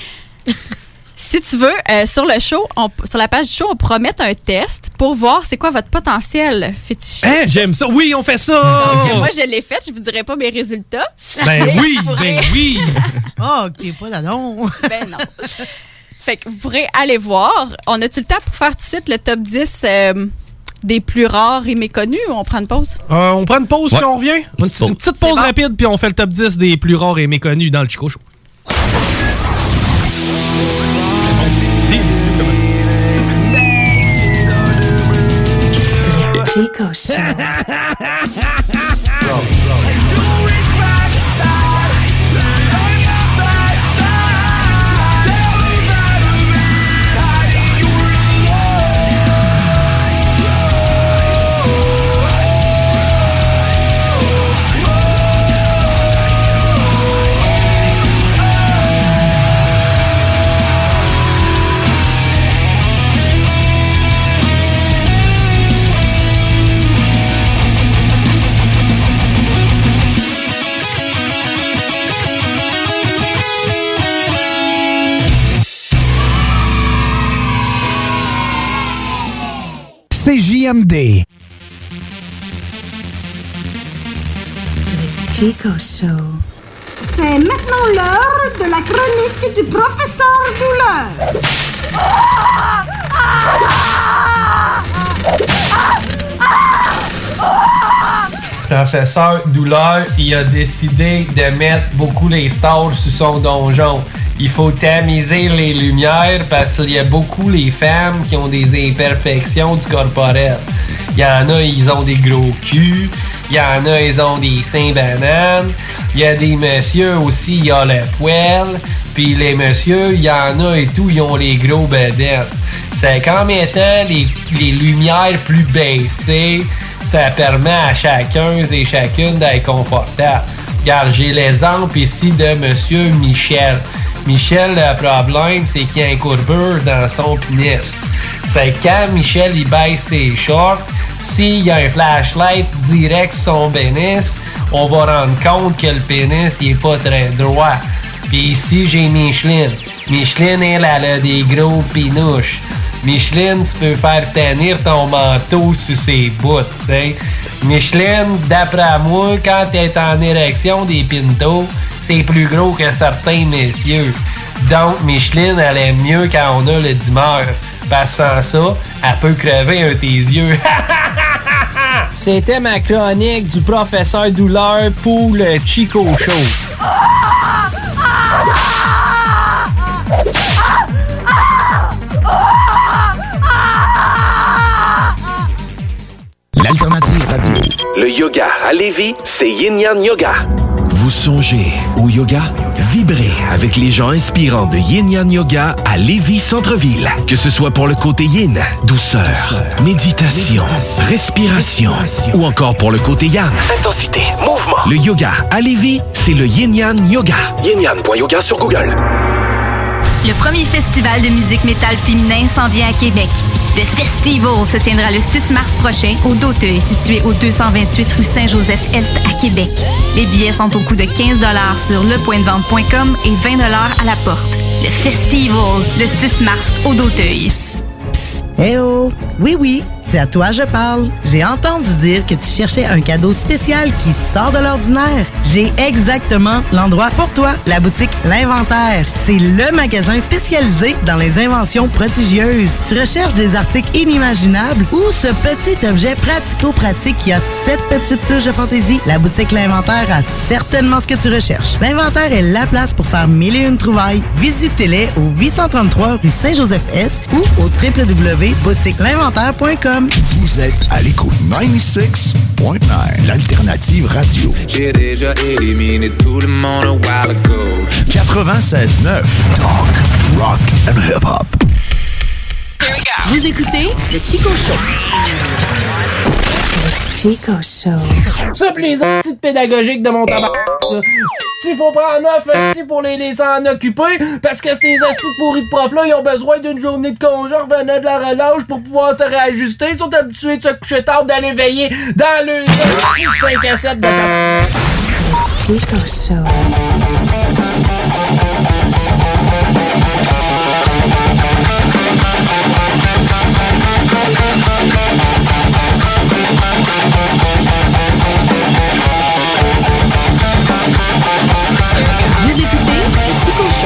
Si tu veux, euh, sur le show, on- sur la page du show, on pourra mettre un test pour voir c'est quoi votre potentiel fétichiste. Hein, j'aime ça. Oui, on fait ça. Donc, moi, je l'ai fait. Je vous dirai pas mes résultats. Ben Mais oui, vous pourrez- ben oui. Ah, OK, pas là-dedans. Ben non. Fait que vous pourrez aller voir. On a-tu le temps pour faire tout de suite le top dix euh, des plus rares et méconnus ou on prend une pause? Euh, on prend une pause Ouais. puis on revient. Une, petite pause. une petite pause bon. rapide puis on fait le top dix des plus rares et méconnus dans le Chico Show. Chico Show. C J M D. Chico Show. C'est maintenant l'heure de la chronique du professeur Douleur. Professeur Douleur, il a décidé de mettre beaucoup les stars sur son donjon. Il faut tamiser les lumières parce qu'il y a beaucoup les femmes qui ont des imperfections du corporel. Il y en a, ils ont des gros culs. Il y en a, ils ont des seins bananes. Il y a des messieurs aussi, il y a le poêle. Puis les messieurs, il y en a et tout, ils ont les gros bedettes. C'est qu'en mettant les, les lumières plus baissées, ça permet à chacun et chacune d'être confortable. Regarde, j'ai l'exemple ici de Monsieur Michel. Michel, le problème, c'est qu'il y a un courbure dans son pénis. C'est quand Michel, il baisse ses shorts, s'il y a un flashlight direct sur son pénis, on va rendre compte que le pénis, il est pas très droit. Puis ici, j'ai Micheline. Micheline, elle, elle a des gros pinouches. Micheline, tu peux faire tenir ton manteau sur ses bouts, tu sais. Micheline, d'après moi, quand elle est en érection des pintos, c'est plus gros que certains messieurs. Donc, Micheline, elle aime mieux quand on a le dimeur. Parce que sans ça, elle peut crever un de tes yeux. C'était ma chronique du professeur Douleur pour le Chico Show. L'alternative radio. Le yoga à Lévis, c'est Yin Yang Yoga. Vous songez au yoga? Vibrez avec les gens inspirants de Yin Yang Yoga à Lévis Centre-Ville. Que ce soit pour le côté yin, douceur, douceur méditation, méditation, respiration, respiration, ou encore pour le côté yang, intensité, mouvement. Le yoga à Lévis, c'est le Yin Yang Yoga. yin yang point yoga sur Google. Le premier festival de musique métal féminin s'en vient à Québec. Le Festival se tiendra le six mars prochain au Doteuil, situé au deux cent vingt-huit rue Saint-Joseph-Est à Québec. Les billets sont au coût de quinze dollars sur le point de vente point com et vingt dollars à la porte. Le Festival, le six mars au Doteuil. Eh oh! Oui, oui, c'est à toi je parle. J'ai entendu dire que tu cherchais un cadeau spécial qui sort de l'ordinaire. J'ai exactement l'endroit pour toi, la boutique L'Inventaire. C'est le magasin spécialisé dans les inventions prodigieuses. Tu recherches des articles inimaginables ou ce petit objet pratico-pratique qui a cette petite touche de fantaisie? La boutique L'Inventaire a certainement ce que tu recherches. L'Inventaire est la place pour faire mille et une trouvailles. Visitez-les au huit cent trente-trois rue Saint-Joseph-Est ou au w w w point boutique l'inventaire point com. Vous êtes à l'écoute quatre-vingt-seize point neuf, l'alternative radio. J'ai déjà éliminé tout le monde a while ago. quatre-vingt-seize neuf, talk, rock and hip-hop. Vous écoutez le Chico Show. Chico Show. Ça, pis les petites pédagogiques de mon tabac, ça. Il faut prendre neuf astis pour les laisser en occuper, parce que ces astis pourris de profs-là, ils ont besoin d'une journée de congé revenant de la relâche pour pouvoir se réajuster. Ils sont habitués de se coucher tard, d'aller veiller dans le cinq à sept de ta... Chico Show. Vous écoutez le Chico Show.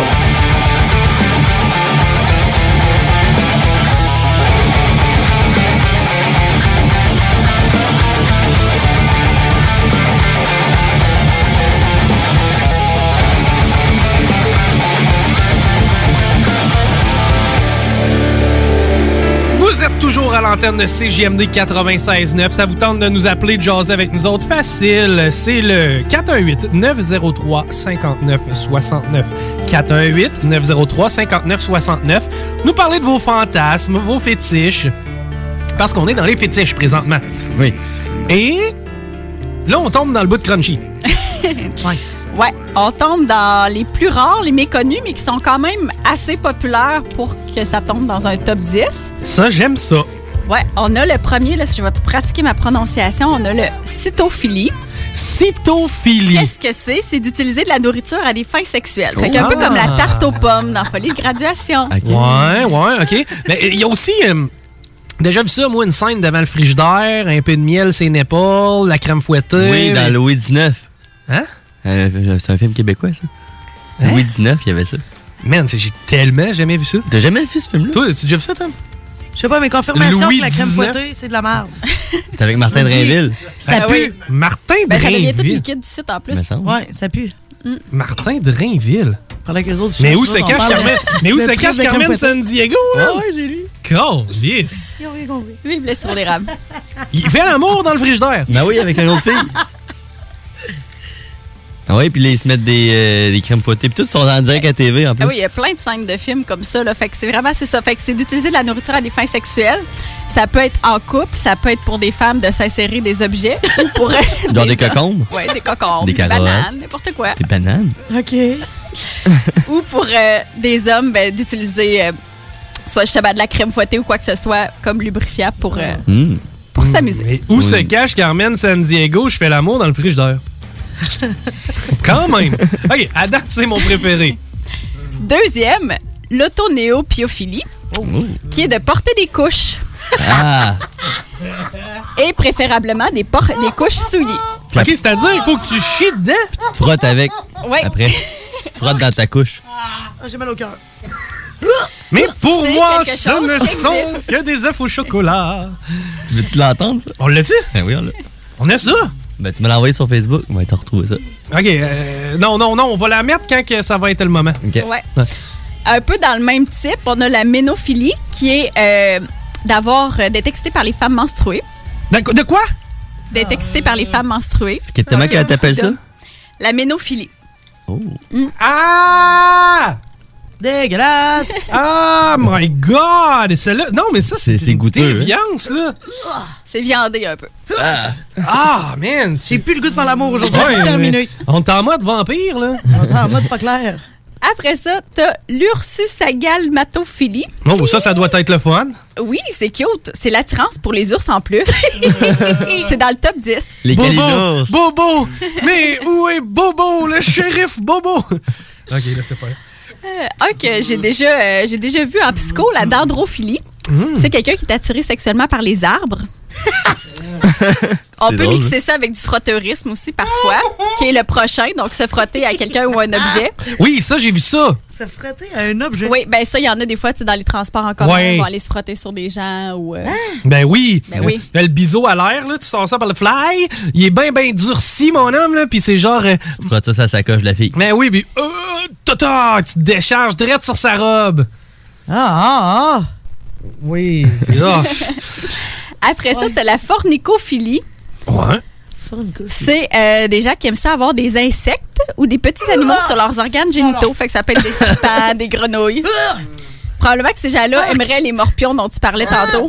Vous êtes toujours à l'antenne de C J M D quatre-vingt-seize neuf. Ça vous tente de nous appeler, de jaser avec nous autres? Facile. C'est le quatre un huit neuf zéro trois cinq neuf six neuf. quatre un huit neuf zéro trois cinq neuf six neuf. Nous parler de vos fantasmes, vos fétiches. Parce qu'on est dans les fétiches présentement. Oui. Et là, on tombe dans le bout de Crunchy. Ouais. Ouais, on tombe dans les plus rares, les méconnus, mais qui sont quand même assez populaires pour que ça tombe dans un top dix. Ça, j'aime ça. Ouais, on a le premier, là, si je vais pratiquer ma prononciation, on a le cytophilie. Cytophilie. Qu'est-ce que c'est? C'est d'utiliser de la nourriture à des fins sexuelles. Fait qu'un peu comme la tarte aux pommes dans Folie de graduation. Okay. Ouais, ouais, OK. Mais il y a aussi... Euh, déjà vu ça, moi, une scène devant le frigidaire, un peu de miel, ses épaules, la crème fouettée. Oui, dans mais... Louis dix-neuf. Hein? Euh, c'est un film québécois, ça. Hein? Louis dix-neuf, il y avait ça. Man, j'ai tellement jamais vu ça. T'as jamais vu ce film-là? Toi, as-tu déjà vu ça, Tom? Je sais pas, mais confirmation Louis que la crème dix-neuf. fouettée, c'est de la merde. T'es avec Martin Drainville. Ça Ah pue. oui. Martin Ben, ça devient tout Drainville. liquide du site en plus. Ouais, ça pue. Mm. Martin Drainville. Pendant que les autres Mais cherchent où ça, se on cache parle Carmen? de- Mais où de se prise cache de crème Carmen fouettée. San Diego, là? Ah ouais, c'est lui. Calice. Ils ont rien compris. Vive le sirop d'érable. Il fait l'amour dans le frigidaire. Ben oui, avec une autre fille. Ah oui, puis là, ils se mettent des, euh, des crèmes fouettées. Puis tout, ils sont en direct à T V en plus. Ah oui, il y a plein de scènes de films comme ça. Là, fait que c'est vraiment c'est ça. Fait que c'est d'utiliser de la nourriture à des fins sexuelles. Ça peut être en couple, ça peut être pour des femmes de s'insérer des objets ou pour Genre des cocombes? Oui, des cocombes, Des des carottes. bananes, n'importe quoi. Des bananes. OK. Ou pour euh, des hommes, ben, d'utiliser euh, soit justement de la crème fouettée ou quoi que ce soit comme lubrifiant pour, euh, Mm. pour s'amuser. Mais où se cache Carmen San Diego? Je fais l'amour dans le frigidaire. Quand même. OK, à date, c'est mon préféré. Deuxième, l'autonéopiophilie, qui est de porter des couches. Ah! Et préférablement des, por- des couches souillées. OK, c'est-à-dire qu'il faut que tu chies dedans. Tu te frottes avec. Ouais. Après. Tu te frottes dans ta couche. Ah, j'ai mal au cœur. Mais pour C'est moi, quelque ce chose ne qui sont existe. que des œufs au chocolat. Tu veux-tu l'entendre? ça? On l'a dit? Ben oui, on l'a. On a ça? Ben, tu me l'as envoyé sur Facebook. On va te retrouver ça. OK, euh, non, non, non, on va la mettre quand que ça va être le moment. OK. Ouais. Un peu dans le même type, on a la ménophilie, qui est euh, d'avoir euh, d'être excité par les femmes menstruées. De, de quoi? D'être excité par les femmes menstruées. Qu'est-ce que qu'elle t'appelle ça? La ménophilie. Oh. Mm. Ah! Dégueulasse! Oh my God! Celle-là, non, mais ça, c'est C'est une goûteux, hein? déviance, là. C'est viandé un peu. Ah! Ah, man! J'ai plus le goût de faire l'amour aujourd'hui. Ouais, c'est terminé. mais On est en mode vampire, là. On est en mode pas clair. Après ça, t'as l'ursusagalmatophilie. Oh, ça, ça doit être le fun. Oui, c'est cute. C'est l'attirance pour les ours en plus. C'est dans le top dix. Les Bobo! Calinours. Bobo! Mais où est Bobo, le shérif Bobo? OK, laissez faire. Euh, un que j'ai déjà, euh, j'ai déjà vu en psycho, la dendrophilie. Mm. C'est quelqu'un qui est attiré sexuellement par les arbres. On C'est peut drôle, mixer ça avec du frotteurisme aussi parfois, qui est le prochain, donc se frotter à quelqu'un ou un objet. Oui, ça, j'ai vu ça. Se frotter à un objet. Oui, ben ça, il y en a des fois, tu sais, dans les transports en commun, Ouais. on va aller se frotter sur des gens ou... euh, Ben oui. Ben oui. Le, le biseau à l'air, là, tu sors ça par le fly. Il est bien, bien durci, mon homme, là. Puis c'est genre. euh, Tu te frottes ça sur la sacoche de la fille. Ben oui, puis. Euh, tata, tu te décharges direct sur sa robe. Ah, ah, ah. Oui. Oh. Après ça, t'as la fornicophilie. Ouais. C'est euh, des gens qui aiment ça avoir des insectes ou des petits animaux sur leurs organes génitaux. Fait que ça peut être des serpents, des grenouilles. Probablement que ces gens-là aimeraient les morpions dont tu parlais tantôt.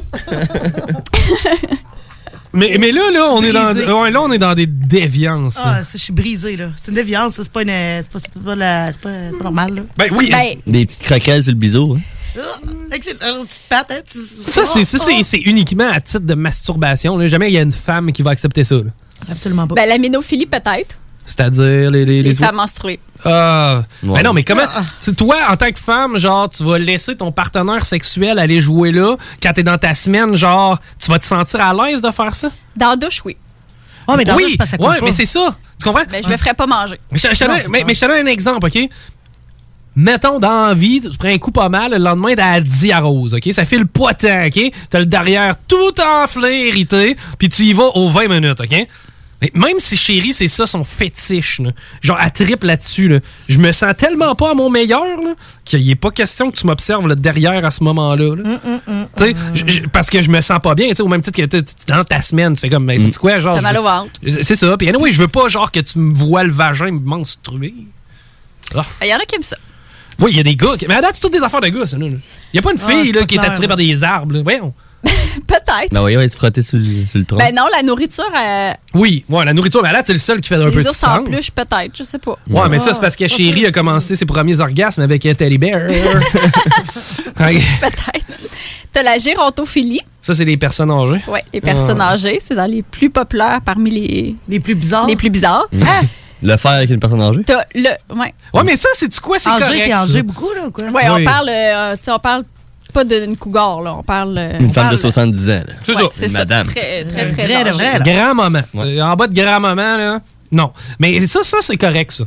Mais, mais là, là, on est dans, Brisé. ouais, là, on est dans des déviances. là. Ah, c'est- je suis brisé, là. C'est une déviance, ça, c'est pas une. C'est pas, c'est pas, la- c'est pas, c'est pas normal, là. Ben oui. Ben, Des petites croquelles sur le biseau. Hein? Ah, avec ses leurs petites pattes, hein. tu- Ça, c'est, ça, Ah, c'est, c'est uniquement à titre de masturbation. Là. Jamais il y a une femme qui va accepter ça. là. ah. Absolument pas. ben, la ménophilie, peut-être. C'est-à-dire les, les, Les les- femmes menstruées. Ah. Ouais. Ben non, mais comment. Tu sais, toi, en tant que femme, genre, tu vas laisser ton partenaire sexuel aller jouer là. Quand t'es dans ta semaine, genre, tu vas te sentir à l'aise de faire ça? Dans la douche, oui. Oh, mais dans oui, le je passe à ouais, mais c'est ça. Tu comprends? Ben, je me ferais pas manger. Je, je te Non, donne- c'est mais, pas- mais je te donne un exemple, OK? Mettons, dans la vie, tu prends un coup pas mal, le lendemain, t'as la diarrhose, OK? Ça file pas tant, OK? T'as le derrière tout enflé, irrité, puis tu y vas aux vingt minutes, OK? Mais même si chérie, c'est ça son fétiche, là. Genre, elle trippe là-dessus, là. Je me sens tellement pas à mon meilleur, là, qu'il est pas question que tu m'observes le derrière à ce moment-là, là. Tu sais, j- j- parce que je me sens pas bien, tu sais, au même titre que t'es- t'es dans ta semaine, tu fais comme, ben, c'est quoi, genre. T'as je mal veux- au ventre. C'est c'est ça. Puis, anyway, je veux pas, genre, que tu me vois le vagin menstruer. Ah. Ben, il y en a qui aiment ça. Oui, il y a des gars. qui- Mais à date, c'est toutes des affaires de gars, ça. Il y a pas une Ah, fille c'est là, pas qui est clair, attirée là. par des arbres. Là. Voyons. Peut-être. Ben oui, ouais, tu frotter sur le, sur le tronc. Ben non, la nourriture, euh, Oui, ouais, la nourriture, mais à date, c'est le seul qui fait un peu les de ours en sens. plus, peut-être. Je sais pas. Ouais, mais ça, c'est parce que Chérie a commencé ses premiers orgasmes avec un teddy bear. Ok. Peut-être. T'as la gérontophilie. Ça, c'est les personnes âgées. Oui, les personnes Ah. âgées, c'est dans les plus populaires parmi les, Les plus bizarres. les plus bizarres. Ah! Le faire avec une personne âgée? T'as le. Ouais, Ouais, mais ça, c'est-tu quoi? C'est Angers, correct. c'est ça. Angers beaucoup, là, ou quoi? ouais, Oui. on parle. euh, tu sais, on parle pas d'une cougar, là. On parle. euh, Une on femme parle- de soixante-dix ans. là. C'est Ouais, ça. c'est Une ça. madame. Très, très, Un très vrai de âgé. vrai, là. Grand-maman. Ouais. Euh, En bas de grand-maman, là. Non. Mais ça, ça, c'est correct, ça.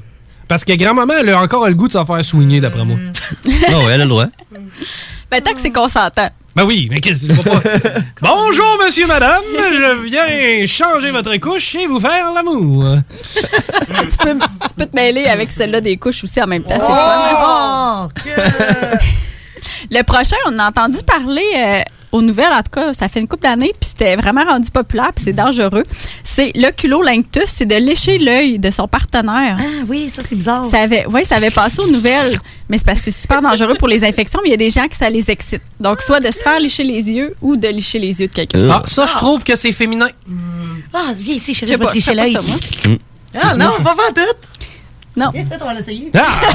Parce que grand-maman, elle a encore le goût de s'en faire soigner, d'après moi. Non, elle a le droit. Ben, tant que c'est consentant. Ben oui, mais qu'est-ce que c'est pas... Bonjour, monsieur, madame. Je viens changer votre couche et vous faire l'amour. tu, peux, tu peux te mêler avec celle-là des couches aussi en même temps. C'est Oh! fun. Le prochain, on a entendu parler euh, aux nouvelles, en tout cas, ça fait une couple d'années, puis c'était vraiment rendu populaire, puis c'est dangereux. C'est l'oculolinctus, c'est de lécher l'œil de son partenaire. Ah oui, ça c'est bizarre. Ça avait, oui, ça avait passé aux nouvelles, mais c'est parce que c'est super dangereux pour les infections, mais il y a des gens que ça les excite. Donc, soit de se faire lécher les yeux ou de lécher les yeux de quelqu'un. Ah, ça, je trouve que c'est féminin. Ah, viens ici, je Je sais vais pas, te lécher je sais l'œil. pas ça, moi. Ah non, on va faire tout. Non. Viens, on va l'essayer.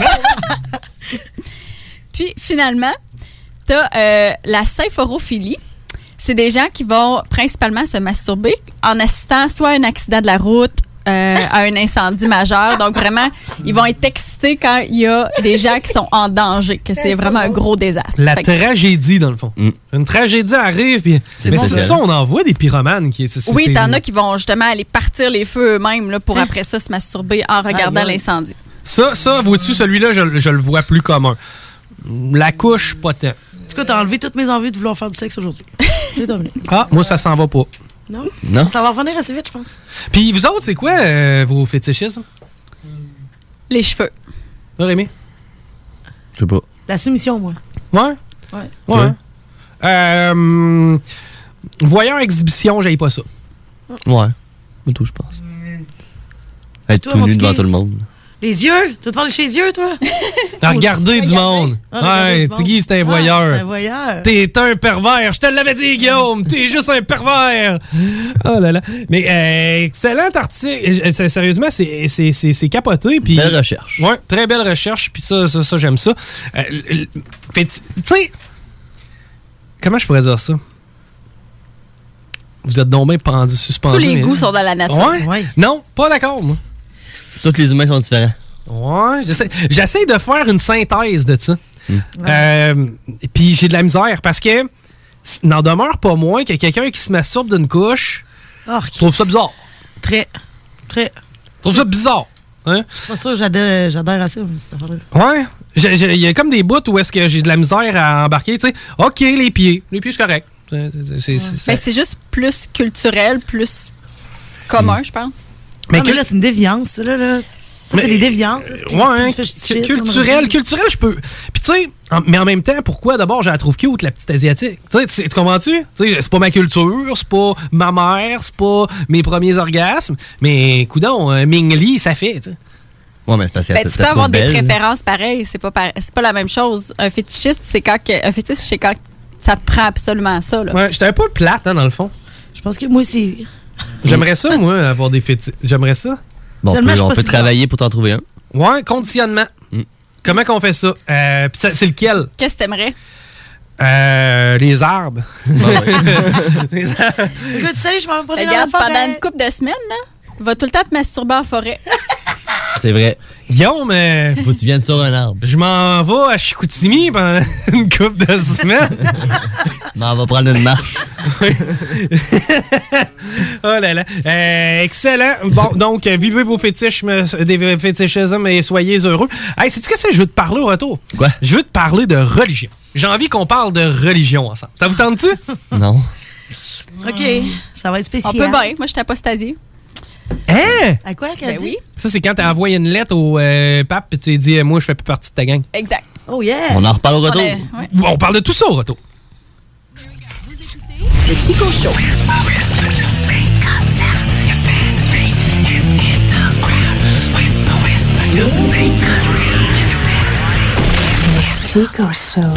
Puis, finalement, t'as euh, la symphorophilie. C'est des gens qui vont principalement se masturber en assistant soit à un accident de la route, euh, à un incendie majeur. Donc, vraiment, ils vont être excités quand il y a des gens qui sont en danger, que c'est vraiment un gros désastre. La Fait que- tragédie, dans le fond. Mm. Une tragédie arrive, puis... C'est Mais bon, c'est ça. ça, on en voit des pyromanes qui... c'est- c'est- Oui, c'est- t'en as qui vont justement aller partir les feux eux-mêmes là, pour après ça se masturber en regardant Aïe, aïe. l'incendie. Ça, ça, vois-tu, celui-là, je, je le vois plus commun. La couche, pas tant. En tout cas, t'as enlevé toutes mes envies de vouloir faire du sexe aujourd'hui. C'est dommage. Ah, moi, ça s'en va pas. Non? Non. Ça va revenir assez vite, je pense. Puis vous autres, c'est quoi euh, vos fétichismes? Les cheveux. Ouais, Rémi? Je sais pas. La soumission, moi. Ouais? Ouais. Ouais. Euh, voyeur exhibition, j'aille pas ça. Ouais. Moi, tout, je pense. Être Toi, tout mon nu petit devant gay. tout le monde. Les yeux? Tu vas te faire lécher les yeux, toi? À regarder du monde. Ah, regarder Ouais, du monde. Tiggy, c'est un Ah, voyeur. c'est un voyeur. T'es un pervers. Je te l'avais dit, Guillaume. T'es juste un pervers. Oh là là. Mais euh, excellent article. Euh, c'est- Sérieusement, c'est, c'est, c'est, c'est capoté. Puis, Belle recherche. Ouais, très belle recherche. Puis ça, ça, ça, j'aime ça. Euh, l- fait, tu sais, comment je pourrais dire ça? Vous êtes donc bien pendu, suspendu. Tous les mais- goûts sont dans la nature. Ouais? Ouais. Non, pas d'accord, moi. Tous les humains sont différents. Ouais, j'essaie, j'essaie de faire une synthèse de ça. Euh, Puis j'ai de la misère parce que c- n'en demeure pas moins que quelqu'un qui se masturbe d'une couche, Oh, je trouve ça bizarre. très, très. Je trouve ça bizarre. Hein? C'est pas ça, j'adhère, j'adhère à ça, cette affaire-là. Ouais. J'ai- j'ai- Il y a comme des bouts où est-ce que j'ai de la misère à embarquer. Tu sais, OK, les pieds. Les pieds, c'est correct. C'est, c'est- c'est- c'est- Ben, c'est juste plus culturel, plus commun, je pense. Mais Mais, mais que- là, c'est une déviance, ça, là. là. Ça, Mais- c'est des déviances. là, c'est plus- Ouais, hein, plus fétichisme, culturel, on culturel, je peux. Puis tu sais, en- mais en même temps, pourquoi d'abord je la trouve cute, la petite asiatique? Tu sais, tu tu comprends-tu? Tu sais, c'est pas ma culture, c'est pas ma mère, c'est pas mes premiers orgasmes, mais coudon, euh, Ming Li, ça fait, tu sais. Ouais, mais parce que Ben, t'as- tu t'as peux trouvé avoir des belle. préférences pareilles, c'est pas, par- c'est pas la même chose. Un fétichisme, c'est quand que, un fétiche, c'est quand ça te prend absolument ça. Là. Ouais, j'étais un peu plate, hein, dans le fond. Je pense que moi aussi. J'aimerais ça, moi, avoir des fétiches. J'aimerais ça. Bon, on Seulement, peut, je on sais peut pas si travailler pour t'en trouver un. Ouais, conditionnement. Mm. Comment qu'on fait ça? Euh, pis ça- c'est lequel? Qu'est-ce que t'aimerais? Euh, les arbres. Les arbres. Écoute, tu sais, je m'en vais pas Regarde, pendant une couple de semaines, là, va tout le temps te masturber en forêt. C'est vrai. Guillaume, euh, Faut que tu viennes sur un arbre. je m'en vais à Chicoutimi pendant une couple de semaines. Mais on va prendre une marche. Oh là là. Euh, excellent. Bon, donc, euh, vivez vos fétiches, me- des fétichismes et soyez heureux. Hey, sais-tu qu'est-ce que je veux te parler au retour? Quoi? Je veux te parler de religion. J'ai envie qu'on parle de religion ensemble. Ça vous tente-tu? Non. OK, ça va être On spécial. peut bien. Moi, je suis apostasiée. Hein? À quoi qu'elle Ben dit? oui. Ça, c'est quand t'as envoyé une lettre au euh, pape et tu lui as dit, euh, moi, je fais plus partie de ta gang. Exact. Oh yeah! On en reparle au On retour. est- ouais. On parle de tout ça au retour. Le Chico Show. Chico Show.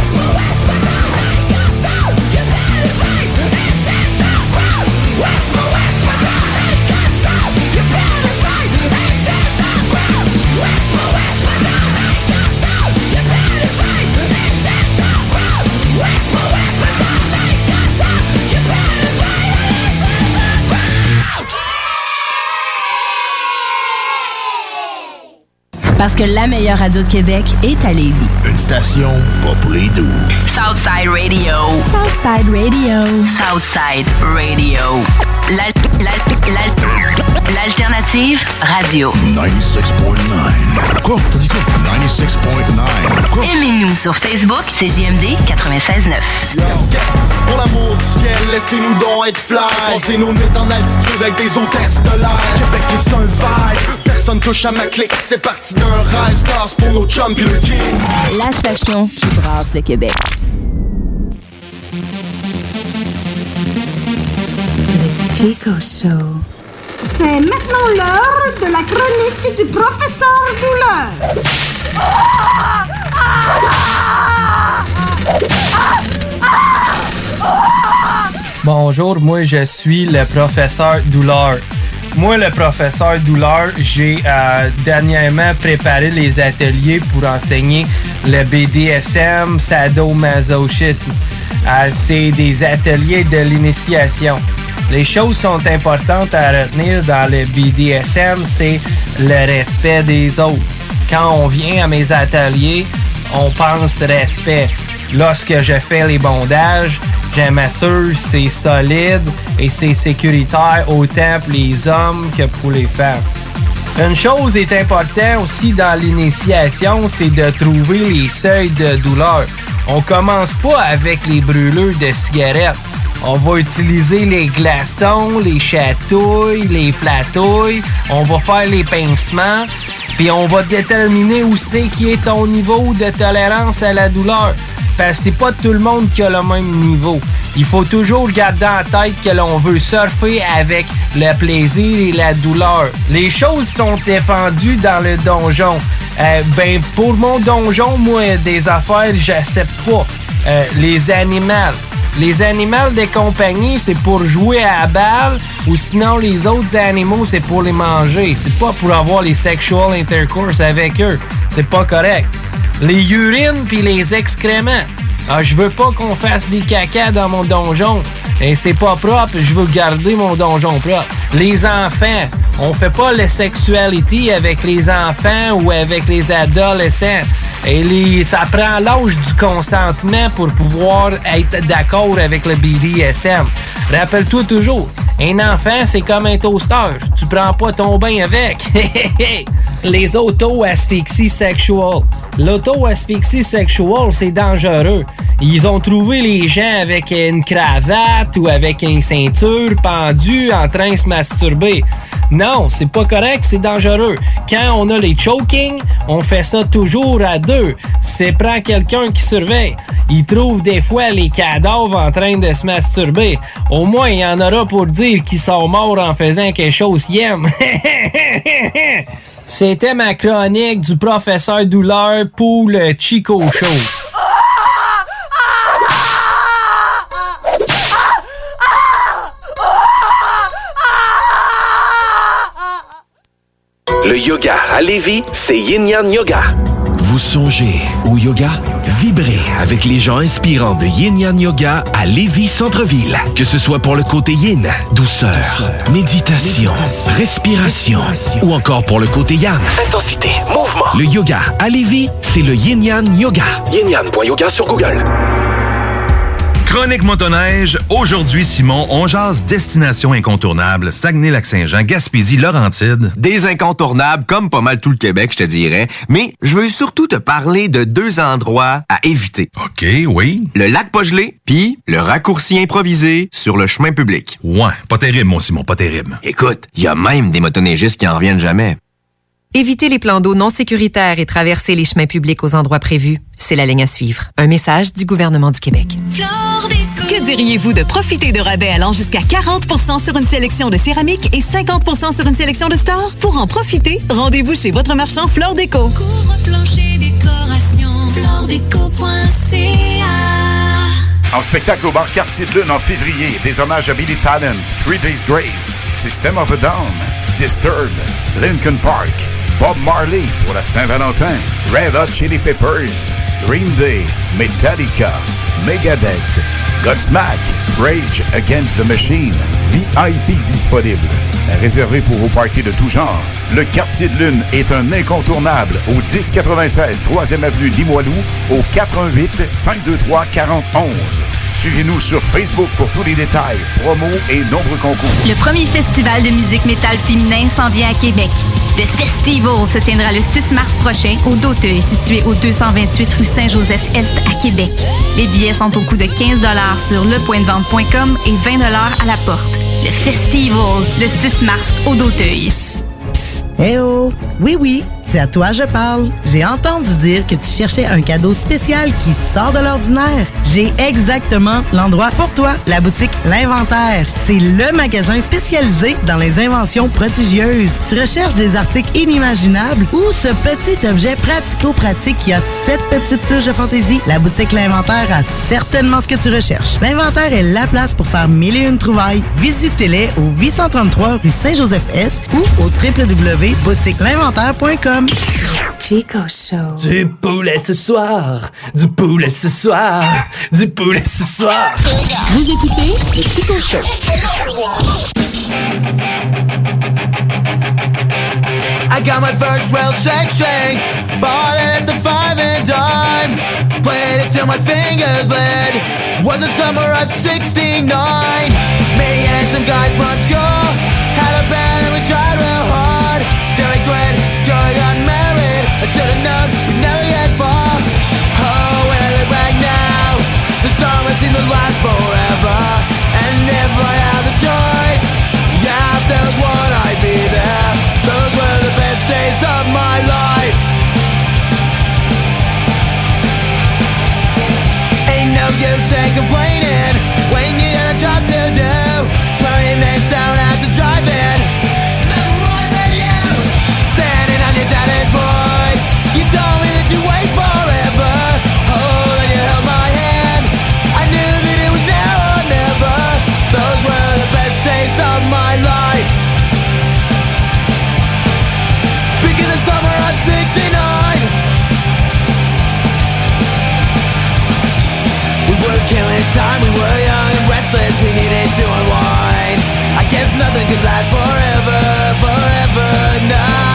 Parce que la meilleure radio de Québec est à Lévis. Une station pas pour les doux. Southside Radio. Southside Radio. Southside Radio. L'al- l'al- l'al- L'alternative L'alternative radio. quatre-vingt-seize point neuf. Quoi? T'as dit quoi? quatre-vingt-seize point neuf. Quoi? Aimez-nous sur Facebook, C J M D quatre-vingt-seize neuf. Pour l'amour du ciel, laissez-nous donc être fly. Pensez nos nuits en altitude avec des hôtesses de l'air. Québec est un vibe, personne touche à ma clique. C'est parti d'un rêve, stars pour nos chums pis le king. La station qui brasse le Québec. The Chico Show. C'est maintenant l'heure de la chronique du professeur Douleur. Bonjour, moi je suis le professeur Douleur. Moi, le professeur Douleur, j'ai euh, dernièrement préparé les ateliers pour enseigner le B D S M, sadomasochisme. Euh, c'est des ateliers de l'initiation. Les choses sont importantes à retenir dans le B D S M, c'est le respect des autres. Quand on vient à mes ateliers, on pense respect. Lorsque je fais les bondages, je m'assure que c'est solide et c'est sécuritaire autant pour les hommes que pour les femmes. Une chose est importante aussi dans l'initiation, c'est de trouver les seuils de douleur. On commence pas avec les brûleurs de cigarettes. On va utiliser les glaçons, les chatouilles, les flatouilles. On va faire les pincements. Puis on va déterminer où c'est qui est ton niveau de tolérance à la douleur. Parce que c'est pas tout le monde qui a le même niveau. Il faut toujours garder en tête que l'on veut surfer avec le plaisir et la douleur. Les choses sont défendues dans le donjon. Euh, ben, pour mon donjon, moi, des affaires, j'accepte pas. Euh, les animaux. Les animaux de compagnie, c'est pour jouer à la balle, ou sinon les autres animaux, c'est pour les manger. C'est pas pour avoir les sexual intercourse avec eux. C'est pas correct. Les urines puis les excréments. Ah, je veux pas qu'on fasse des caca dans mon donjon. Et c'est pas propre, je veux garder mon donjon propre. Les enfants. On fait pas la sexualité avec les enfants ou avec les adolescents. Et les, ça prend l'âge du consentement pour pouvoir être d'accord avec le B D S M. Rappelle-toi toujours, un enfant, c'est comme un toaster. Tu prends pas ton bain avec. Les auto-asphyxies sexuelles. L'auto-asphyxie sexuelle, c'est dangereux. Ils ont trouvé les gens avec une cravate ou avec une ceinture pendue en train de se masturber. Non, c'est pas correct, c'est dangereux. Quand on a les choking, on fait ça toujours à deux. C'est prend quelqu'un qui surveille. Il trouve des fois les cadavres en train de se masturber. Au moins, il y en aura pour dire qu'ils sont morts en faisant quelque chose qu'ils aiment. C'était ma chronique du professeur Douleur pour le Chico Show. Le yoga à Lévis, c'est Yin Yang Yoga. Vous songez au yoga? Vibrez avec les gens inspirants de Yin Yang Yoga à Lévis Centre-Ville. Que ce soit pour le côté yin, douceur, douceur méditation, méditation, respiration, respiration, ou encore pour le côté yang, intensité, mouvement. Le yoga à Lévis, c'est le Yin Yang Yoga. yin yang point yoga sur Google. Chronique motoneige. Aujourd'hui, Simon, on jase destination incontournable, Saguenay-Lac-Saint-Jean, Gaspésie, Laurentides. Des incontournables comme pas mal tout le Québec, je te dirais. Mais je veux surtout te parler de deux endroits à éviter. OK, oui. Le lac pas gelé, puis le raccourci improvisé sur le chemin public. Ouais, pas terrible, mon Simon, pas terrible. Écoute, il y a même des motoneigistes qui en reviennent jamais. Éviter les plans d'eau non sécuritaires et traverser les chemins publics aux endroits prévus, c'est la ligne à suivre. Un message du gouvernement du Québec. Que diriez-vous de profiter de rabais allant jusqu'à quarante pour cent sur une sélection de céramique et cinquante pour cent sur une sélection de stores? Pour en profiter, rendez-vous chez votre marchand Flore Déco. Couvre-plancher décoration, flore déco point c a. En spectacle au bar Quartier de Lune en février, des hommages à Billy Talent, Three Days Grace, System of a Down, Disturbed, Linkin Park, Bob Marley pour la Saint-Valentin, Red Hot Chili Peppers, Green Day, Metallica, Megadeth, Godsmack, Rage Against the Machine, V I P disponible. Réservé pour vos parties de tout genre, le Quartier de Lune est un incontournable au dix quatre-vingt-seize troisième avenue Limoilou au quatre un huit, cinq deux trois, quatre zéro un un. Suivez-nous sur Facebook pour tous les détails, promos et nombreux concours. Le premier festival de musique métal féminin s'en vient à Québec. Le Festival se tiendra le six mars prochain au Doteuil, situé au deux cent vingt-huit rue Saint-Joseph-Est à Québec. Les billets sont au coût de quinze dollars sur le point de vente point com et vingt dollars à la porte. Le Festival, le six mars au Doteuil. Eh oh! Oui, oui, c'est à toi je parle. J'ai entendu dire que tu cherchais un cadeau spécial qui sort de l'ordinaire. J'ai exactement l'endroit pour toi, la boutique L'Inventaire. C'est le magasin spécialisé dans les inventions prodigieuses. Tu recherches des articles inimaginables ou ce petit objet pratico-pratique qui a cette petite touche de fantaisie? La boutique L'Inventaire a certainement ce que tu recherches. L'Inventaire est la place pour faire mille et une trouvailles. Visitez-les au huit cent trente-trois rue Saint-Joseph-Est ou au w w w point boutique l'inventaire point com. Chico Show. Du poulet ce soir, du poulet ce soir, du poulet ce soir. Vous écoutez le Chico Show. I got my first real sex change, bought it at the five and dime, played it till my fingers bled. Was the summer of sixty-nine. Me and some guys from school had a band and we tried real hard. Till we quit, till we got married. I should've known we'd never get far. Oh, when I look back now, the summer seemed to last forever. And if I had the choice, yeah, if there was one, I'd be there. Those were the best days of my life. Ain't no use in complaining when you got a job to do. Throw your names down at the drive-in. Standing on your daddy's porch, you told me that you wait forever. Oh, then you held my hand. I knew that it was now or never. Those were the best days of my life. Picking the summer of sixty-nine. We were killing time, we were young and restless, we needed to unwind. I guess nothing could last forever, forever now.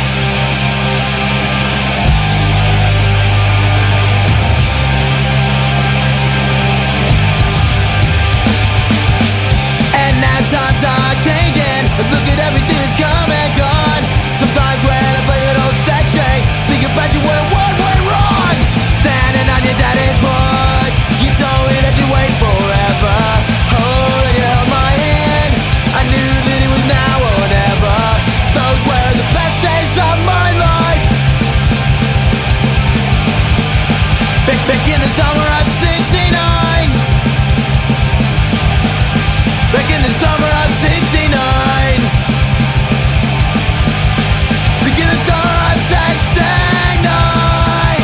And now times are changing, look at everything that's come and gone. Sometimes when I play that old sex shake, think about you when one went wrong. Standing on your daddy's porch, you told me that you'd wait forever. Oh, then you held my hand. I knew that it was now or never. Those were the best days of my life. Back, back in the summer of sixty-nine. Back in the summer of sixty-nine. Back in the summer of sixty-nine.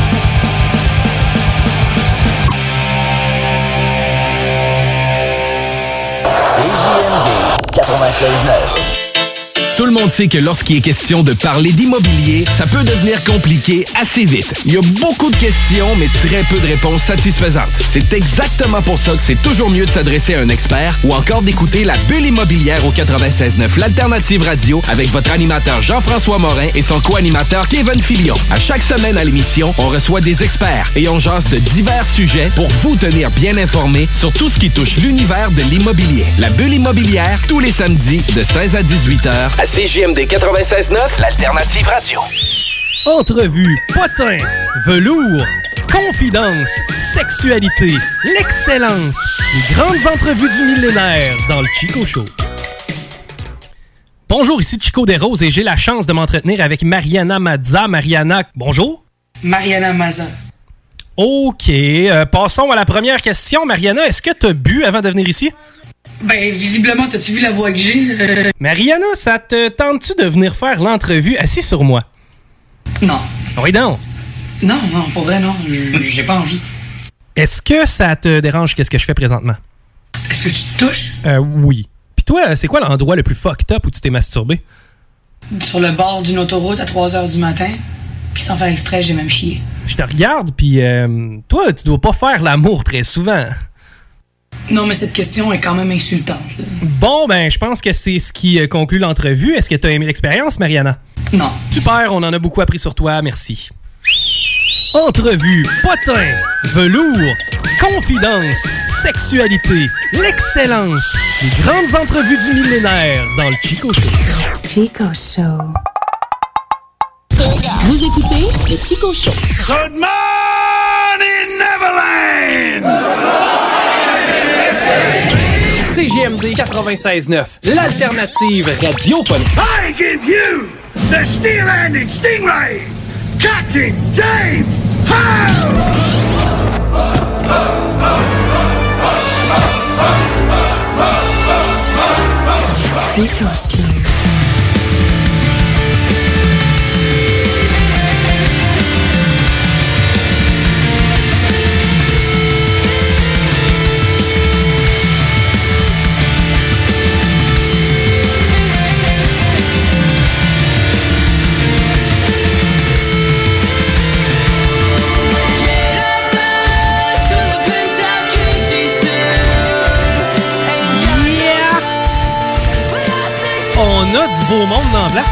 C J M D quatre-vingt-seize neuf. Tout le monde sait que lorsqu'il est question de parler d'immobilier, ça peut devenir compliqué assez vite. Il y a beaucoup de questions, mais très peu de réponses satisfaisantes. C'est exactement pour ça que c'est toujours mieux de s'adresser à un expert ou encore d'écouter la Bulle immobilière au quatre-vingt-seize neuf, l'alternative radio, avec votre animateur Jean-François Morin et son co-animateur Kevin Filion. À chaque semaine à l'émission, on reçoit des experts et on jase de divers sujets pour vous tenir bien informés sur tout ce qui touche l'univers de l'immobilier. La Bulle immobilière, tous les samedis de seize à dix-huit heures à C J M D quatre-vingt-seize neuf, l'alternative radio. Entrevue, potin, velours, confidence, sexualité, l'excellence, les grandes entrevues du millénaire dans le Chico Show. Bonjour, ici Chico Desroses et j'ai la chance de m'entretenir avec Mariana Mazza. Mariana, bonjour. Mariana Mazza. OK, euh, passons à la première question. Mariana, est-ce que tu as bu avant de venir ici? Ben, visiblement, t'as-tu vu la voix que j'ai? Euh... Mariana, ça te tente-tu de venir faire l'entrevue assis sur moi? Non. Oui, non. Non, non, pour vrai, non. J'ai pas envie. Est-ce que ça te dérange qu'est-ce que je fais présentement? Est-ce que tu te touches? Euh, oui. Puis toi, c'est quoi l'endroit le plus fucked up où tu t'es masturbé? Sur le bord d'une autoroute à trois heures du matin. Puis sans faire exprès, j'ai même chié. Je te regarde, puis euh, toi, tu dois pas faire l'amour très souvent. Non, mais cette question est quand même insultante. Là. Bon, ben, je pense que c'est ce qui conclut l'entrevue. Est-ce que tu as aimé l'expérience, Mariana? Non. Super, on en a beaucoup appris sur toi. Merci. Entrevue, potin, velours, confidence, sexualité, l'excellence, les grandes entrevues du millénaire dans le Chico Show. Chico Show. Vous écoutez le Chico Show. Good morning, Neverland! C G M D quatre-vingt-seize neuf, l'alternative radiophonique. I give you the steel-handed stingray, Captain James Howe! Chico Show. On a du beau monde dans la place.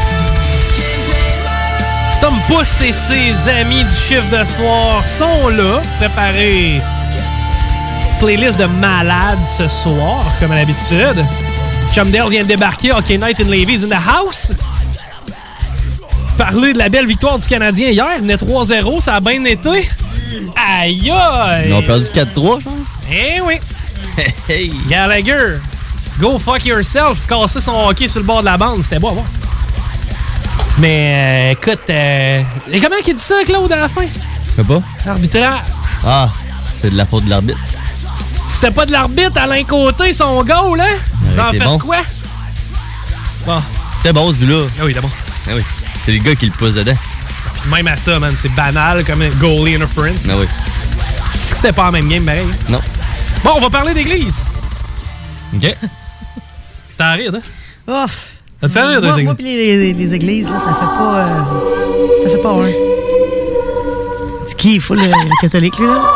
Tom Pouce et ses amis du chiffre de soir sont là, préparés. Playlist de malades ce soir, comme à l'habitude. Chumdale vient de débarquer, Hockey Night in Levis in the house. Parler de la belle victoire du Canadien hier, il venait trois zéro, ça a bien été. Aïe aïe! Ils ont perdu quatre trois, je pense. Eh oui! Hey. Gallagher, go fuck yourself, casser son hockey sur le bord de la bande, c'était beau à voir. Mais euh, écoute, euh, et comment qu'il dit ça, Claude, à la fin? Je sais pas. L'arbitrage. Ah, c'est de la faute de l'arbitre. C'était pas de l'arbitre, Alain Côté, son goal, hein? T'en fais bon. quoi? Bon. C'était bon, ce but-là. Ah oui, c'était bon. Ah oui. C'est le gars qui le pousse dedans. Puis même à ça, man, c'est banal comme un goalie interference. Ah oui. C'est que c'était pas la même game, pareil. Non. Bon, on va parler d'église. OK. C'était à rire, hein? Ouf. Ça te fait rire, Moi, des moi pis les, les, les églises, là, ça fait pas... Euh, ça fait pas un. C'est qui? Il faut le, le catholique, lui, là?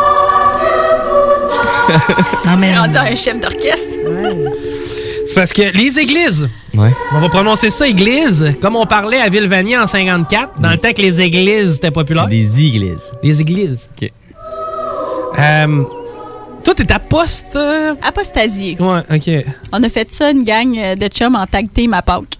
Non, mais... rendu un chef d'orchestre. Ouais. C'est parce que les églises... Ouais. On va prononcer ça église, comme on parlait à Villevanier en cinquante-quatre, dans le temps que les églises étaient populaires. C'est des églises. Les églises. OK. Euh... Toi, t'es aposte... Euh... Apostasié. Ouais, OK. On a fait ça, une gang de chums en tag team à Pâques.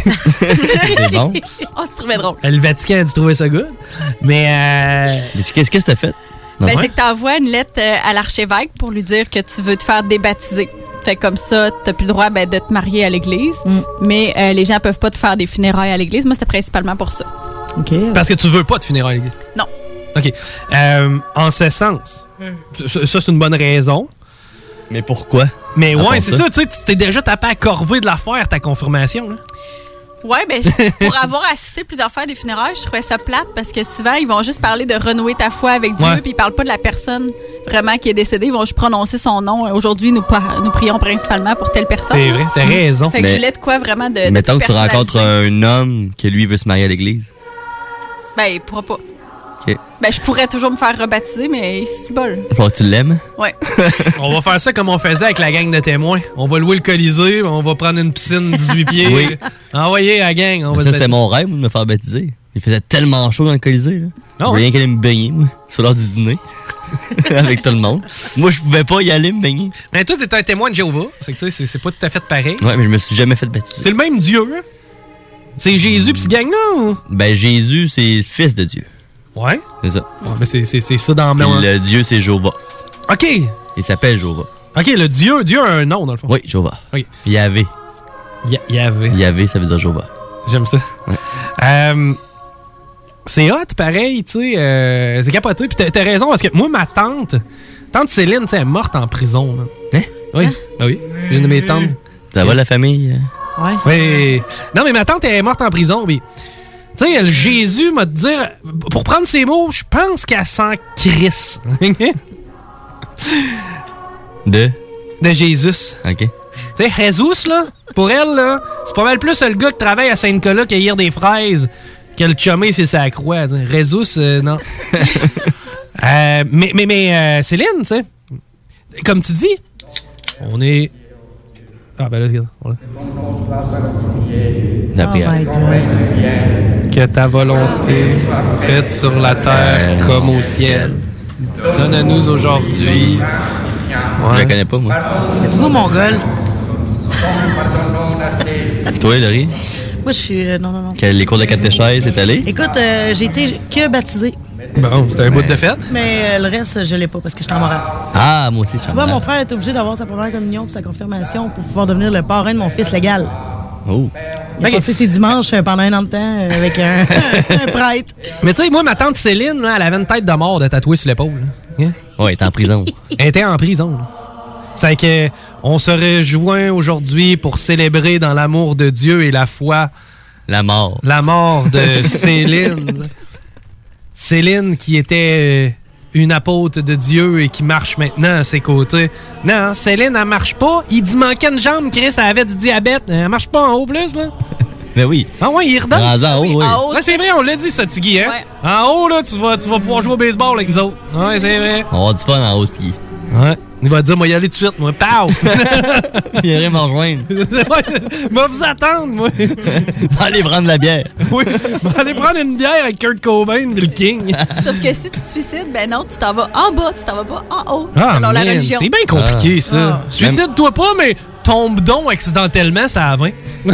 C'est bon. On se trouvait drôle. Le Vatican a dû trouver ça good. Mais... Euh... Mais qu'est-ce que t'as fait? Ben, c'est que t'envoies une lettre à l'archevêque pour lui dire que tu veux te faire débaptiser. Fait comme ça, t'as plus le droit ben, de te marier à l'église. Mm. Mais euh, les gens peuvent pas te faire des funérailles à l'église. Moi, c'était principalement pour ça. OK. Parce que tu veux pas te funérailles à l'église? Non. OK. Euh, en ce sens, mm. ça, ça c'est une bonne raison. Mais pourquoi? Mais ouais, c'est ça. ça tu sais, tu t'es déjà tapé à corvée de l'affaire, ta confirmation, là. Ouais, ben pour avoir assisté plusieurs fois à des funérailles, je trouvais ça plate parce que souvent, ils vont juste parler de renouer ta foi avec Dieu, ouais. puis ils parlent pas de la personne vraiment qui est décédée. Ils vont juste prononcer son nom. Aujourd'hui, nous, nous prions principalement pour telle personne. C'est vrai, t'as raison. Fait que mais, je voulais de quoi vraiment de. Mettons que tu rencontres un homme que lui veut se marier à l'église. Ben, il pourra pas. Okay. Ben, je pourrais toujours me faire rebaptiser, mais c'est bol. Faut que tu l'aimes? Ouais. On va faire ça comme on faisait avec la gang de témoins. On va louer le Colisée, on va prendre une piscine dix-huit pieds. Oui. Envoyer à la gang. On va ça, c'était mon rêve, de me faire baptiser. Il faisait tellement chaud dans le Colisée. Là. Oh, rien qu'aller me baigner, moi, sur l'heure du dîner. Avec tout le monde. Moi, je pouvais pas y aller me baigner. Mais toi, t'es un témoin de Jéhovah. C'est que tu sais, c'est pas tout à fait pareil. Ouais, mais je me suis jamais fait baptiser. C'est le même Dieu, hein? C'est Jésus pis ce gang-là, ou? Ben, Jésus, c'est le fils de Dieu. Ouais? C'est ça. Ouais, mais c'est, c'est, c'est ça dans le même. Le Dieu, c'est Jéhovah. OK. Il s'appelle Jéhovah. OK, le Dieu, Dieu a un nom, dans le fond. Oui, Jéhovah. OK. Yahvé. Ya- Yahvé. Yahvé, ça veut dire Jéhovah. J'aime ça. Ouais. Euh, c'est hot, pareil, tu sais. Euh, c'est capoté. Puis t'as, t'as raison, parce que moi, ma tante, tante Céline, tu sais, elle est morte en prison, man. Hein? Oui. Hein? Ben oui. J'ai une de mes tantes. Ça va, la famille? Ouais. Oui. Non, mais ma tante, elle est morte en prison, mais... Tu sais, le Jésus m'a dit dire, pour prendre ses mots, je pense qu'elle sent Christ. De? De Jésus. OK. Tu sais, Jésus, là, pour elle, là, c'est pas mal plus le gars qui travaille à Saint-Nicolas cueillir des fraises que le chumé, c'est sa croix. Jésus, euh, non. euh, mais, mais, mais euh, Céline, tu sais, comme tu dis, on est... Ah, ben là, regarde. Voilà. La prière. Oh my God. que ta volonté, faite sur la terre comme au ciel. Donne-nous aujourd'hui. Je la connais pas, moi. Êtes-vous mongol? Toi, Laurie? Moi, je suis... euh, non, non, non. Quel- Les cours de catéchèse, c'est allé? Écoute, euh, j'ai été que baptisé. Bon, c'était un bout de fête. Mais euh, le reste, je l'ai pas parce que j'étais en morale. Ah, moi aussi, je suis Tu vois, mon frère est obligé d'avoir sa première communion et sa confirmation pour pouvoir devenir le parrain de mon fils légal. Oh. Il a passé ses dimanches euh, pendant un an de temps euh, avec un, un prêtre. Mais tu sais, moi, ma tante Céline, là, elle avait une tête de mort de tatouée sur l'épaule. là. Hein? Ouais, elle était en prison. Elle était en prison. là. C'est que on se rejoint aujourd'hui pour célébrer dans l'amour de Dieu et la foi la mort. La mort de Céline. Céline qui était euh, une apôtre de Dieu et qui marche maintenant à ses côtés. Non, Céline, elle marche pas. Il dit manquait une jambe, Chris, elle avait du diabète. Elle marche pas en haut plus, là. Ben oui. Ah ouais, il redonne. Rendu en haut, oui. En haut, ouais, c'est vrai, on l'a dit, ça, Tigui, hein? Ouais. En haut, là, tu vas, tu vas pouvoir jouer au baseball avec nous autres. Ouais, c'est vrai. On va avoir du fun en haut, ski. Ouais. Il va dire, moi, y aller tout de suite, moi. Paf! Il irait m'en rejoindre. Va vous attendre, moi. Va aller prendre la bière. Oui, va aller prendre une bière avec Kurt Cobain et le King. Sauf que si tu te suicides, ben non, tu t'en vas en bas, tu t'en vas pas en haut, Ah, selon la man, religion. c'est bien compliqué, Ah. ça. Ah. Suicide-toi pas, mais tombe donc accidentellement, ça a vingt.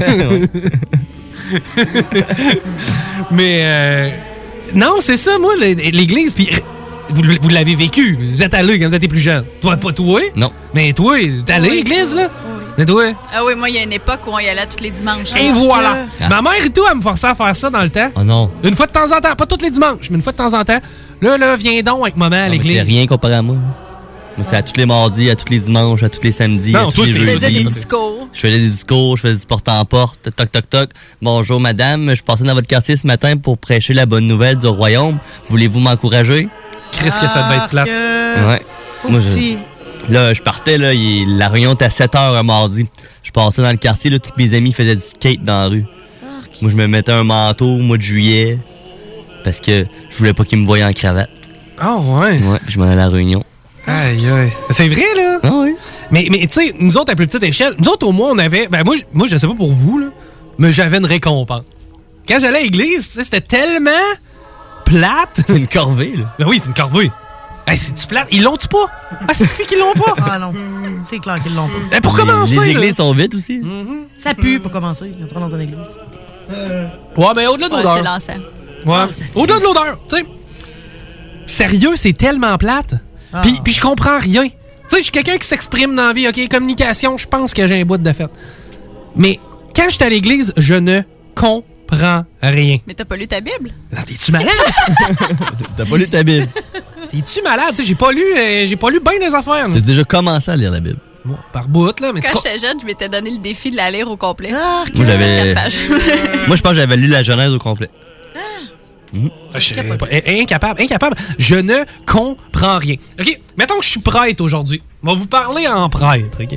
Mais, euh, non, c'est ça, moi, l'église, puis vous, vous l'avez vécu. Vous êtes allé quand vous étiez plus jeune. Toi, pas toi? Non. Mais toi, t'es allé à l'église, là? Mais toi? Ah oui, moi, il y a une époque où on y allait tous les dimanches. Et voilà! Ma mère et tout, elle me forçait à faire ça dans le temps. Oh non. Une fois de temps en temps, pas tous les dimanches, mais une fois de temps en temps. Là, là, viens donc avec maman à Non, mais l'église. c'est rien comparé à moi. Moi, c'est à tous les mardis, à tous les dimanches, à tous les samedis, Non, à tous toi, les c'est- jeudis. Tu faisais des discours. Je faisais des discours, je faisais du porte-en-porte, toc, toc, toc. Bonjour, madame, je passais dans votre quartier ce matin pour prêcher la bonne nouvelle du royaume. Voulez-vous m'encourager? Qu'est-ce que ça devait être plate. Ouais. Moi, je, là, je partais, là, il- la réunion était à sept heures un mardi. Je passais dans le quartier, là, tous mes amis faisaient du skate dans la rue. Moi, je me mettais un manteau au mois de juillet parce que je voulais pas qu'ils me voient en cravate. Ah ouais? Ouais, puis je m'en allais à la réunion. Aïe, aïe. C'est vrai, là? Ah oui. Mais, mais tu sais, nous autres, à plus petite échelle, nous autres, au moins, on avait. Ben, moi, j- moi je sais pas pour vous, là, mais j'avais une récompense. Quand j'allais à l'église, tu sais, c'était tellement plate. C'est une corvée, là. Ben oui, c'est une corvée. Hey, c'est-tu plate? Ils l'ont-tu pas? Ah, c'est fait qu'ils l'ont pas? Ah non, c'est clair qu'ils l'ont pas. Ben, pour commencer. Les là. églises sont vides aussi. Ça pue pour commencer quand tu vas dans une église. Ouais, mais au-delà de Ouais, l'odeur. c'est l'encens. Ouais. Au-delà de l'odeur, tu sais. Sérieux, c'est tellement plate. Ah. Puis, puis je comprends rien. Tu sais, je suis quelqu'un qui s'exprime dans la vie, OK? Communication, je pense que j'ai un bout de fête. Mais quand je suis à l'église, je ne comprends rien. Mais t'as pas lu ta Bible? Non, t'es-tu malade? T'as pas lu ta Bible. T'es-tu malade? Tu sais, j'ai pas lu, euh, j'ai pas lu bien des affaires. là. T'as déjà commencé à lire la Bible. Bon, par bout, là. Mais Quand tu j'étais jeune, je m'étais donné le défi de la lire au complet. Ah, Moi, j'avais. Quatre pages. Moi, je pense que j'avais lu la Genèse au complet. Mhm. Ah, je serais pas- in- incapable, incapable. Je ne comprends rien. OK, mettons que je suis prêtre aujourd'hui. On va vous parler en prêtre, OK?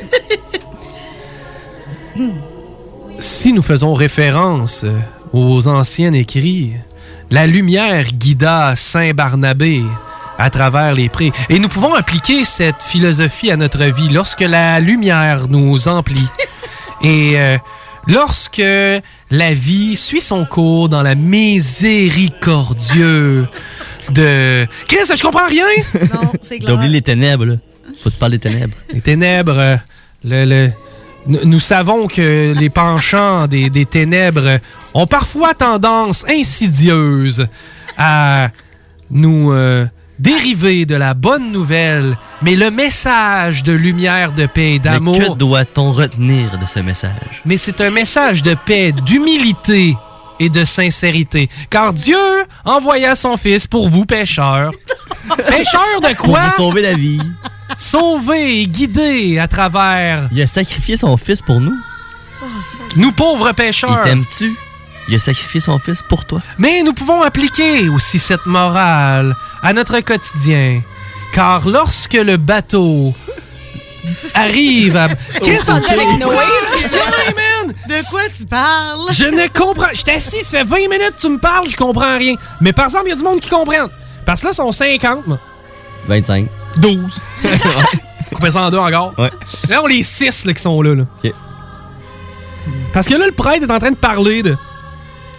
Si nous faisons référence euh, aux anciens écrits, la lumière guida Saint Barnabé à travers les prés. Et nous pouvons appliquer cette philosophie à notre vie lorsque la lumière nous emplit. Et euh, lorsque la vie suit son cours dans la miséricordieux de... Chris, je comprends rien! Non, c'est T'as oublié les ténèbres, là. Faut que tu parles des ténèbres. Les ténèbres, euh, le, le- nous- nous savons que les penchants des, des ténèbres ont parfois tendance insidieuse à nous euh, dériver de la bonne nouvelle, mais le message de lumière, de paix et Mais d'amour... que doit-on retenir de ce message? Mais c'est un message de paix, d'humilité et de sincérité. Car Dieu envoya son Fils pour vous, pécheurs. Pécheurs de Pour quoi? vous sauver la vie. Sauver et guider à travers Il a sacrifié son fils pour nous. nous pauvres Il pécheurs. t'aime-tu? Il a sacrifié son fils pour toi. Mais nous pouvons appliquer aussi cette morale à notre quotidien. Car lorsque le bateau arrive à... Qu'est-ce qu'on Rendu avec Noé, Ouais, man! De quoi tu parles? Je ne comprends... Je suis assis, ça fait vingt minutes que tu me parles, je comprends rien. Mais par exemple, il y a du monde qui comprend. Parce que là, ils sont cinquante, moi. vingt-cinq. douze. Coupez ça en deux encore. Ouais. Là, on les six là, qui sont là. là. OK. Parce que là, le prêtre est en train de parler de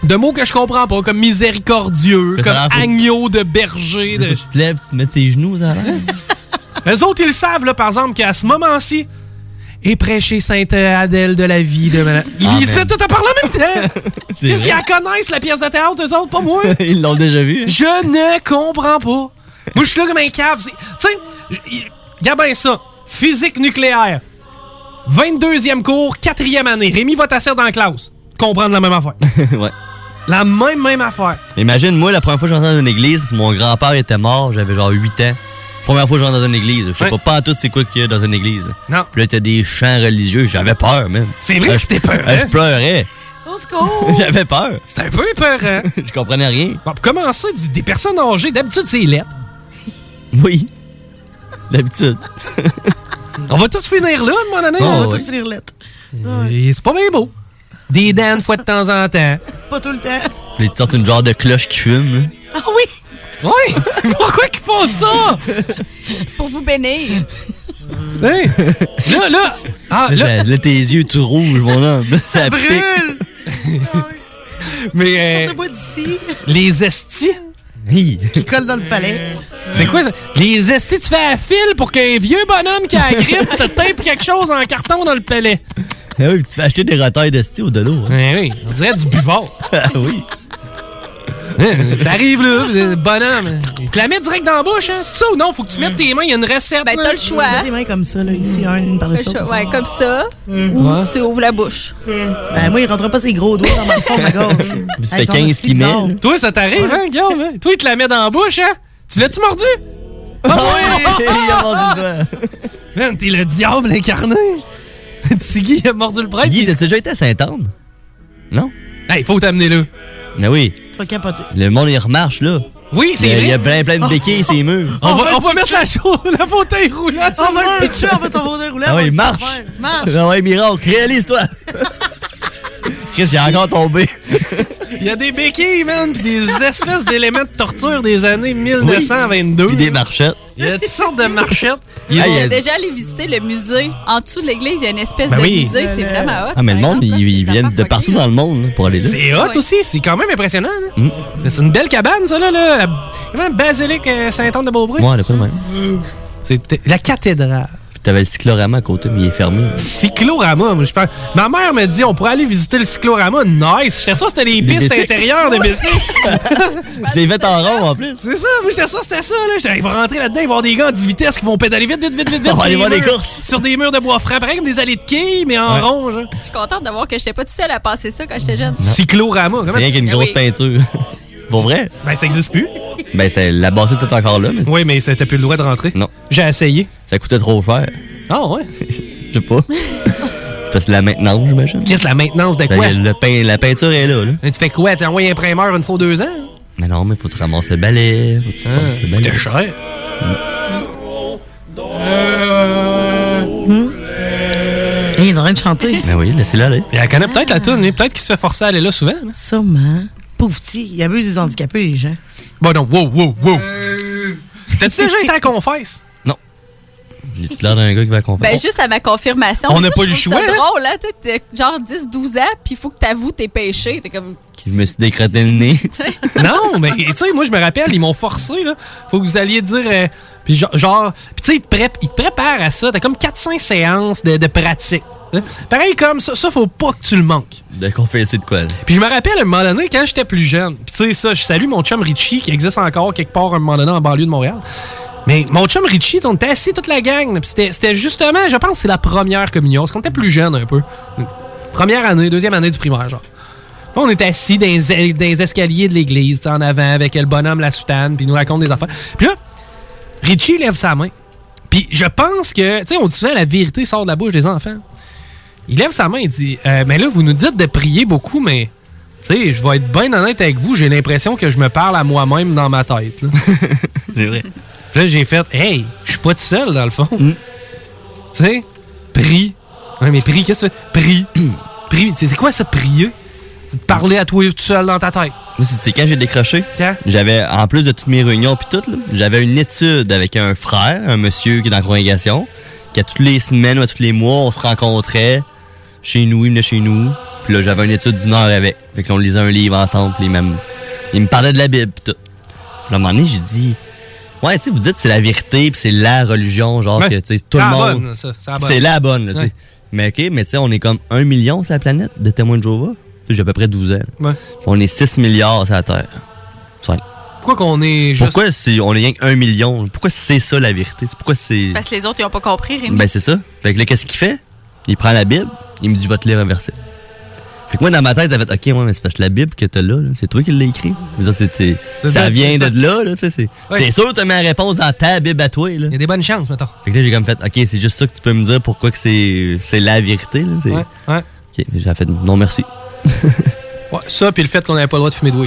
de mots que je comprends pas, comme miséricordieux, Que ça comme a l'air fou. agneau de berger. De... Tu te lèves, tu te mets tes genoux, ça a l'air. Eux autres, ils le savent, là, par exemple, qu'à ce moment-ci, et prêcher Sainte Adèle de la vie de madame. Ils Amen. se mettent tout à parler en même temps. C'est Qu'est-ce vrai. qu'ils la connaissent, la pièce de théâtre, eux autres, pas moi? Ils l'ont déjà vu. Je ne comprends pas. Moi, je suis là comme un cave. C'est- Tu sais, j- regarde bien ça. Physique nucléaire. vingt-deuxième cours, quatrième année. Rémi va t'asseoir dans la classe. Comprendre la même affaire. Ouais. La même, même affaire. Imagine, moi, la première fois que j'entrais dans une église, mon grand-père était mort, j'avais genre huit ans. Première fois que je rentre dans une église. Je sais Ouais. pas, pas en tout c'est quoi qu'il y a dans une église. Non. Puis là, t'as des chants religieux, j'avais peur, man. C'est vrai Euh, que c'était peur, euh, hein? Je pleurais. Au secours! J'avais peur. C'est un peu épeurant. Je comprenais rien. Bon, pour commencer, du- des personnes âgées, d'habitude, c'est lettre. Oui. D'habitude. On va tous finir là, à un moment donné. Oh, On va oui. tous finir lettre. Et c'est pas bien beau. Des dents une fois de temps en temps. Pas tout le temps. Puis là, tu sortes une genre de cloche qui fume. là. Ah oui! Oui! Pourquoi qu'ils font ça? C'est pour vous bénir. Hein? Là, là! Ah, là! Là, là, tes yeux tout rouges, mon homme. Ça, pique. Brûle! Mais euh, Sortez-moi d'ici. les estis, Hi. Qui colle dans le palais. c'est quoi ça? Les estis, tu fais à fil pour qu'un vieux bonhomme qui a la grippe te tape quelque chose en carton dans le palais. Ah oui, puis tu peux acheter des retailles d'esti au de l'eau. Hein. Eh oui, on dirait du buvard. Ah oui. Hein, T'arrives là, le bonhomme, il te la met direct dans la bouche, hein? C'est ça ou non? Faut que tu mettes tes mains, il y a une recette. Ben, là. t'as le choix. Mets des mains comme ça, là, ici, un, une par le Le dessus. choix, Ouais, comme ça. Ouais. Ou tu ouvres la bouche. Ben, moi, il rentre pas ses gros doigts dans le fond de ma gorge. Puis ça Hey, fait ils sont quinze aussi qui met. bizarres. Toi, ça t'arrive, hein, Guillaume? hein? Toi, il te la met dans la bouche, hein? Tu l'as-tu mordu? Ah oui! Il a mordu le doigt. Man, t'es le diable incarné. Tiggy a mordu le prêtre. Guy, puis- t'as déjà été à Sainte-Anne? Non? Hey, faut t'amener là. Ah oui. Tu vas capoter. Le monde, il remarche, là. Oui, Il c'est y a- vrai. il y a plein, plein de béquilles, ces murs. On, va, on va mettre la, chose, la fauteuil roulant sur On va le le mur. pitcher, on va ton fauteuil roulant. Ah on va oui, le marche. faire. Marche. Ah ouais, miracle, réalise-toi. Chris, il est encore tombé. Il y a des béquilles, man, pis des espèces d'éléments de torture des années mille neuf cent vingt-deux. Puis des marchettes. Il y a toutes sortes de marchettes. Il y a- Ah, il y a- J'ai déjà allé visiter le musée. En dessous de l'église, il y a une espèce Ben de oui. musée. C'est vraiment hot. Ah, mais le par monde, exemple, ils, là. ils Des viennent affaires de partout fuckées, dans le monde là, pour aller là. C'est hot Ouais. aussi, c'est quand même impressionnant. là. Mm. C'est une belle cabane, ça, là. là. La... Comment, basilique euh, Saint-Anne-de-Beaupré? Ouais, de quoi de même. C'était la cathédrale. Puis t'avais le cyclorama à côté, mais il est fermé. Cyclorama, moi, je pense. Ma mère me dit, on pourrait aller visiter le cyclorama. Nice! J'étais sûr que c'était les Des pistes bicycles. intérieures de bicycles. Tu l'as fait en rond en plus. C'est ça, moi, j'étais sûr que c'était ça, là. J'étais, il va rentrer là-dedans, il va y avoir des gars en dix vitesses qui vont pédaler vite, vite, vite, vite, vite. On va sur aller les voir des murs- courses. Sur des murs de bois franc, pareil comme des allées de quilles, mais en Ouais. rond, genre. Je suis contente de voir que je n'étais pas toute seule à passer ça quand j'étais jeune. Cyclorama, comment C'est rien tu- qu'une Ah grosse oui. peinture. Pour vrai? Ben, ça existe plus. Ben, c'est, la bâtisse est encore là, mais Oui, mais c'était plus le droit de rentrer. non. J'ai essayé. Ça coûtait trop cher. Ah, ouais. Je sais pas. C'est parce que la maintenance, j'imagine. Qu'est-ce la maintenance de Ben, quoi? le pein- la peinture est là, là. Mais tu fais quoi? Tu envoies un imprimeur une fois deux ans? Mais non, mais faut que tu ramasses le balai. Faut que tu passes le balai. C'était cher. Il est en train de chanter. Ben oui, laissez-le aller. Et elle connaît peut-être la toune, mais peut-être qu'il se fait forcer à aller là souvent. là. Sûrement. Pauvre petit, il abuse des handicapés, les gens. Bon, non, wow, wow, wow. T'as-tu déjà été à confesse? Non. J'ai l'air d'un gars qui va accompagner. Ben, juste à ma confirmation. On Ça, n'a pas je eu le trouve choix, ça hein? drôle, là. Tu sais, t'es genre dix douze ans, puis il faut que t'avoues tes péchés. T'es comme. Je me suis décrété le nez. Non, mais tu sais, moi, je me rappelle, ils m'ont forcé, là. Faut que vous alliez dire. euh, puis genre, genre puis tu sais, ils te prép- ils te préparent à ça. T'as comme quatre cinq séances de, de pratique. hein. Pareil comme ça, ça, faut pas que tu le manques. De confesser de quoi, là. Puis je me rappelle à un moment donné, quand j'étais plus jeune, puis tu sais, ça, je salue mon chum Richie, qui existe encore quelque part à un moment donné en banlieue de Montréal. Mais mon chum Richie, on était assis toute la gang, là, puis c'était c'était justement, je pense que c'est la première communion, parce qu'on était plus jeune un peu. Première année, deuxième année du primaire, genre. Là, on était assis dans les, dans les escaliers de l'église, tu sais, en avant, avec le bonhomme, la soutane, puis il nous raconte des affaires. Puis là, Richie lève sa main. Puis je pense que, tu sais, on dit souvent la vérité sort de la bouche des enfants. Il lève sa main et dit euh, mais là, vous nous dites de prier beaucoup, mais tu sais, je vais être bien honnête avec vous, j'ai l'impression que je me parle à moi-même dans ma tête. Là. C'est vrai. Puis là, j'ai fait hey, je suis pas tout seul dans le fond. Mm. Tu sais, prie. Ouais, mais prie, qu'est-ce que tu fais? Prie. Prie. C'est c'est quoi ça, prier? C'est de parler à toi tout seul dans ta tête. Moi, c'est c'est quand j'ai décroché. Quand? J'avais, en plus de toutes mes réunions puis tout, là, j'avais une étude avec un frère, un monsieur qui est dans la congrégation, qui à toutes les semaines ou à tous les mois, on se rencontrait chez nous, il venait chez nous. Puis là, j'avais une étude d'une heure avec. Fait que là, on lisait un livre ensemble, puis même, il me parlait de la Bible, pis tout. Puis à un moment donné, j'ai dit, ouais, tu sais, vous dites que c'est la vérité, puis c'est la religion, genre ouais. que, tu sais, tout le monde. Bonne, ça, c'est la bonne. C'est la bonne, là, tu sais. Ouais. Mais OK, mais tu sais, on est comme un million sur la planète de témoins de Jéhovah. J'ai à peu près douze ans. Ouais. On est six milliards sur la Terre. cinq. Pourquoi qu'on est juste... Pourquoi c'est, on est rien qu'un million? Pourquoi c'est ça la vérité? Pourquoi c'est... Parce que les autres, ils n'ont pas compris, Rémi. Ben c'est ça. Fait que là, qu'est-ce qu'il fait? Il prend la Bible, il me dit, va te lire un verset. Fait que moi, dans ma tête, ça fait, OK, ouais, mais c'est parce que la Bible que t'as là, là c'est toi qui l'as écrit. Je veux dire, c'est, c'est, c'est ça ça, vient c'est de ça. là, là, tu sais. C'est, ouais. c'est sûr que t'as mis la réponse dans ta Bible à toi, là. Il y a des bonnes chances, mettons. Fait que là, j'ai comme fait, OK, c'est juste ça que tu peux me dire pourquoi que c'est, c'est la vérité, là. C'est... Ouais, ouais. OK, j'ai fait, non, merci. Ouais, ça, puis le fait qu'on n'avait pas le droit de fumer de weed.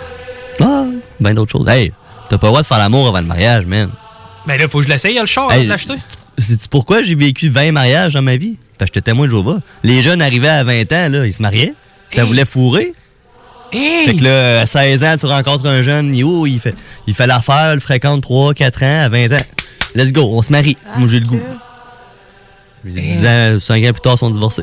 Ah, ben d'autres choses. Hey, t'as pas le droit de faire l'amour avant le mariage, man. Ben là, faut que je l'essaye, le char, hey, de l'acheter. Sais-tu pourquoi j'ai vécu vingt mariages dans ma vie? Parce que j'étais témoin de Jéhovah. Les jeunes arrivaient à vingt ans, là, ils se mariaient. Ça hey. voulait fourrer. Hey. Fait que là, à seize ans, tu rencontres un jeune, il, oh, il fait, il fait l'affaire, il fréquente trois quatre ans, à vingt ans. Let's go, on se marie. Ah, moi, j'ai le goût. J'ai dix ans, cinq ans plus tard, ils sont divorcés.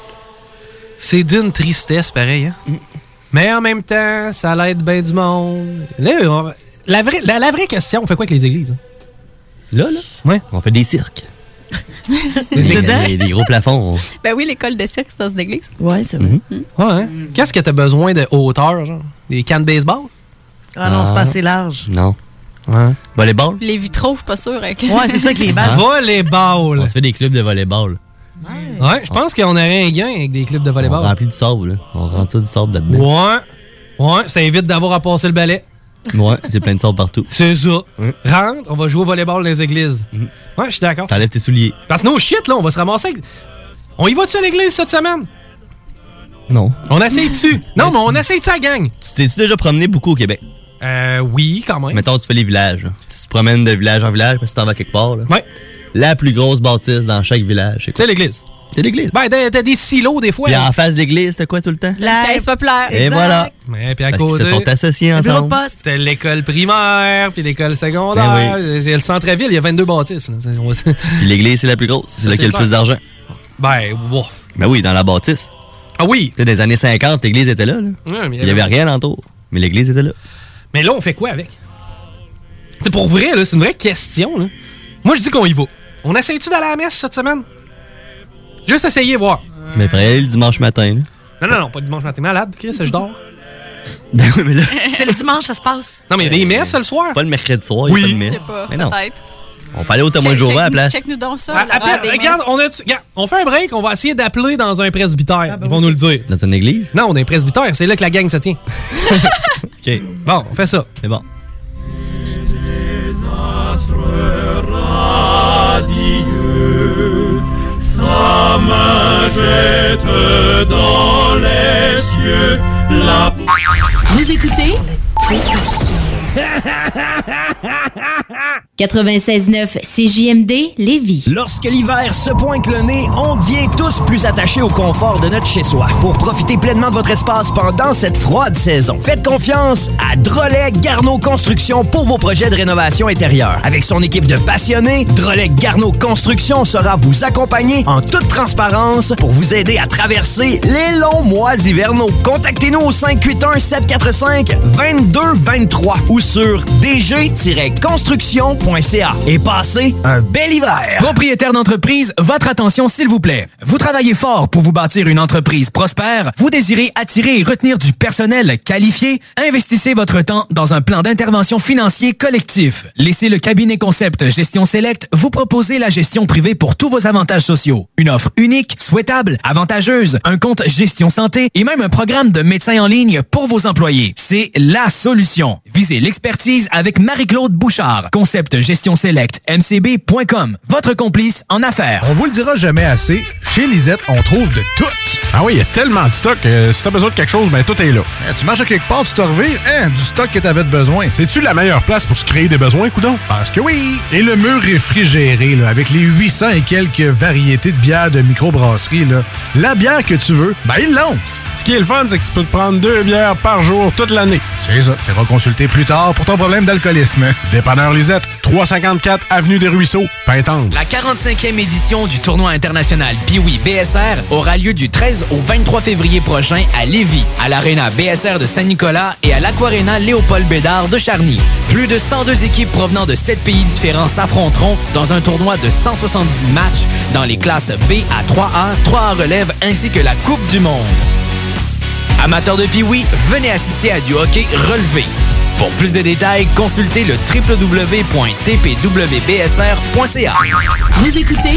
C'est d'une tristesse, pareil, hein? Mm. Mais en même temps, ça l'aide bien du monde. Là, on, la, vraie, la, la vraie question, on fait quoi avec les églises? Hein? Là, là? Ouais. On fait des cirques. des, des, des gros plafonds. On... Ben oui, l'école de cirque, c'est dans une église. Ouais, c'est vrai. Mm-hmm. Mm. Ouais, hein? Mm. Qu'est-ce que t'as besoin de hauteur, genre? Des cannes de baseball? Ah non, ah, c'est pas assez large. Non. Ouais. Volleyball? Les vitraux, je suis pas sûre. Avec... Ouais, c'est ça que les balles. Hein? Volleyball! On se fait des clubs de volleyball. Ouais, ouais je pense qu'on aurait un gain avec des clubs de volleyball. On remplit du sable, là. On rentre ça du sable là-dedans. Ouais. Ouais, ça évite d'avoir à passer le balai. Ouais, c'est plein de sable partout. C'est ça. Ouais. Rentre, on va jouer au volleyball dans les églises. Mm. Ouais, je suis d'accord. T'enlèves tes souliers. Parce que nos shit, là, on va se ramasser avec... On y va-tu à l'église cette semaine? Non. On essaye dessus. Non, mais on essaye de ça, gang. Tu t'es-tu déjà promené beaucoup au Québec? Euh, oui, quand même. Mettons, tu fais les villages. Là. Tu te promènes de village en village, parce que tu t'en vas quelque part. Là. Ouais. La plus grosse bâtisse dans chaque village, c'est quoi? C'est l'église. C'est l'église. Ben, t'as, t'as des silos, des fois. Puis en face de l'église, t'as quoi tout le temps? La caisse populaire. Et exact. Voilà. Ouais, puis à parce côté. Ils se sont associés ensemble. Bureau de poste. T'as l'école primaire, puis l'école secondaire. Ben oui. C'est le centre-ville, il y a vingt-deux bâtisses. Là. Puis l'église, c'est la plus grosse. C'est là qu'il y a le plus d'argent. Ben, wow. Ben oui, dans la bâtisse. Ah oui. Tu sais, dans les années cinquante, l'église était là. là. Ouais, mais il y avait rien alentour. Mais l'église était là. Mais là, on fait quoi avec? C'est pour vrai, là, c'est une vraie question. Là. Moi, je dis qu'on y va. On essaye-tu d'aller à la messe cette semaine? Juste essayer, voir. Mais il faudrait aller le dimanche matin. Là. Non, non, non, pas le dimanche matin. Malade, Chris, je dors. Ben oui, mais là... C'est le dimanche, ça se passe. Non, mais il y a des messes le soir. Pas le mercredi soir, il oui. y a pas de messe. Je sais pas, mais non. peut-être. On peut aller au témoin de Jéhovah à la place. Check-nous donc ça. Ah, après, regarde, on, a, regarde, on fait un break, on va essayer d'appeler dans un presbytère. Ah, ben Ils vont oui. nous le dire. Dans une église? Non, on est un presbytère, c'est là que la gang se tient. OK. Bon, on fait ça. C'est bon. Sa main jette dans les cieux la... Vous écoutez quatre-vingt-seize neuf C J M D Lévis. Lorsque l'hiver se pointe le nez, on devient tous plus attachés au confort de notre chez-soi. Pour profiter pleinement de votre espace pendant cette froide saison, faites confiance à Drolet Garneau Construction pour vos projets de rénovation intérieure. Avec son équipe de passionnés, Drolet Garneau Construction saura vous accompagner en toute transparence pour vous aider à traverser les longs mois hivernaux. Contactez-nous au cinq huit un, sept quatre cinq, deux deux deux trois ou sur d g tiret construction point c a et passez un bel hiver. Propriétaire d'entreprise, votre attention s'il vous plaît. Vous travaillez fort pour vous bâtir une entreprise prospère, vous désirez attirer et retenir du personnel qualifié, investissez votre temps dans un plan d'intervention financier collectif. Laissez le cabinet Concept Gestion Select vous proposer la gestion privée pour tous vos avantages sociaux. Une offre unique, souhaitable, avantageuse, un compte gestion santé et même un programme de médecin en ligne pour vos employés. C'est la solution. Visez l'expertise avec Marie-Claude Bouchard. Concept Gestion Select, m c b point com. Votre complice en affaires. On vous le dira jamais assez, chez Lisette, on trouve de tout. Ah oui, il y a tellement de stock. Euh, si t'as besoin de quelque chose, ben tout est là. Eh, tu marches à quelque part, tu te revires, hein, du stock que t'avais besoin. C'est-tu la meilleure place pour se créer des besoins, coudonc? Parce que oui! Et le mur réfrigéré, là, avec les huit cents et quelques variétés de bières de microbrasserie, là, la bière que tu veux, ben ils l'ont. Ce qui est le fun, c'est que tu peux te prendre deux bières par jour toute l'année. C'est ça. Tu iras consulter plus tard pour ton problème d'alcoolisme. Dépanneur Lisette, trois cent cinquante-quatre Avenue des Ruisseaux, Pintendre. La quarante-cinquième édition du tournoi international Pee-Wee B S R aura lieu du treize au vingt-trois février prochain à Lévis, à l'Arena B S R de Saint-Nicolas et à l'Aquarena Léopold Bédard de Charny. Plus de cent deux équipes provenant de sept pays différents s'affronteront dans un tournoi de cent soixante-dix matchs dans les classes B à trois A, trois A relève ainsi que la Coupe du monde. Amateurs de Pee-Wee, venez assister à du hockey relevé. Pour plus de détails, consultez le w w w point t p w b s r point c a. Vous écoutez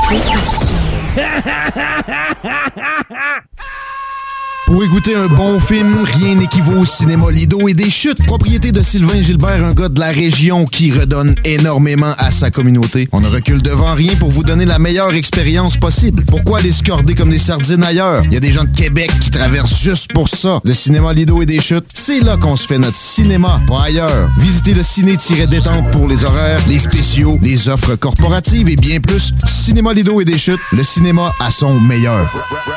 Pour écouter un bon film, rien n'équivaut au cinéma Lido et des Chutes, propriété de Sylvain Gilbert, un gars de la région qui redonne énormément à sa communauté. On ne recule devant rien pour vous donner la meilleure expérience possible. Pourquoi aller se corder comme des sardines ailleurs? Il y a des gens de Québec qui traversent juste pour ça. Le cinéma Lido et des Chutes, c'est là qu'on se fait notre cinéma, pas ailleurs. Visitez le ciné-détente pour les horaires, les spéciaux, les offres corporatives et bien plus. Cinéma Lido et des Chutes, le cinéma à son meilleur.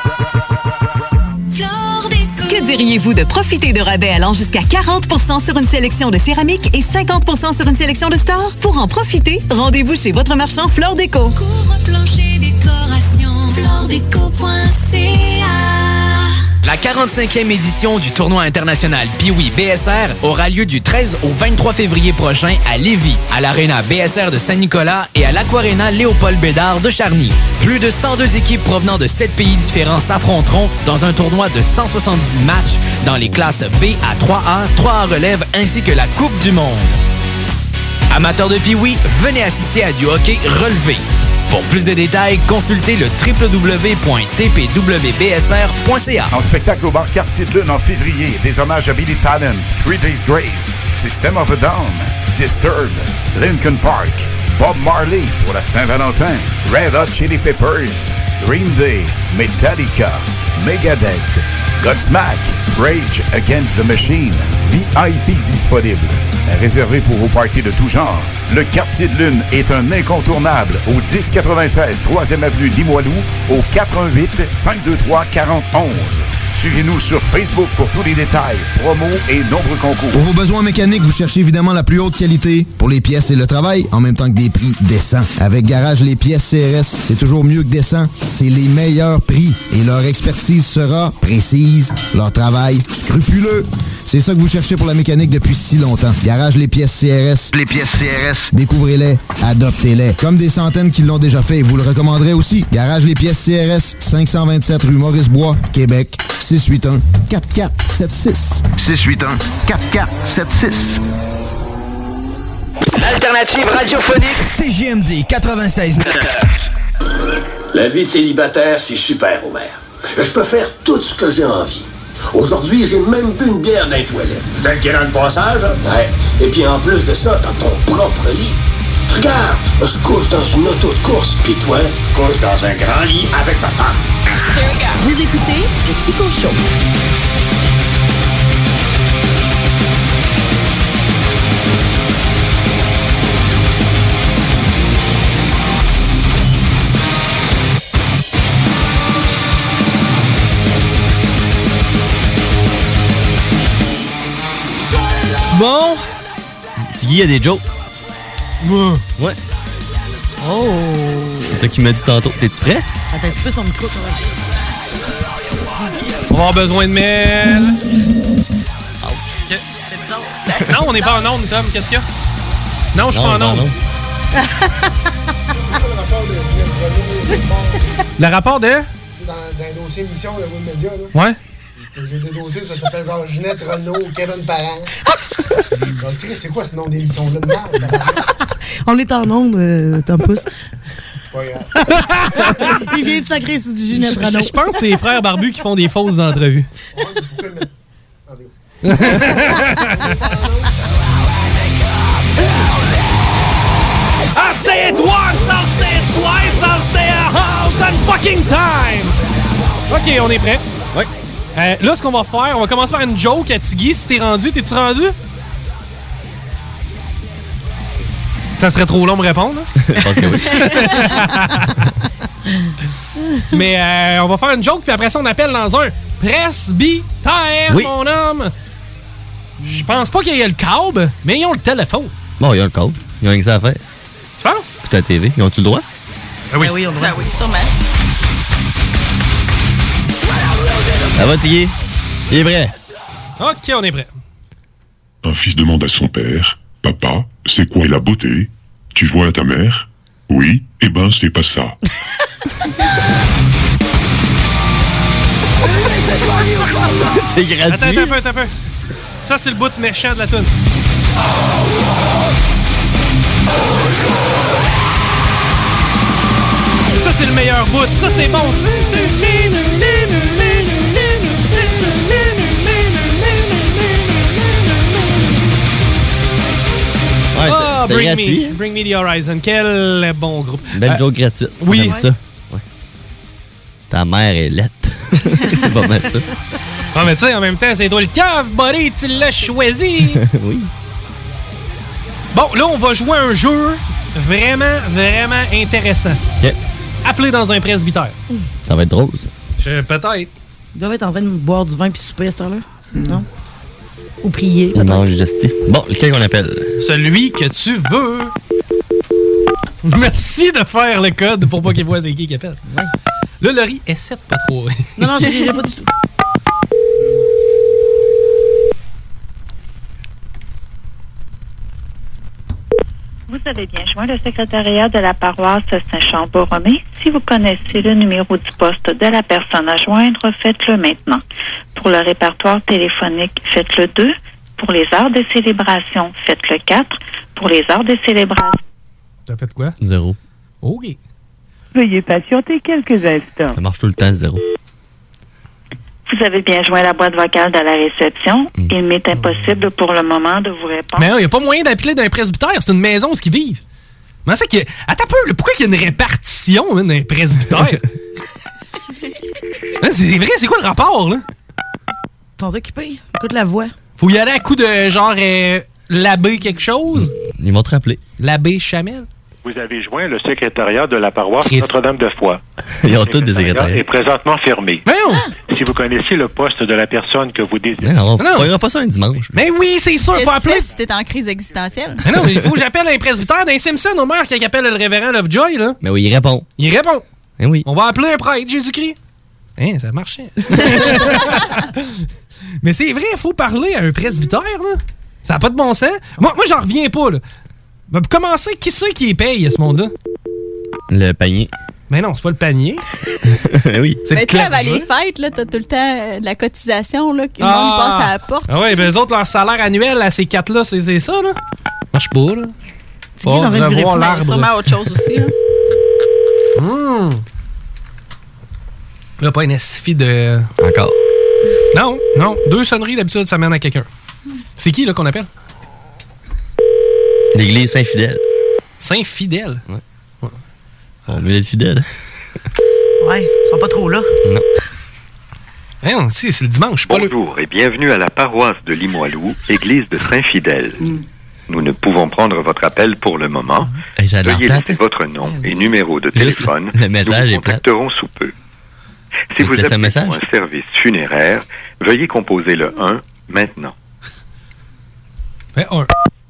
Que diriez-vous de profiter de rabais allant jusqu'à quarante pour cent sur une sélection de céramique et cinquante pour cent sur une sélection de stores? Pour en profiter, rendez-vous chez votre marchand Flore Déco. Couvre-plancher décoration, floredeco point c a. La quarante-cinquième édition du tournoi international Pee-Wee B S R aura lieu du treize au vingt-trois février prochain à Lévis, à l'Arena B S R de Saint-Nicolas et à l'Aquarena Léopold Bédard de Charny. Plus de cent deux équipes provenant de sept pays différents s'affronteront dans un tournoi de cent soixante-dix matchs dans les classes B à trois A, trois A relève ainsi que la Coupe du monde. Amateurs de Pee-Wee, venez assister à du hockey relevé. Pour plus de détails, consultez le w w w point t p w b s r point c a. En spectacle au bar Quartier de Lune en février, des hommages à Billy Talent, Three Days Grace, System of a Down, Disturbed, Linkin Park, Bob Marley pour la Saint-Valentin, Red Hot Chili Peppers, Green Day, Metallica, Megadeth, Godsmack, Rage Against the Machine, V I P disponible. Réservé pour vos parties de tout genre, le Quartier de Lune est un incontournable au dix quatre-vingt-seize troisième avenue Limoilou au quatre un huit, cinq deux trois, quatre zéro un un. Suivez-nous sur Facebook pour tous les détails, promos et nombreux concours. Pour vos besoins mécaniques, vous cherchez évidemment la plus haute qualité pour les pièces et le travail, en même temps que des prix décents. Avec Garage Les Pièces C R S, c'est toujours mieux que décent. C'est les meilleurs prix et leur expertise sera précise, leur travail scrupuleux. C'est ça que vous cherchez pour la mécanique depuis si longtemps. Garage Les Pièces C R S. Les pièces C R S. Découvrez-les, adoptez-les. Comme des centaines qui l'ont déjà fait et vous le recommanderez aussi. Garage Les Pièces C R S, cinq cent vingt-sept rue Maurice-Bois, Québec. six huit un, quatre quatre sept six. six huit un, quatre quatre sept six. L'alternative radiophonique C J M D quatre-vingt-seize. La vie de célibataire, c'est super, Homer. Je peux faire tout ce que j'ai envie. Aujourd'hui, j'ai même bu une bière dans les toilettes. C'est le qui rend le passage, hein? Ouais. Et puis en plus de ça, t'as ton propre lit. Regarde, je couche dans une auto de course, puis toi, je couche dans un grand lit avec ma femme. Vous écoutez le Chico Show. Bon. Tiggy, il y a des jokes. Ouais. Ouais. Oh. C'est ça qu'il m'a dit tantôt. T'es-tu prêt? Attends un petit peu son micro, toi. On va avoir besoin de mail. Okay. Non, on n'est pas en onde, Tom. Qu'est-ce qu'il y a? Non, je suis pas en onde. Le rapport de? Dans, dans un dossier émission de Wood Media, là. Ouais. J'ai des dossiers, ça s'appelle genre Ginette Renault, Kevin Parent. Donc, c'est quoi ce nom d'émission-là de merde? On est en onde, euh, Tom Pouce. C'est pas grave. Il vient de sacrer sur du Ginette Je, Renault. je pense que c'est les frères barbus qui font des fausses entrevues. Ouais, mais pourquoi le mettre? I'll say it once, I'll say it twice, I'll say a thousand fucking time! OK, on est prêt. Oui. Euh, là, ce qu'on va faire, on va commencer par une joke à Tiggy. Si t'es rendu, t'es-tu rendu? Ça serait trop long de répondre. Je pense que oui. Mais euh, on va faire une joke, puis après ça, on appelle dans un presbytère, oui. mon homme. Je pense pas qu'il y ait le câble, mais ils ont le téléphone. Bon, ils ont le code. Ils ont rien que ça à faire. Tu penses? Écoute la T V. Ils ont-tu le droit? Ah oui. Ben oui, on le voit. Ben oui, sûrement. Ça va, Tiggy? Il est prêt. OK, on est prêt. Un fils demande à son père, « Papa, c'est quoi la beauté? Tu vois ta mère? Oui? Eh ben, c'est pas ça. » C'est gratuit. Attends, attends un peu, attends un peu. Ça, c'est le bout méchant de la toune. Ça, c'est le meilleur bout. Ça, c'est bon. Ouais, Ah, c'est Bring gratuit. Me, Bring Me the Horizon. Quel bon groupe. Belle Euh, joke gratuite. oui. J'aime ça. Ouais. Ta mère est laite. C'est pas mal ça. Ah, mais tu sais, en même temps, c'est toi le cave, buddy, tu l'as choisi. Oui. Bon, là, on va jouer à un jeu vraiment, vraiment intéressant. OK. Appelé dans un presbytère. Ça va être drôle, ça. Je, peut-être. Ils doivent être en train de boire du vin puis souper à cette heure-là. Non? Ou prier. Non, je justifie. Bon, lequel qu'on appelle? Celui que tu veux. Merci de faire le code pour pas qu'il voit c'est qui qui appelle. Ouais. Là, Laurie, essaie de pas trop. Non, non, je rirai pas du tout. Vous avez bien joint le secrétariat de la paroisse Saint-Champ-Borromée. Si vous connaissez le numéro du poste de la personne à joindre, faites-le maintenant. Pour le répertoire téléphonique, faites le deux. Pour les heures de célébration, faites le quatre. Pour les heures de célébration... T'as fait quoi? Zéro. OK. Veuillez patienter quelques instants. Ça marche tout le temps, zéro. Vous avez bien joint la boîte vocale de la réception. Mm. Il m'est impossible pour le moment de vous répondre. Mais il n'y a pas moyen d'appeler d'un presbytère. C'est une maison où ils vivent. Mais c'est que. Attends un peu, là, pourquoi il y a une répartition hein, d'un presbytère? Hein, c'est vrai, c'est quoi le rapport, là? T'es occupé? Écoute la voix. Faut y aller à coup de genre euh, l'abbé quelque chose? Ils vont te rappeler. L'abbé Chamel? Vous avez joint le secrétariat de la paroisse Christ. Notre-Dame-de-Foix. Ils ont tous des secrétariats. Est présentement fermé. Mais non! Si vous connaissez le poste de la personne que vous désirez. Mais non, on ne fera pas ça un dimanche. Mais oui, c'est sûr, il faut appeler. Qu'est-ce que tu fais si t'es en crise existentielle? Mais non, il faut que j'appelle un presbytère d'un Simpson au maire qui appelle le révérend Lovejoy, là. Mais oui, il répond. Il répond. Mais oui. On va appeler un prêtre, Jésus-Christ. Hein, ça marchait. Mais c'est vrai, il faut parler à un presbytère, là. Ça n'a pas de bon sens. Moi, moi j'en reviens pas, là. Ben, pour commencer, qui c'est qui paye à ce monde-là? Le panier. Mais non, c'est pas le panier. Oui. C'est mais le tu sais, club. avant les fêtes, là, t'as tout le temps euh, de la cotisation, là, que le Ah. monde passe à la porte. Ah ouais, ben eux autres, leur salaire annuel à ces quatre-là, c'est, c'est ça, là? Marche pas, là. C'est qui dans une vraie revoir fête? l'arbre. Sûrement autre chose aussi, là. Hum. Là, pas une S F I de... Encore. Non, non. Deux sonneries, d'habitude, ça mène à quelqu'un. C'est qui, là, qu'on appelle? L'église Saint-Fidèle. Saint-Fidèle? Ouais. ouais. On veut être fidèle. Ouais, ils sont pas trop là. Non. Eh non, c'est, c'est le dimanche, pas Bonjour et bienvenue à la paroisse de Limoilou, église de Saint-Fidèle. Mm. Nous ne pouvons prendre votre appel pour le moment. Hey, ça a l'air Veuillez plate. laisser votre nom et numéro de Juste téléphone. le message Nous est vous contacterons sous peu. Si vous laisse un appelez message? pour un service funéraire, veuillez composer le un maintenant. Ben, un.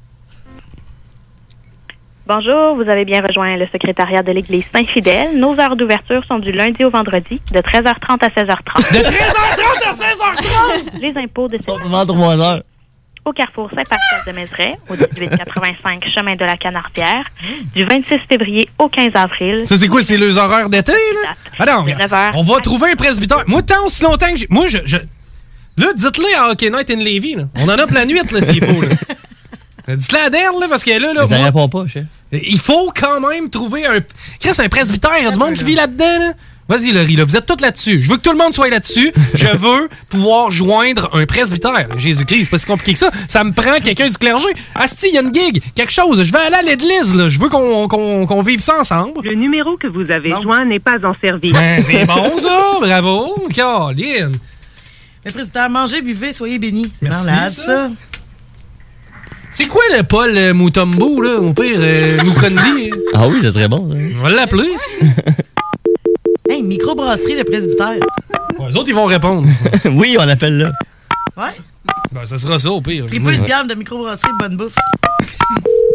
Bonjour, vous avez bien rejoint le secrétariat de l'église Saint-Fidèle. Nos heures d'ouverture sont du lundi au vendredi, de treize heures trente à seize heures trente. De treize heures trente à seize heures trente! Les impôts de cette trois heures. Au carrefour Saint-Pascal de Mézeray, au dix-huit quatre-vingt-cinq chemin de la Canardière, du vingt-six février au quinze avril. Ça, c'est quoi? C'est les horaires d'été, là? Ah non, De neuf heures. on va trouver un presbytère. Moi, tant aussi longtemps que j'ai... Moi, je... je... Là, dites-le à Hockey Night in Lévis, là. On en a pour la nuit, là, s'il faut, là. Dites-le à Dale, là, parce que là, là... Mais ça moi, répond pas, chef. il faut quand même trouver un... Chris, un presbytère, il y a du monde qui vit là-dedans, là. Vas-y, Laurie, là, vous êtes tous là-dessus. Je veux que tout le monde soit là-dessus. Je veux pouvoir joindre un presbytère. Jésus-Christ, c'est pas si compliqué que ça. Ça me prend quelqu'un du clergé. Asti, il y a une gig, quelque chose. Je vais aller à l'église, là. Je veux qu'on, qu'on, qu'on vive ça ensemble. Le numéro que vous avez joint n'est pas en service. Ben, c'est bon, ça. Bravo. Caroline. Le président, mangez, buvez, soyez bénis. C'est Merci, malade, ça. ça. C'est quoi le Paul euh, Mutombo, là? Au pire, euh, Mukondi. Ah oui, ça serait bon. Ça. On va l'appeler. Hey, microbrasserie, le presbytère. Ouais, les autres, ils vont répondre. Oui, on appelle là. Ouais. Ben, ça sera ça, au pire. Des peu de gamme de microbrasserie, bonne bouffe.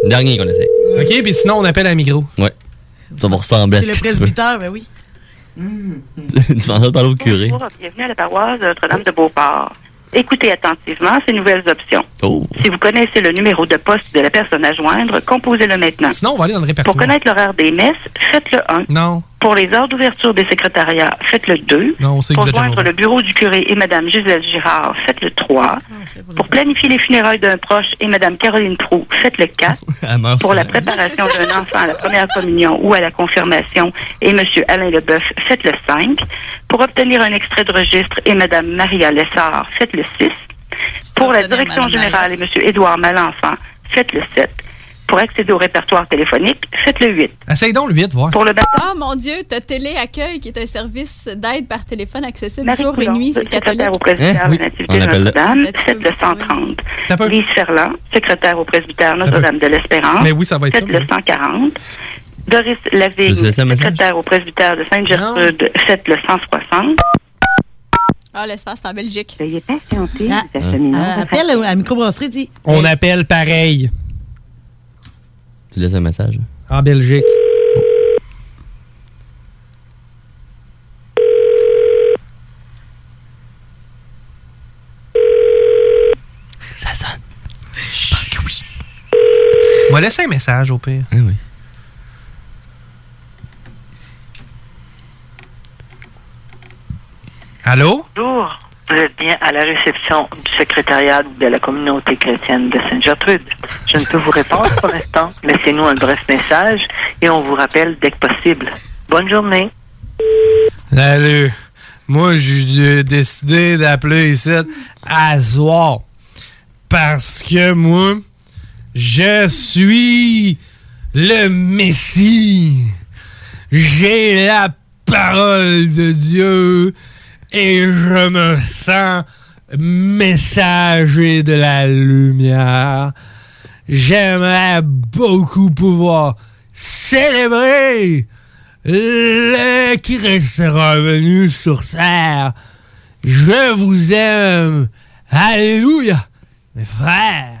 Dernier qu'on essaie. OK, puis sinon, on appelle à micro. Ouais. Ça va ressembler à C'est ce le que tu veux. presbytère, ben oui. Tu m'en as parlé au curé. Bonjour, bienvenue à la paroisse de Notre-Dame de Beauport. Écoutez attentivement ces nouvelles options. Oh. Si vous connaissez le numéro de poste de la personne à joindre, composez-le maintenant. Sinon, on va aller dans le répertoire. Pour connaître l'horaire des messes, faites le un. Non. Pour les heures d'ouverture des secrétariats, faites le deux. Non, on sait que Pour vous êtes joindre jamais le bureau du curé et Mme Gisèle Girard, faites le trois. Pour planifier les funérailles d'un proche et Mme Caroline Proulx, faites le quatre. Pour la préparation d'un enfant à la première communion ou à la confirmation et M. Alain Leboeuf, faites le cinq. Pour obtenir un extrait de registre et Mme Maria Lessard, faites le six. Pour la direction Madame générale et M. Édouard Malenfant, faites le sept. Pour accéder au répertoire téléphonique, faites le huit. Essaye donc le huit, voir. Pour le Ah, mon Dieu, t'as Téléaccueil, qui est un service d'aide par téléphone accessible Marie jour et Coulon, nuit, c'est secrétaire catholique. au presbytère Hein? de Oui, Nativité on de appelle le- Notre-Dame, faites le cent trente. Lise Ferland, secrétaire au presbytère Notre-Dame de l'Espérance, Mais oui, ça va être faites ça, le cent quarante. Doris Je vous Lavigne, laisse un message. secrétaire au presbytère de Sainte-Gertrude, faites le cent soixante. Ah, l'espace, c'est en Belgique. Veuillez patienter, Ah, nous acheminons euh, votre appelle à la microbrasserie, dis. On appelle pareil. Tu laisses un message. En Belgique. Ça sonne. Je pense que oui. On va laisser un message au pire. Ah oui. Allô? Bonjour, vous êtes bien à la réception du secrétariat de la communauté chrétienne de Sainte-Gertrude. Je ne peux vous répondre pour l'instant. Laissez-nous un bref message et on vous rappelle dès que possible. Bonne journée. Salut. Moi, j'ai décidé d'appeler ici à soir. Parce que moi, je suis le Messie. J'ai la parole de Dieu et je me sens messager de la lumière. J'aimerais beaucoup pouvoir célébrer le Christ revenu sur terre. Je vous aime. Alléluia, mes frères.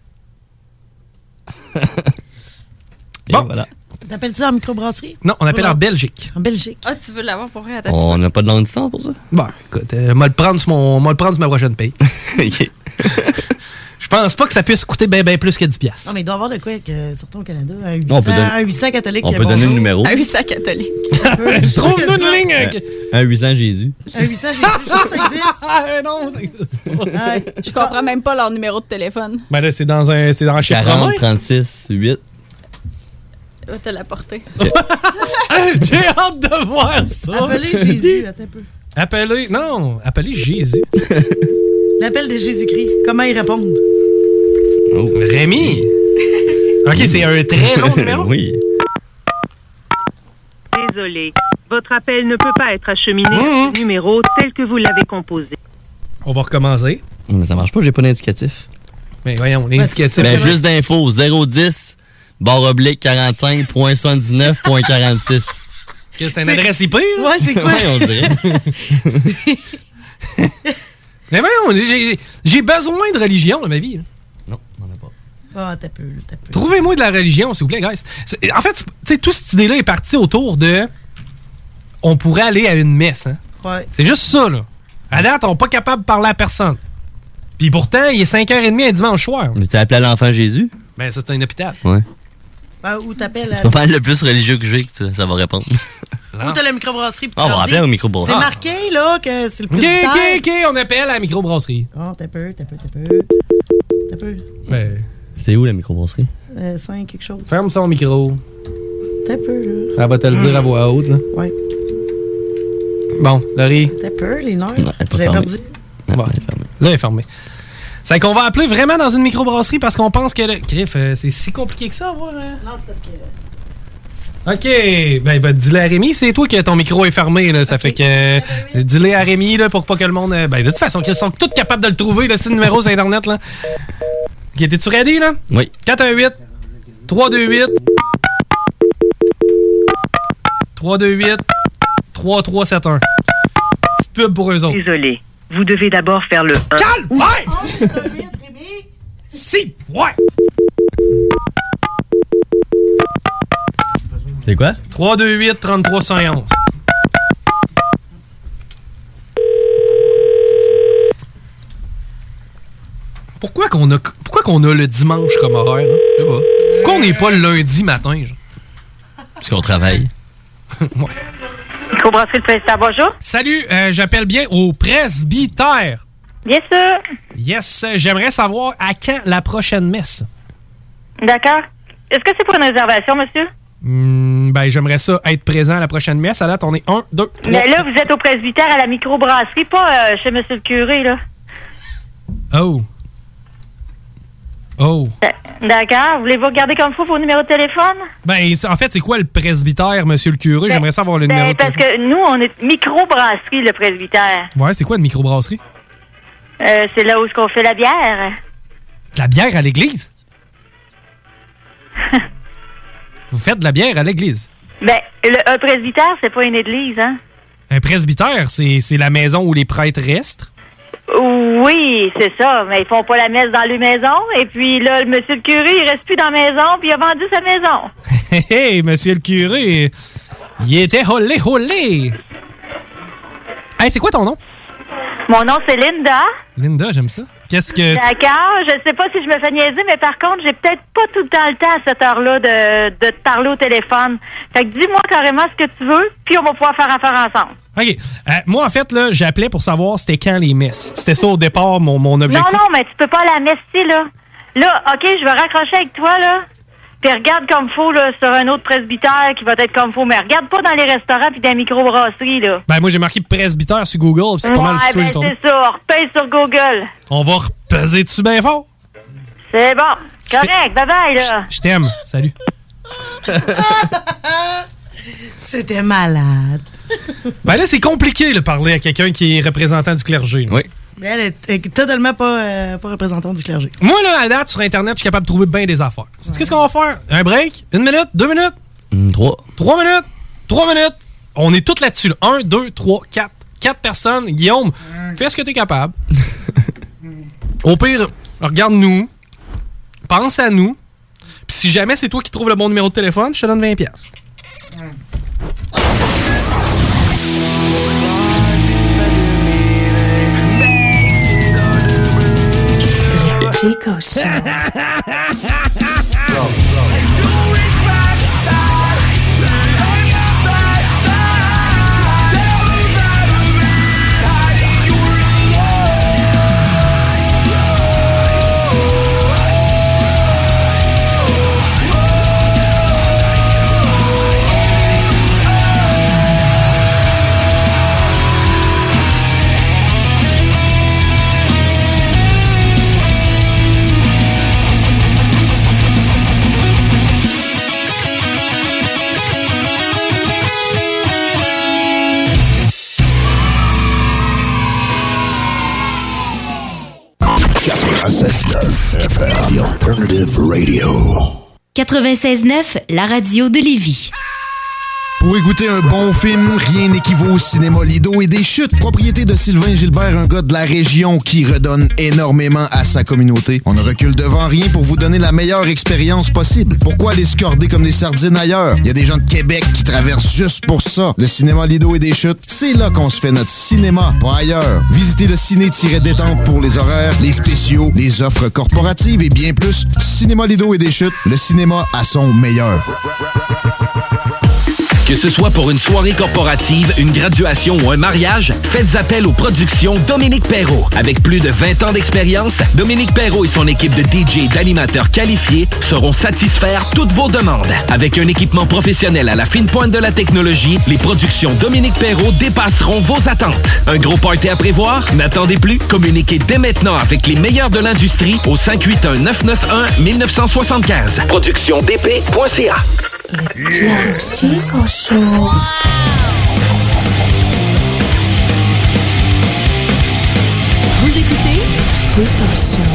Bon. Voilà. T'appelles ça en microbrasserie? Non, on appelle en Belgique. En Belgique. Ah, tu veux l'avoir pour vrai? Attends, On n'a pas de longue distance pour ça? Bon, écoute, euh, moi le prendre sur mon, moi le prendre sur ma prochaine paye. OK. Je pense pas que ça puisse coûter bien ben plus que dix piastres. Non, mais il doit y avoir de quoi avec euh, certains au Canada. Un huit On peut cents, donner- un huit cents catholique. on peut bonjour. donner le numéro. Un huit cents catholique. Trouve-nous une ligne. Un- Un huit cents Jésus. Un huit cents, j'ai vu ça, ça existe. Ah, non, ça existe pas. Ouais. Je comprends même pas leur numéro de téléphone. Ben là, c'est dans un, c'est dans un chiffre romain. quarante, trente-six, huit. Va te l'apporter. J'ai hâte de voir ça. Appelez Jésus, attends un peu. Appelez, non, appelez Jésus. L'appel de Jésus-Christ. Comment y répondre? Oh. Rémi. OK, c'est un très long numéro. Oui. Désolé. Votre appel ne peut pas être acheminé Mmh. à ce numéro tel que vous l'avez composé. On va recommencer. Mais ça marche pas, j'ai pas d'indicatif. Mais voyons, l'indicatif. Ben, juste d'infos, zéro dix, barre oblique quarante-cinq, point soixante-dix-neuf, point quarante-six. C'est une adresse I P, là? Ouais, c'est quoi? Ouais, on dirait. Mais voyons, j'ai- j'ai- j'ai besoin de religion dans ma vie. là. Non, on n'a pas. Ah, t'as peu, là, t'as peu. Trouvez-moi de la religion, s'il vous plaît, guys. C'est- En fait, tu sais, toute cette idée-là est partie autour de... On pourrait aller à une messe, hein? Ouais. C'est juste ça, là. À date, on n'est pas capable de parler à personne. Puis pourtant, il est cinq heures trente un dimanche soir. Mais tu as appelé à l'enfant Jésus? Ben, ça, c'est un hôpital. Ouais. Ben, où t'appelles? C'est pas mal le plus religieux que j'ai que ça, ça va répondre. Où t'as la microbrasserie? puis Ah, tu on va leur appeler dis- au microbrasserie. C'est marqué, là, que c'est le OK, presbytère. OK, OK, on appelle à la microbrasserie. Oh, t'as peu, t'as peu, t'as peu. T'as peu. Ben, C'est où la microbrasserie? Euh, cinq, quelque chose. ferme son micro. T'as peu, là. Elle va te le dire à voix haute, là. Ouais. Bon, Laurie. T'as peu, les nerfs. Non, elle est pas J'avais fermée. perdu. Non, Bon. elle est fermée. Là, elle est fermée. C'est qu'on va appeler vraiment dans une microbrasserie parce qu'on pense que... Le... Griff, euh, c'est si compliqué que ça, à voir... euh? Non, c'est parce que... OK. Ben, ben dis-le à Rémi. C'est toi que ton micro est fermé, là. Ça fait que... euh, dis-le à Rémi, là, pour pas que le monde... euh, Ben, de toute façon, qu'ils sont tous capables de le trouver, là, c'est le numéro sur Internet, là. OK, t'es-tu ready, là? Oui. quatre un huit, trois deux huit, trois deux huit, trois trois sept un. Petite pub pour eux autres. Désolé. Vous devez d'abord faire le un. Calme! Ouais! Si! Ouais! C'est quoi? trois deux huit, trente-trois cent onze. Pourquoi qu'on a, pourquoi qu'on a le dimanche comme horaire? Hein? Je sais pas. Pourquoi on n'est pas le lundi matin? Genre? Parce qu'on travaille. Ouais. Microbrasserie Le Presbytère, bonjour. Salut, euh, j'appelle bien au presbytère. Bien sûr. Yes, j'aimerais savoir à quand la prochaine messe. D'accord. Est-ce que c'est pour une réservation, monsieur? Hmm, ben, j'aimerais ça être présent à la prochaine messe. À date, on est un, deux, trois. Mais là, vous êtes au presbytère à la microbrasserie, pas euh, chez monsieur le curé, là. Oh. Oh. D'accord. Voulez-vous regarder comme il faut vos numéros de téléphone? Ben, en fait, c'est quoi le presbytère, monsieur le curé? J'aimerais savoir le ben, numéro de parce téléphone. que nous, on est microbrasserie, le presbytère. Ouais, c'est quoi une microbrasserie? Euh, c'est là où on fait la bière. De la bière à l'église? Vous faites de la bière à l'église? Ben, le, un presbytère, c'est pas une église, hein? Un presbytère, c'est, c'est la maison où les prêtres restent? Oui, c'est ça, mais ils font pas la messe dans les maisons. Et puis là, le monsieur le curé, il reste plus dans la maison, puis il a vendu sa maison. Hé, hé, monsieur le curé, il était holé, holé. Hey, c'est quoi ton nom? Mon nom, c'est Linda. Linda, j'aime ça. Qu'est-ce que... D'accord, je sais pas si je me fais niaiser, mais par contre, j'ai peut-être pas tout le temps le temps à cette heure-là de, de te parler au téléphone. Fait que dis-moi carrément ce que tu veux, puis on va pouvoir faire affaire ensemble. OK. Euh, moi, en fait, là, j'appelais pour savoir c'était quand les messes. C'était ça au départ, mon, mon objectif. Non, non, mais tu peux pas aller à la messe ici, là. Là, OK, je vais raccrocher avec toi, là. Puis regarde comme faut, là, sur un autre presbytère qui va être comme faut. Mais regarde pas dans les restaurants puis dans les microbrasseries, là. Ben, moi, j'ai marqué presbytère sur Google, puis c'est pas mal sur Ouais, ben, c'est ça. Repèse sur Google. On va repeser dessus bien fort. C'est bon. Correct. Bye-bye, là. Je t'aime. Salut. C'était malade. Ben là, c'est compliqué de parler à quelqu'un qui est représentant du clergé. Là. Oui. Mais elle est, est totalement pas, euh, pas représentante du clergé. Moi, là, à date, sur Internet, je suis capable de trouver bien des affaires. Ouais. Qu'est-ce qu'on va faire? Un break? Une minute? Deux minutes? Mm, trois. Trois minutes? Trois minutes? On est tous là-dessus. Là. Un, deux, trois, quatre. Quatre personnes. Guillaume, mm. fais ce que t'es capable. Au pire, regarde-nous. Pense à nous. Puis si jamais c'est toi qui trouves le bon numéro de téléphone, je te donne vingt piastres. Mm. Chico Show. quatre-vingt-seize neuf F M, The Alternative Radio. quatre-vingt-seize neuf, la radio de Lévis. Pour écouter un bon film, rien n'équivaut au cinéma Lido et des chutes. Propriété de Sylvain Gilbert, un gars de la région qui redonne énormément à sa communauté. On ne recule devant rien pour vous donner la meilleure expérience possible. Pourquoi aller se corder comme des sardines ailleurs? Il y a des gens de Québec qui traversent juste pour ça. Le cinéma Lido et des chutes, c'est là qu'on se fait notre cinéma, pas ailleurs. Visitez le ciné-détente pour les horaires, les spéciaux, les offres corporatives et bien plus. Cinéma Lido et des chutes, le cinéma à son meilleur. Que ce soit pour une soirée corporative, une graduation ou un mariage, faites appel aux productions Dominique Perrault. Avec plus de vingt ans d'expérience, Dominique Perrault et son équipe de D J et d'animateurs qualifiés sauront satisfaire toutes vos demandes. Avec un équipement professionnel à la fine pointe de la technologie, les productions Dominique Perrault dépasseront vos attentes. Un gros party à prévoir? N'attendez plus. Communiquez dès maintenant avec les meilleurs de l'industrie au cinq huit un, neuf neuf un, mille neuf cent soixante-quinze. production d p point c a. Chico Show. Vous écoutez Chico Show.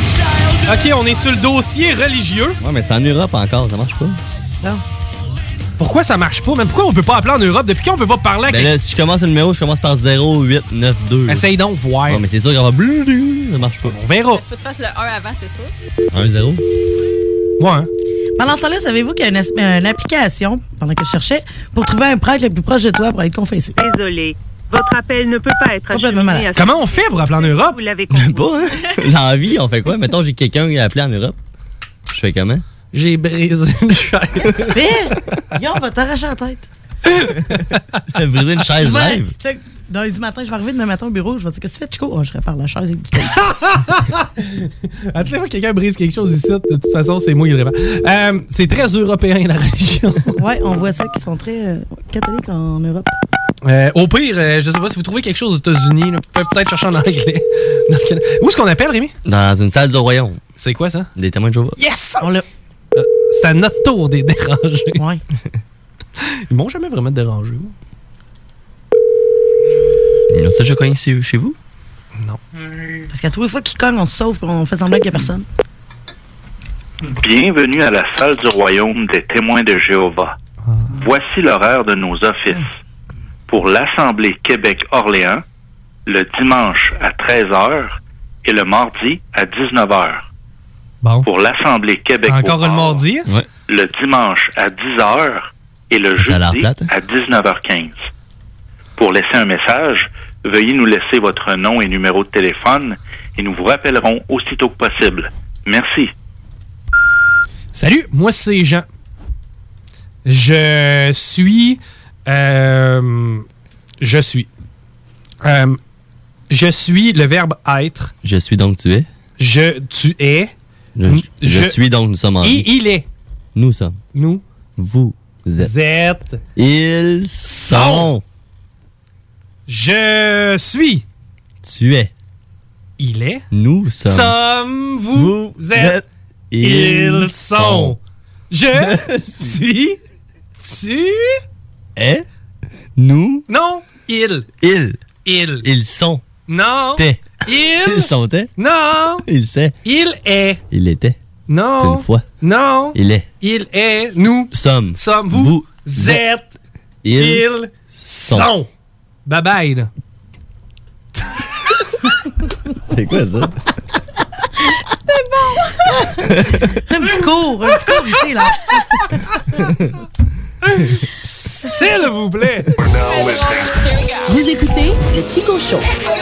OK, on est sur le dossier religieux. Ouais, mais c'est en Europe encore, ça marche pas. Non. Pourquoi ça marche pas? Mais pourquoi on peut pas appeler en Europe? Depuis quand on peut pas parler avec... Ben là, si je commence le numéro, je commence par zéro huit neuf deux. Essaye donc, voir. Non, mais c'est sûr qu'il y aura bleu, ça marche pas. On verra. Faut que tu fasses le un avant, c'est sûr. un zéro. Ouais. Hein? Pendant ce temps-là, savez-vous qu'il y a une, une application, pendant que je cherchais, pour trouver un prêtre le plus proche de toi pour aller te confesser? Désolé. Votre appel ne peut pas être acheminé. Comment on fait pour appeler en Europe? Vous l'avez compris. Pas, hein? Dans la vie, on fait quoi? Mettons, j'ai quelqu'un qui a appelé en Europe. Je fais comment? J'ai brisé une chaise. Fais! Yo, on va t'arracher la tête. J'ai brisé une chaise Ouais, live. check. Dans les matin, je vais arriver demain matin au bureau, je vais dire, qu'est-ce que tu fais, Chico? Oh, je répare la chaise avec du tape. À toutes les fois que quelqu'un brise quelque chose ici, de toute façon, c'est moi qui le répare. Euh, c'est très européen, la religion. Ouais, on voit ça qui sont très euh, catholiques en Europe. Euh, au pire, euh, je sais pas, si vous trouvez quelque chose aux États-Unis, là, vous pouvez peut-être chercher en anglais. Où est-ce qu'on appelle, Rémi? Dans une salle du royaume. C'est quoi ça? Des témoins de Jéhovah. Yes! On l'a. Euh, c'est à notre tour des dérangés. Ouais. Ils m'ont jamais vraiment dérangé. Ils ont déjà cogné chez vous? Non. Parce qu'à toutes les fois qu'ils cognent, on se sauve et on fait semblant qu'il n'y a personne. Bienvenue à la salle du royaume des témoins de Jéhovah. Ah. Voici l'horaire de nos offices. Pour l'Assemblée Québec-Orléans, le dimanche à treize heures et le mardi à dix-neuf heures. Bon. Pour l'Assemblée Québec Encore le mardi? Ouais. Le dimanche à dix heures et le jeudi à dix-neuf heures quinze. Pour laisser un message, veuillez nous laisser votre nom et numéro de téléphone et nous vous rappellerons aussitôt que possible. Merci. Salut, moi c'est Jean. Je suis... Euh, je suis. Euh, je suis le verbe être. Je suis donc tu es. Je, tu es. Je, je, je suis donc nous sommes en vie. Il, il est. Nous sommes. Nous. Vous êtes. Vous êtes. Ils sont. sont. Je suis. Tu es. Il est. Nous sommes. Sommes vous, vous êtes. êtes. Ils, ils sont. sont. Je suis. Tu es. Nous. Non. Ils. Ils. Ils. Ils sont. Non. T'es. Ils. Ils sont. T'es. Non. Il sait. Il est. Il était. Non. Une fois. Non. Il est. Il est. Nous. Sommes. Sommes vous. Vous êtes. Ils, ils sont. sont. Bye bye, là. C'est quoi ça? C'était bon! Un petit cours, un petit cours ici, là. S'il vous plaît! Vous écoutez le Chico Show.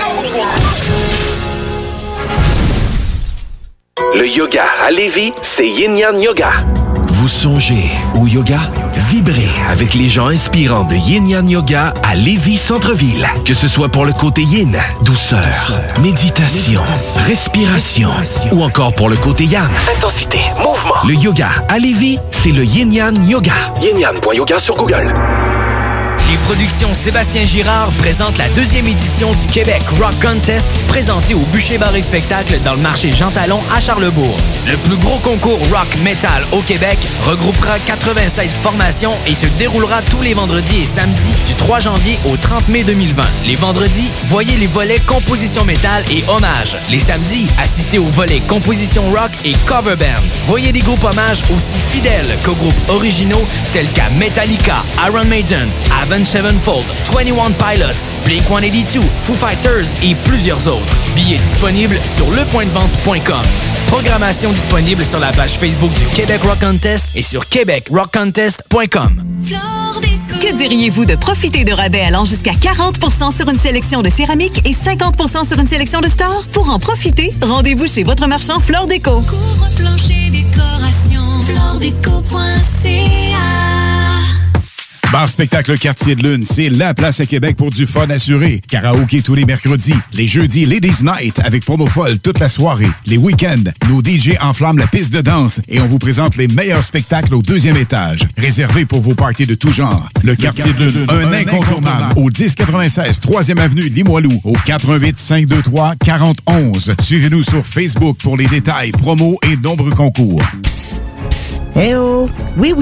Le yoga à Lévis, c'est Yin Yang Yoga. Vous songez au yoga? Vibrez avec les gens inspirants de Yin Yang Yoga à Lévis Centre-Ville. Que ce soit pour le côté yin, douceur, douceur méditation, méditation, respiration, respiration, ou encore pour le côté yang, intensité, mouvement. Le yoga à Lévis, c'est le Yin Yang Yoga. yin yang point yoga sur Google. Les productions Sébastien Girard présentent la deuxième édition du Québec Rock Contest, présenté au Bûcher Bar et Spectacle dans le marché Jean Talon à Charlebourg. Le plus gros concours rock metal au Québec regroupera quatre-vingt-seize formations et se déroulera tous les vendredis et samedis du trois janvier au trente mai deux mille vingt. Les vendredis, voyez les volets composition métal et hommage. Les samedis, assistez aux volets composition rock et cover band. Voyez des groupes hommages aussi fidèles qu'aux groupes originaux tels qu'à Metallica, Iron Maiden, Avenged Sevenfold, twenty-one Pilots, Blink cent quatre-vingt-deux, Foo Fighters et plusieurs autres. Billets disponibles sur le point de vente point com. Programmation disponible sur la page Facebook du Québec Rock Contest et sur québec rock contest point com. Que diriez-vous de profiter de rabais allant jusqu'à quarante pour cent sur une sélection de céramique et cinquante pour cent sur une sélection de stores? Pour en profiter, rendez-vous chez votre marchand Flore Déco. Couvre plancher décoration, flore déco point c a. Bar Spectacle Quartier de Lune, c'est la place à Québec pour du fun assuré. Karaoké tous les mercredis. Les jeudis, Ladies Night avec promo folle toute la soirée. Les week-ends, nos D J enflamment la piste de danse et on vous présente les meilleurs spectacles au deuxième étage. Réservé pour vos parties de tout genre. Le Quartier de Lune, un incontournable au dix quatre-vingt-seize troisième avenue Limoilou au quatre un huit, cinq deux trois, quatre zéro un un. Suivez-nous sur Facebook pour les détails, promos et nombreux concours. Eh oh! Oui, oui,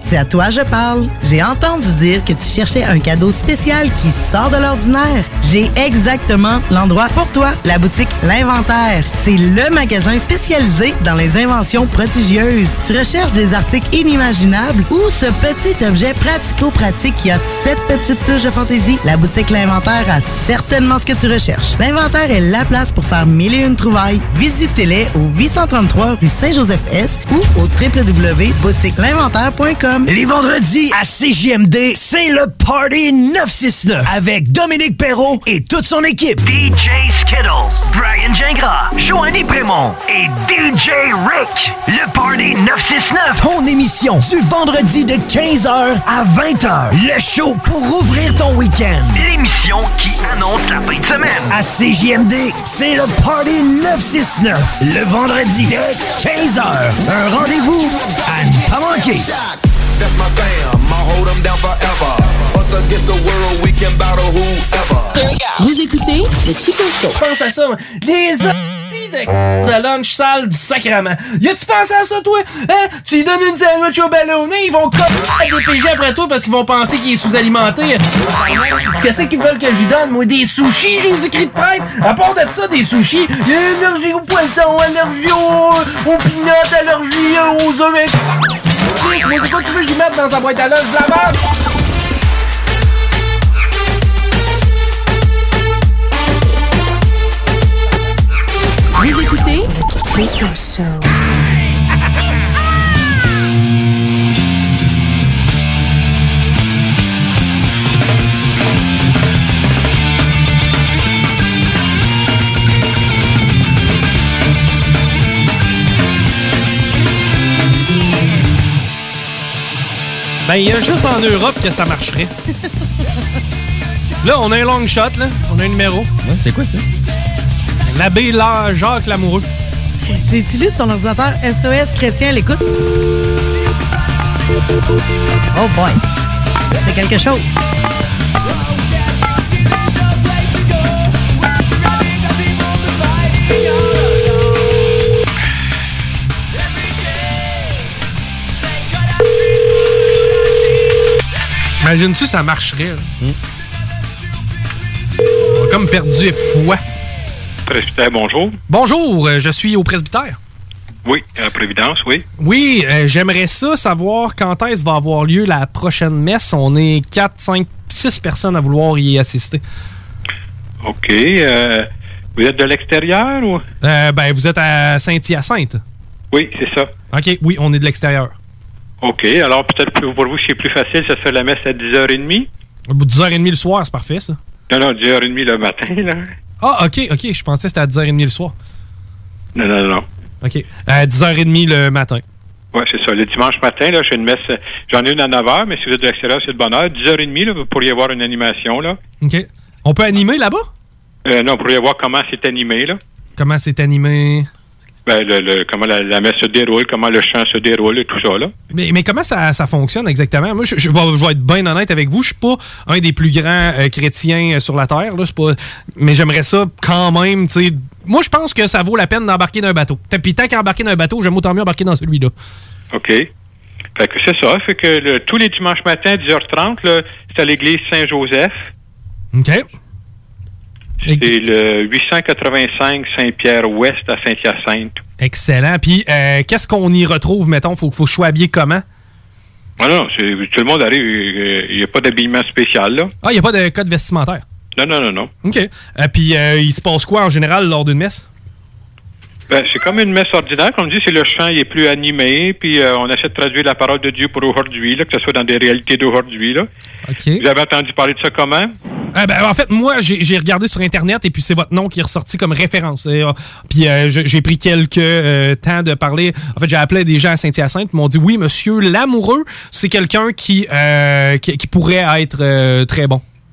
c'est à toi je parle. J'ai entendu dire que tu cherchais un cadeau spécial qui sort de l'ordinaire. J'ai exactement l'endroit pour toi, la boutique L'Inventaire. C'est le magasin spécialisé dans les inventions prodigieuses. Tu recherches des articles inimaginables ou ce petit objet pratico-pratique qui a cette petite touche de fantaisie? La boutique L'Inventaire a certainement ce que tu recherches. L'Inventaire est la place pour faire mille et une trouvailles. Visitez-les au huit cent trente-trois rue Saint-Joseph-Est ou au w w w point boutique l'inventaire point com. Les vendredis à C J M D, c'est le Party neuf cent soixante-neuf avec Dominique Perrault et toute son équipe. D J Skittle, Brian Gingras, Joanny Prémont et D J Rick. Le Party neuf cent soixante-neuf, ton émission du vendredi de quinze heures à vingt heures. Le show pour ouvrir ton week-end. L'émission qui annonce la fin de semaine. À C J M D, c'est le Party neuf cent soixante-neuf. Le vendredi de quinze heures. Un rendez-vous à ne pas manquer. That's my fam, I'll hold them down forever. Us against the world, we can battle whoever. Vous écoutez le Chico Show. Pense à ça, les hosties de de lunch sale du sacrement. Y'a-tu pensé à ça, toi? Hein? Tu lui donnes une sandwich au ballonné, ils vont comme des P G après toi parce qu'ils vont penser qu'il est sous-alimenté. Qu'est-ce qu'ils veulent que je lui donne? Moi, des sushis, j'ai les écrits de prêtre. À part de ça, des sushis, il y a allergie au poisson, allergie au, aux peanuts, allergie aux œufs. Moi, c'est quoi tu veux que je lui mette dans sa boîte à lunch de la merde? Vous écoutez Chico Show. Ben, il y a juste en Europe que ça marcherait. Là, on a un long shot, là. On a un numéro. Ouais, c'est quoi ça? L'abbé La Jacques Lamoureux. J'utilise ton ordinateur S O S Chrétien à l'écoute. Oh boy. C'est quelque chose. Imagine-tu, ça marcherait. Mm. On a comme perdu foi. Presbytère, bonjour. Bonjour, euh, je suis au presbytère. Oui, à Providence, oui. Oui, euh, j'aimerais ça savoir quand est-ce va avoir lieu la prochaine messe. On est quatre, cinq, six personnes à vouloir y assister. OK. Euh, vous êtes de l'extérieur ou? Euh, ben, vous êtes à Saint-Hyacinthe. Oui, c'est ça. OK, oui, on est de l'extérieur. OK, alors peut-être pour vous, c'est plus facile, ça se fait la messe à dix heures trente. dix heures trente le soir, c'est parfait, ça. Non, non, dix heures trente le matin, là. Ah, OK, OK, je pensais que c'était à dix heures trente le soir. Non, non, non. OK, à dix heures trente le matin. Oui, c'est ça. Le dimanche matin, là, j'ai une messe, j'en ai une à neuf heures, mais si vous êtes de l'extérieur, c'est de bonne heure. dix heures trente, là, vous pourriez avoir une animation, là. OK. On peut animer là-bas? Euh, non, vous pourriez voir comment c'est animé, là. Comment c'est animé? Ben, le, le, comment la, la messe se déroule, comment le chant se déroule et tout ça, là. Mais, mais comment ça, ça fonctionne exactement? Moi, je, je, vais, je vais être bien honnête avec vous. Je suis pas un des plus grands euh, chrétiens sur la Terre, là. C'est pas, mais j'aimerais ça quand même, tu sais. Moi, je pense que ça vaut la peine d'embarquer dans un bateau. Puis tant qu'embarquer dans un bateau, j'aime autant mieux embarquer dans celui-là. OK. Fait que c'est ça. Fait que le, tous les dimanches matins à dix heures trente, là, c'est à l'église Saint-Joseph. OK. C'est le huit cent quatre-vingt-cinq Saint-Pierre-Ouest à Saint-Hyacinthe. Excellent. Puis, euh, qu'est-ce qu'on y retrouve, mettons? Faut, faut que je sois habillé comment? Ah non, c'est, tout le monde arrive. Il n'y a pas d'habillement spécial, là. Ah, il n'y a pas de code vestimentaire? Non, non, non, non. OK. Euh, puis, euh, il se passe quoi, en général, lors d'une messe? Ben, c'est comme une messe ordinaire. Comme je dis, c'est le chant, il est plus animé. Puis, euh, on essaie de traduire la parole de Dieu pour aujourd'hui, là, que ce soit dans des réalités d'aujourd'hui, là. OK. Vous avez entendu parler de ça comment? Euh, ben, en fait, moi, j'ai, j'ai regardé sur Internet et puis c'est votre nom qui est ressorti comme référence. Et, euh, puis euh, j'ai pris quelques euh, temps de parler. En fait, j'ai appelé des gens à Saint-Hyacinthe qui m'ont dit, oui, monsieur Lamoureux, c'est quelqu'un qui, euh, qui, qui pourrait être euh, très bon.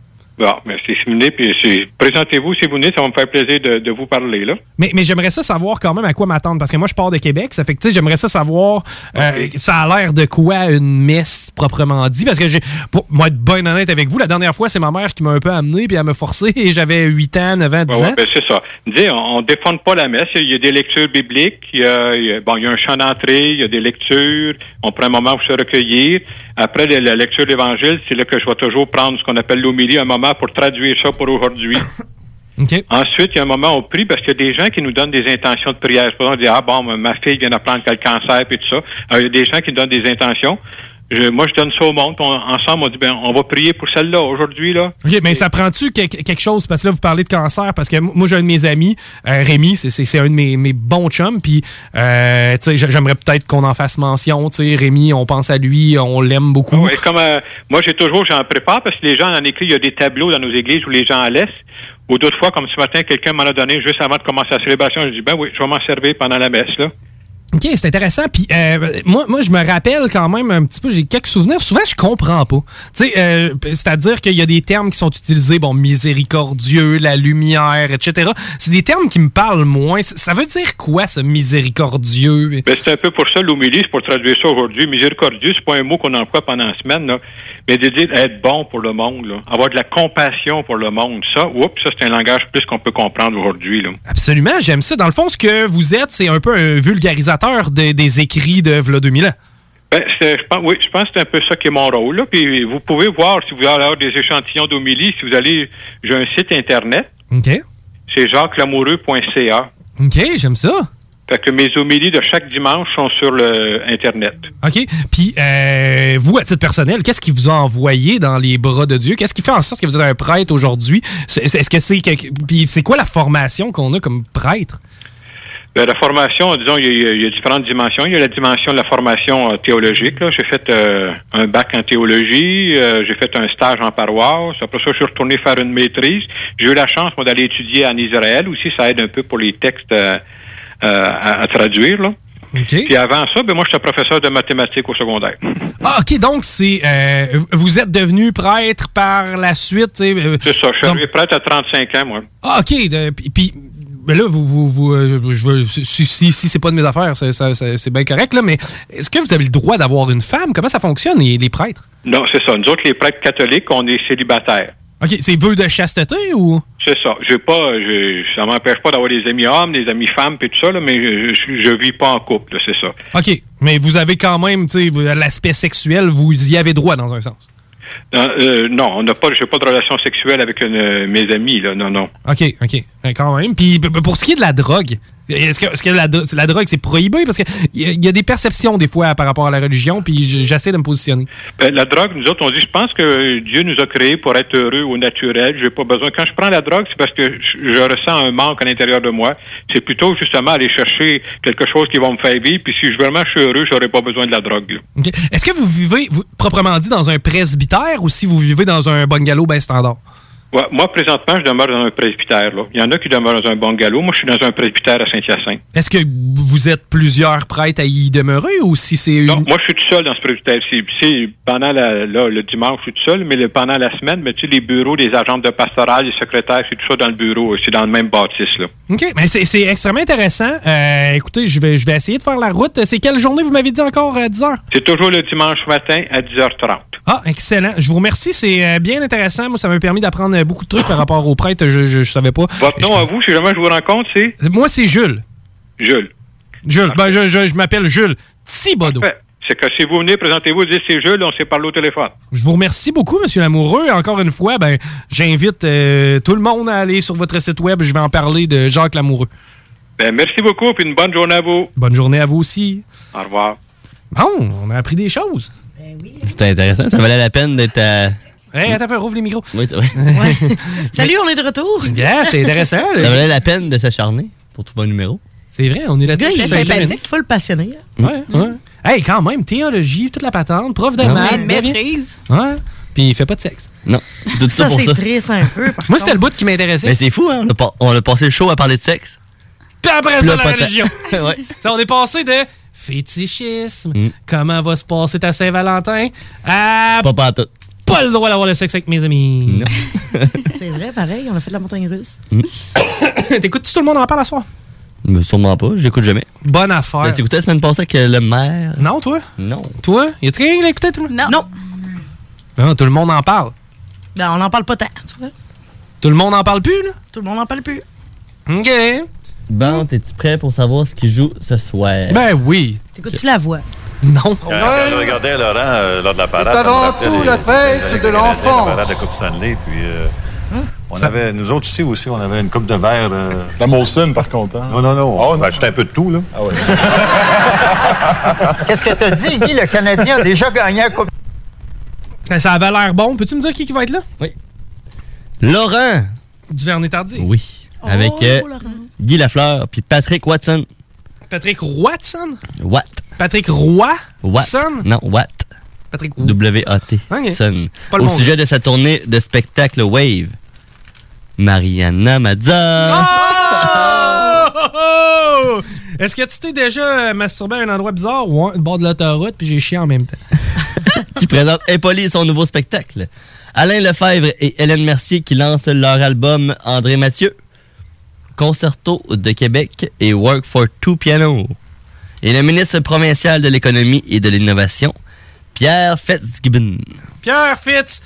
Bon, mais c'est si vous venez, puis c'est... présentez-vous si vous venez, ça va me faire plaisir de, de vous parler, là. Mais, mais j'aimerais ça savoir quand même à quoi m'attendre, parce que moi, je pars de Québec, ça fait que, tu sais, j'aimerais ça savoir, euh, okay. ça a l'air de quoi une messe proprement dit, parce que j'ai, pour moi, être bien honnête avec vous, la dernière fois, c'est ma mère qui m'a un peu amené, puis elle m'a forcé, et j'avais huit ans, neuf ans, dix ouais, ans. Ouais, ben c'est ça. Dis, on, on défend pas la messe, il y a des lectures bibliques, il y a, il y a, bon, il y a un chant d'entrée, il y a des lectures, on prend un moment pour se recueillir. Après la, la lecture de l'Évangile, c'est là que je vais toujours prendre ce qu'on appelle l'homélie, un moment pour traduire ça pour aujourd'hui. Okay. Ensuite, il y a un moment on prie parce qu'il y a des gens qui nous donnent des intentions de prière. Par exemple, on dit, ah bon, ma fille vient d'apprendre qu'elle a le cancer, puis tout ça. Alors, il y a des gens qui nous donnent des intentions. Je, moi, je donne ça au monde. On, ensemble, on dit, ben, on va prier pour celle-là aujourd'hui, là. OK, mais ça prend-tu que, quelque chose? Parce que là, vous parlez de cancer. Parce que moi, j'ai un de mes amis, euh, Rémi, c'est, c'est, c'est un de mes, mes bons chums. Puis, euh, tu sais, j'aimerais peut-être qu'on en fasse mention. Tu sais, Rémi, on pense à lui, on l'aime beaucoup. Oui, comme, euh, moi, j'ai toujours, j'en prépare parce que les gens en écrit, il y a des tableaux dans nos églises où les gens en laissent. Ou d'autres fois, comme ce matin, quelqu'un m'en a donné juste avant de commencer la célébration. Je dis, ben oui, je vais m'en servir pendant la messe, là. OK, c'est intéressant. Puis euh, moi, moi, je me rappelle quand même un petit peu, j'ai quelques souvenirs. Souvent, je comprends pas. Tu sais, euh, c'est-à-dire qu'il y a des termes qui sont utilisés, bon, miséricordieux, la lumière, et cetera. C'est des termes qui me parlent moins. Ça veut dire quoi, ce miséricordieux? Ben, c'est un peu pour ça, l'homélie, c'est pour traduire ça aujourd'hui. Miséricordieux, c'est pas un mot qu'on emploie pendant la semaine, là. Mais de dire être bon pour le monde, là. Avoir de la compassion pour le monde. Ça, oups, ça, c'est un langage plus qu'on peut comprendre aujourd'hui, là. Absolument, j'aime ça. Dans le fond, ce que vous êtes, c'est un peu un vulgarisateur Des, des écrits de v'là deux mille ans. Ben, c'est, je pense, oui, je pense que c'est un peu ça qui est mon rôle. Là. Puis vous pouvez voir, si vous voulez avoir des échantillons d'homélie, si vous allez, j'ai un site Internet. OK. C'est jacques lamoureux point c a. OK, j'aime ça. Fait que mes homélies de chaque dimanche sont sur le Internet. OK. Puis, euh, vous, à titre personnel, qu'est-ce qui vous a envoyé dans les bras de Dieu? Qu'est-ce qui fait en sorte que vous êtes un prêtre aujourd'hui? Est-ce que c'est... Puis, c'est quoi la formation qu'on a comme prêtre? Ben, la formation, disons, il y, a, il y a différentes dimensions. Il y a la dimension de la formation euh, théologique. Là. J'ai fait euh, un bac en théologie, euh, j'ai fait un stage en paroisse. Après ça, je suis retourné faire une maîtrise. J'ai eu la chance, moi, d'aller étudier en Israël aussi. Ça aide un peu pour les textes euh, euh, à, à traduire, là. Okay. Puis avant ça, ben moi, j'étais professeur de mathématiques au secondaire. Ah, OK. Donc, c'est euh, vous êtes devenu prêtre par la suite. Euh, c'est ça. Je suis arrivé prêtre à trente-cinq ans, moi. Ah, OK. De, puis... Mais là, vous, vous, vous euh, je veux, si, si, si c'est pas de mes affaires, c'est, ça, c'est bien correct, là, mais est-ce que vous avez le droit d'avoir une femme? Comment ça fonctionne, les, les prêtres? Non, c'est ça. Nous autres, les prêtres catholiques, on est célibataires. OK. C'est vœu de chasteté ou? C'est ça. Je pas, je, ça m'empêche pas d'avoir des amis hommes, des amis femmes, puis tout ça, là, mais je, je, je vis pas en couple, là, c'est ça. OK. Mais vous avez quand même, tu sais, l'aspect sexuel, vous y avez droit dans un sens. Non, euh, non, on n'a pas, j'ai pas de relation sexuelle avec une, mes amis, là, non, non. OK, OK, quand même. Puis pour ce qui est de la drogue, est-ce que, est-ce que la, la drogue, c'est prohibé? Parce qu'il y, y a des perceptions, des fois, par rapport à la religion, puis j'essaie de me positionner. Ben, la drogue, nous autres, on dit, je pense que Dieu nous a créés pour être heureux au naturel. J'ai pas besoin. Quand je prends la drogue, c'est parce que je, je ressens un manque à l'intérieur de moi. C'est plutôt, justement, aller chercher quelque chose qui va me faire vivre, puis si je, vraiment je suis heureux, j'aurais pas besoin de la drogue. Okay. Est-ce que vous vivez, vous, proprement dit, dans un presbytère ou si vous vivez dans un bungalow bien standard? Ouais, moi, présentement, je demeure dans un presbytère. Là. Il y en a qui demeurent dans un bungalow. Moi, je suis dans un presbytère à Saint-Hyacinthe. Est-ce que vous êtes plusieurs prêtres à y demeurer ou si c'est une... Non, moi, je suis tout seul dans ce presbytère. C'est, c'est pendant la, là, le dimanche, je suis tout seul, mais le, pendant la semaine, mais, tu sais, les bureaux, les agentes de pastoral, les secrétaires, c'est tout ça dans le bureau. C'est dans le même bâtisse, là. OK, mais c'est, c'est extrêmement intéressant. Euh, écoutez, je vais, je vais essayer de faire la route. C'est quelle journée, vous m'avez dit encore, à dix heures? C'est toujours le dimanche matin à dix heures trente. Ah, excellent. Je vous remercie. C'est bien intéressant. Moi, ça m'a permis d'apprendre beaucoup de trucs par rapport aux prêtres. Je, je, je savais pas. Votre nom je... à vous, si jamais je vous rencontre, c'est? Moi, c'est Jules. Jules. Jules. Ben, je, je, je m'appelle Jules Thibodeau. Parfait. C'est que si vous venez, présentez-vous, dites c'est Jules, on s'est parlé au téléphone. Je vous remercie beaucoup, M. Lamoureux. Encore une fois, ben, j'invite euh, tout le monde à aller sur votre site web. Je vais en parler de Jacques Lamoureux. Ben, merci beaucoup, et une bonne journée à vous. Bonne journée à vous aussi. Au revoir. Bon, on a appris des choses. Ben oui. C'était intéressant. Ça valait la peine d'être à... Hey, attends un peu, rouvre les micros. Oui, c'est vrai. Ouais. Salut, on est de retour. Yeah, c'était intéressant. Ça valait la peine de s'acharner pour trouver un numéro. C'est vrai, on est là-dessus. Le gars, il est sympathique, full passionné. Hein? Ouais, ouais. Hey, quand même, théologie, toute la patente, prof de maths. Une maîtrise. Ouais. Puis il fait pas de sexe. Non. Tout ça, ça pour c'est ça. triste un peu. Moi, c'était le bout qui m'intéressait. Mais c'est fou, hein? On a, pas, on a passé le show à parler de sexe. Puis après Puis ça, là, la pas ta- religion. Ouais. Ça, on est passé de fétichisme. Mm. Comment va se passer ta Saint-Valentin? À... Pas pas tout. pas le droit d'avoir le sexe avec mes amis. Non. C'est vrai, pareil, on a fait de la montagne russe. Mm. T'écoutes-tu tout le monde en parle à soir? Mais sûrement pas, j'écoute jamais. Bonne affaire. T'as écouté la semaine passée avec le maire? Non, toi? Non. Toi? Y a-tu quelqu'un qui l'a écouté? Tout le... Non. Non. Non, tout le monde en parle. Ben, on n'en parle pas tant, tu vois. Tout le monde en parle plus, là? Tout le monde n'en parle plus. OK. Bon, t'es-tu prêt pour savoir ce qu'il joue ce soir? Ben oui. T'écoutes-tu la voix? Non. Quand on regardait Laurent euh, lors de la parade, C'est avant tout la fête de l'enfance. La parade de Coupe Stanley, puis euh, hein? on ça... avait, nous autres ici aussi, on avait une coupe de verre. Euh... La Molson, par contre. Hein? Non, non, non. Oh, ben, j'étais un peu de tout, là. Ah ouais. Qu'est-ce que t'as dit, Guy? Le Canadien a déjà gagné la Coupe. Ça avait l'air bon. Peux-tu me dire qui, qui va être là? Oui. Laurent. Duvernay-Tardy. Oui. Avec oh, euh, Guy Lafleur puis Patrick Watson. Patrick Watson? Watt. Patrick Roy? Watt. Non, Watt. Patrick W A T. Okay. Son. Pas le Au bon sujet jeu. de sa tournée de spectacle Wave. Mariana Mazza. Oh! Oh! Oh! Est-ce que tu t'es déjà masturbé à un endroit bizarre? Ouais, le bord de l'autoroute, puis j'ai chié en même temps. Qui présente Impoli son nouveau spectacle. Alain Lefebvre et Hélène Mercier qui lancent leur album André Mathieu. Concerto de Québec et Work for Two Piano. Et le ministre provincial de l'économie et de l'innovation, Pierre Fitzgibbon. Pierre Fitzgibbon,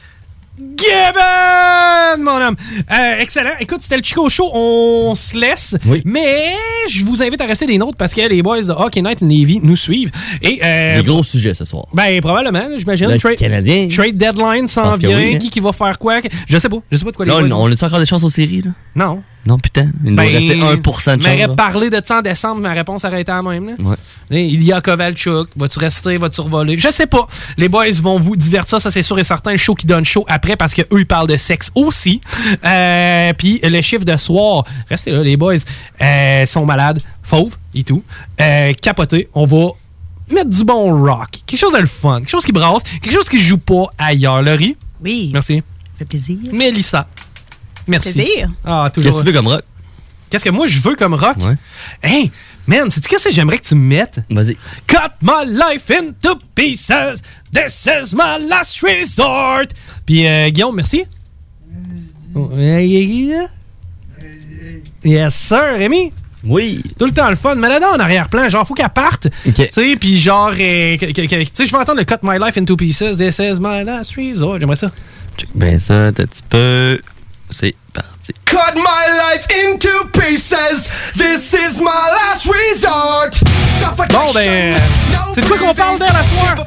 mon homme. Euh, excellent. Écoute, c'était le Chico Show. On se laisse. Oui. Mais je vous invite à rester des nôtres parce que les boys de Hockey Night in Navy nous suivent. Et, euh, des gros sujets ce soir. Ben, probablement, j'imagine. Le Trade, Canadien. Trade deadline s'en vient. Oui, hein? Qui, qui va faire quoi? Je sais pas. Je sais pas de quoi là, les boys. On a-tu encore des chances aux séries, là? Non. Non, putain. Il nous ben, restait un pour cent de chance. m'aurais parlé de ça en décembre, ma réponse aurait été la même. Là. Ouais. Il y a Kovalchuk. Vas-tu rester? Vas-tu revoler? Je sais pas. Les boys vont vous divertir, ça c'est sûr et certain. Le show qui donne chaud après parce qu'eux, ils parlent de sexe aussi. Euh, Puis le chiffre de soir, restez là, les boys, euh, sont malades, fauves et tout. Euh, capotés. On va mettre du bon rock. Quelque chose de le fun. Quelque chose qui brasse. Quelque chose qui joue pas ailleurs. Laurie? Oui. Merci. Ça fait plaisir. Mélissa? Merci. Plaisir. Ah, toujours. Qu'est-ce que tu veux comme rock? Qu'est-ce que moi je veux comme rock? Ouais. Hey, man, sais-tu qu'est-ce que j'aimerais que tu me mettes? Vas-y. Cut my life into pieces. This is my last resort. Puis euh, Guillaume, merci. Oh, yes, sir, Rémi. Oui. Tout le temps le fun. Mais là, en arrière-plan, genre, faut qu'elle parte. Okay. Tu sais, puis genre, euh, tu sais, je vais entendre le Cut my life into pieces. This is my last resort. J'aimerais ça. Check bien ça, t'as un petit peu. C'est parti. Cut my life into pieces. This is my last resort. Bon, ben, c'est de quoi qu'on parle d'elle à soir?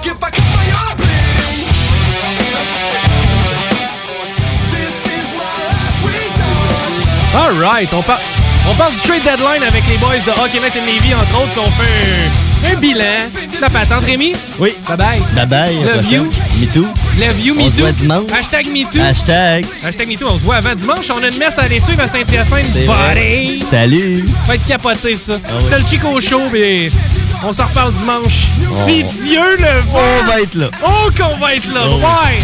All right, on, par on parle du trade deadline avec les boys de Hockey Night in Navy, entre autres, qu'on fait un, un bilan. Ça fait attendre, Rémi? Oui. Bye bye. Bye bye. Love you. Me too. Love you, me on too. Se voit dimanche. Hashtag me too. Hashtag. Hashtag me too. On se voit avant dimanche. On a une messe à aller suivre à Saint-Hyacinthe. Bye. Salut. Ça va être capoté, ça. Ah oui. C'est le Chico Show, mais on s'en reparle dimanche. Oh. Si Dieu le veut. On va être là. Oh, qu'on va être là. Oh. Bye.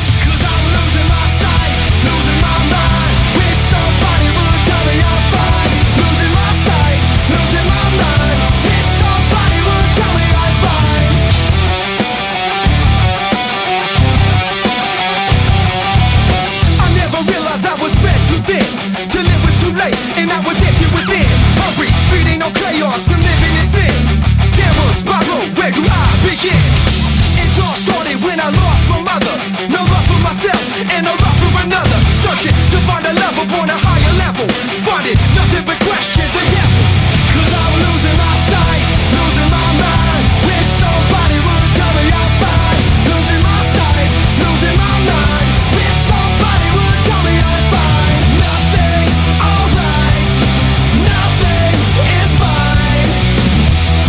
Till it was too late, and I was empty within. Hungry, feeding on chaos, and living in sin. Downward spiral, where do I begin? It all started when I lost my mother. No love for myself, and no love for another. Searching to find a love upon a higher level. Finding nothing but questions and devils. Cause I'm losing my sight, losing my mind. Wish somebody would tell me I'm fine. Losing my sight, losing my mind. Wish somebody would tell me I'm fine. Nothing's alright, nothing is fine.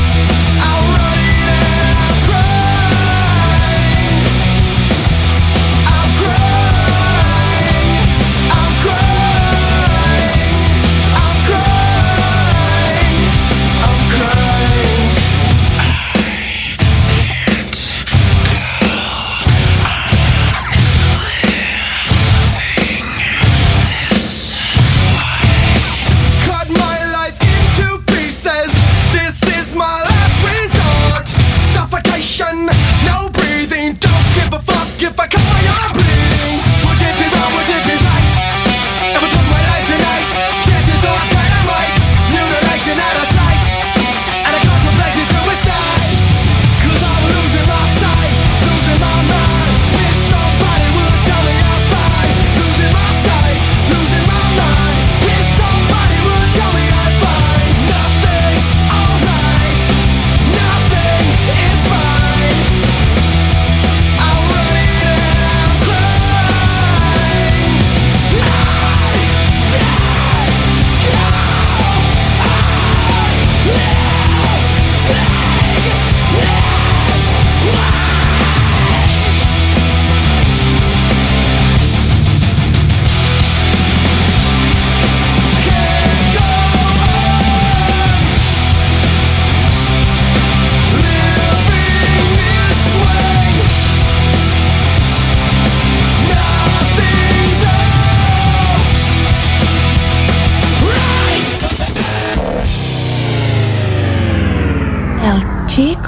I'm running and I'm crying.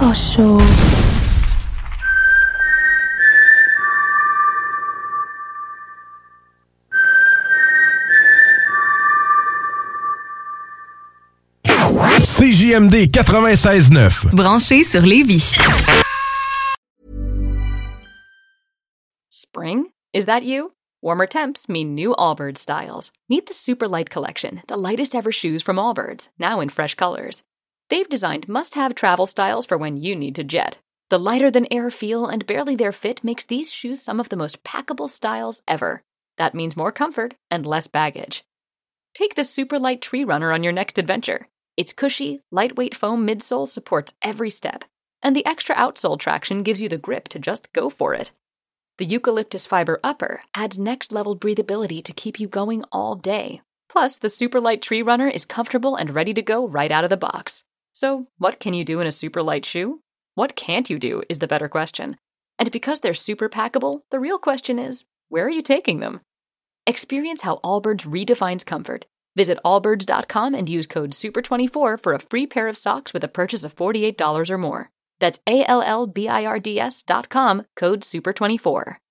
Show. C J M D quatre-vingt-seize neuf. Branché sur Lévis. Spring? Is that you? Warmer temps mean new Allbirds styles. Meet the Super Light Collection, the lightest ever shoes from Allbirds, now in fresh colors. They've designed must-have travel styles for when you need to jet. The lighter-than-air feel and barely-there fit makes these shoes some of the most packable styles ever. That means more comfort and less baggage. Take the Super Light Tree Runner on your next adventure. Its cushy, lightweight foam midsole supports every step, and the extra outsole traction gives you the grip to just go for it. The eucalyptus fiber upper adds next-level breathability to keep you going all day. Plus, the Super Light Tree Runner is comfortable and ready to go right out of the box. So, what can you do in a super light shoe? What can't you do is the better question. And because they're super packable, the real question is, where are you taking them? Experience how Allbirds redefines comfort. Visit allbirds dot com and use code super twenty-four for a free pair of socks with a purchase of forty-eight dollars or more. That's A L L B I R D S dot com, code super twenty-four.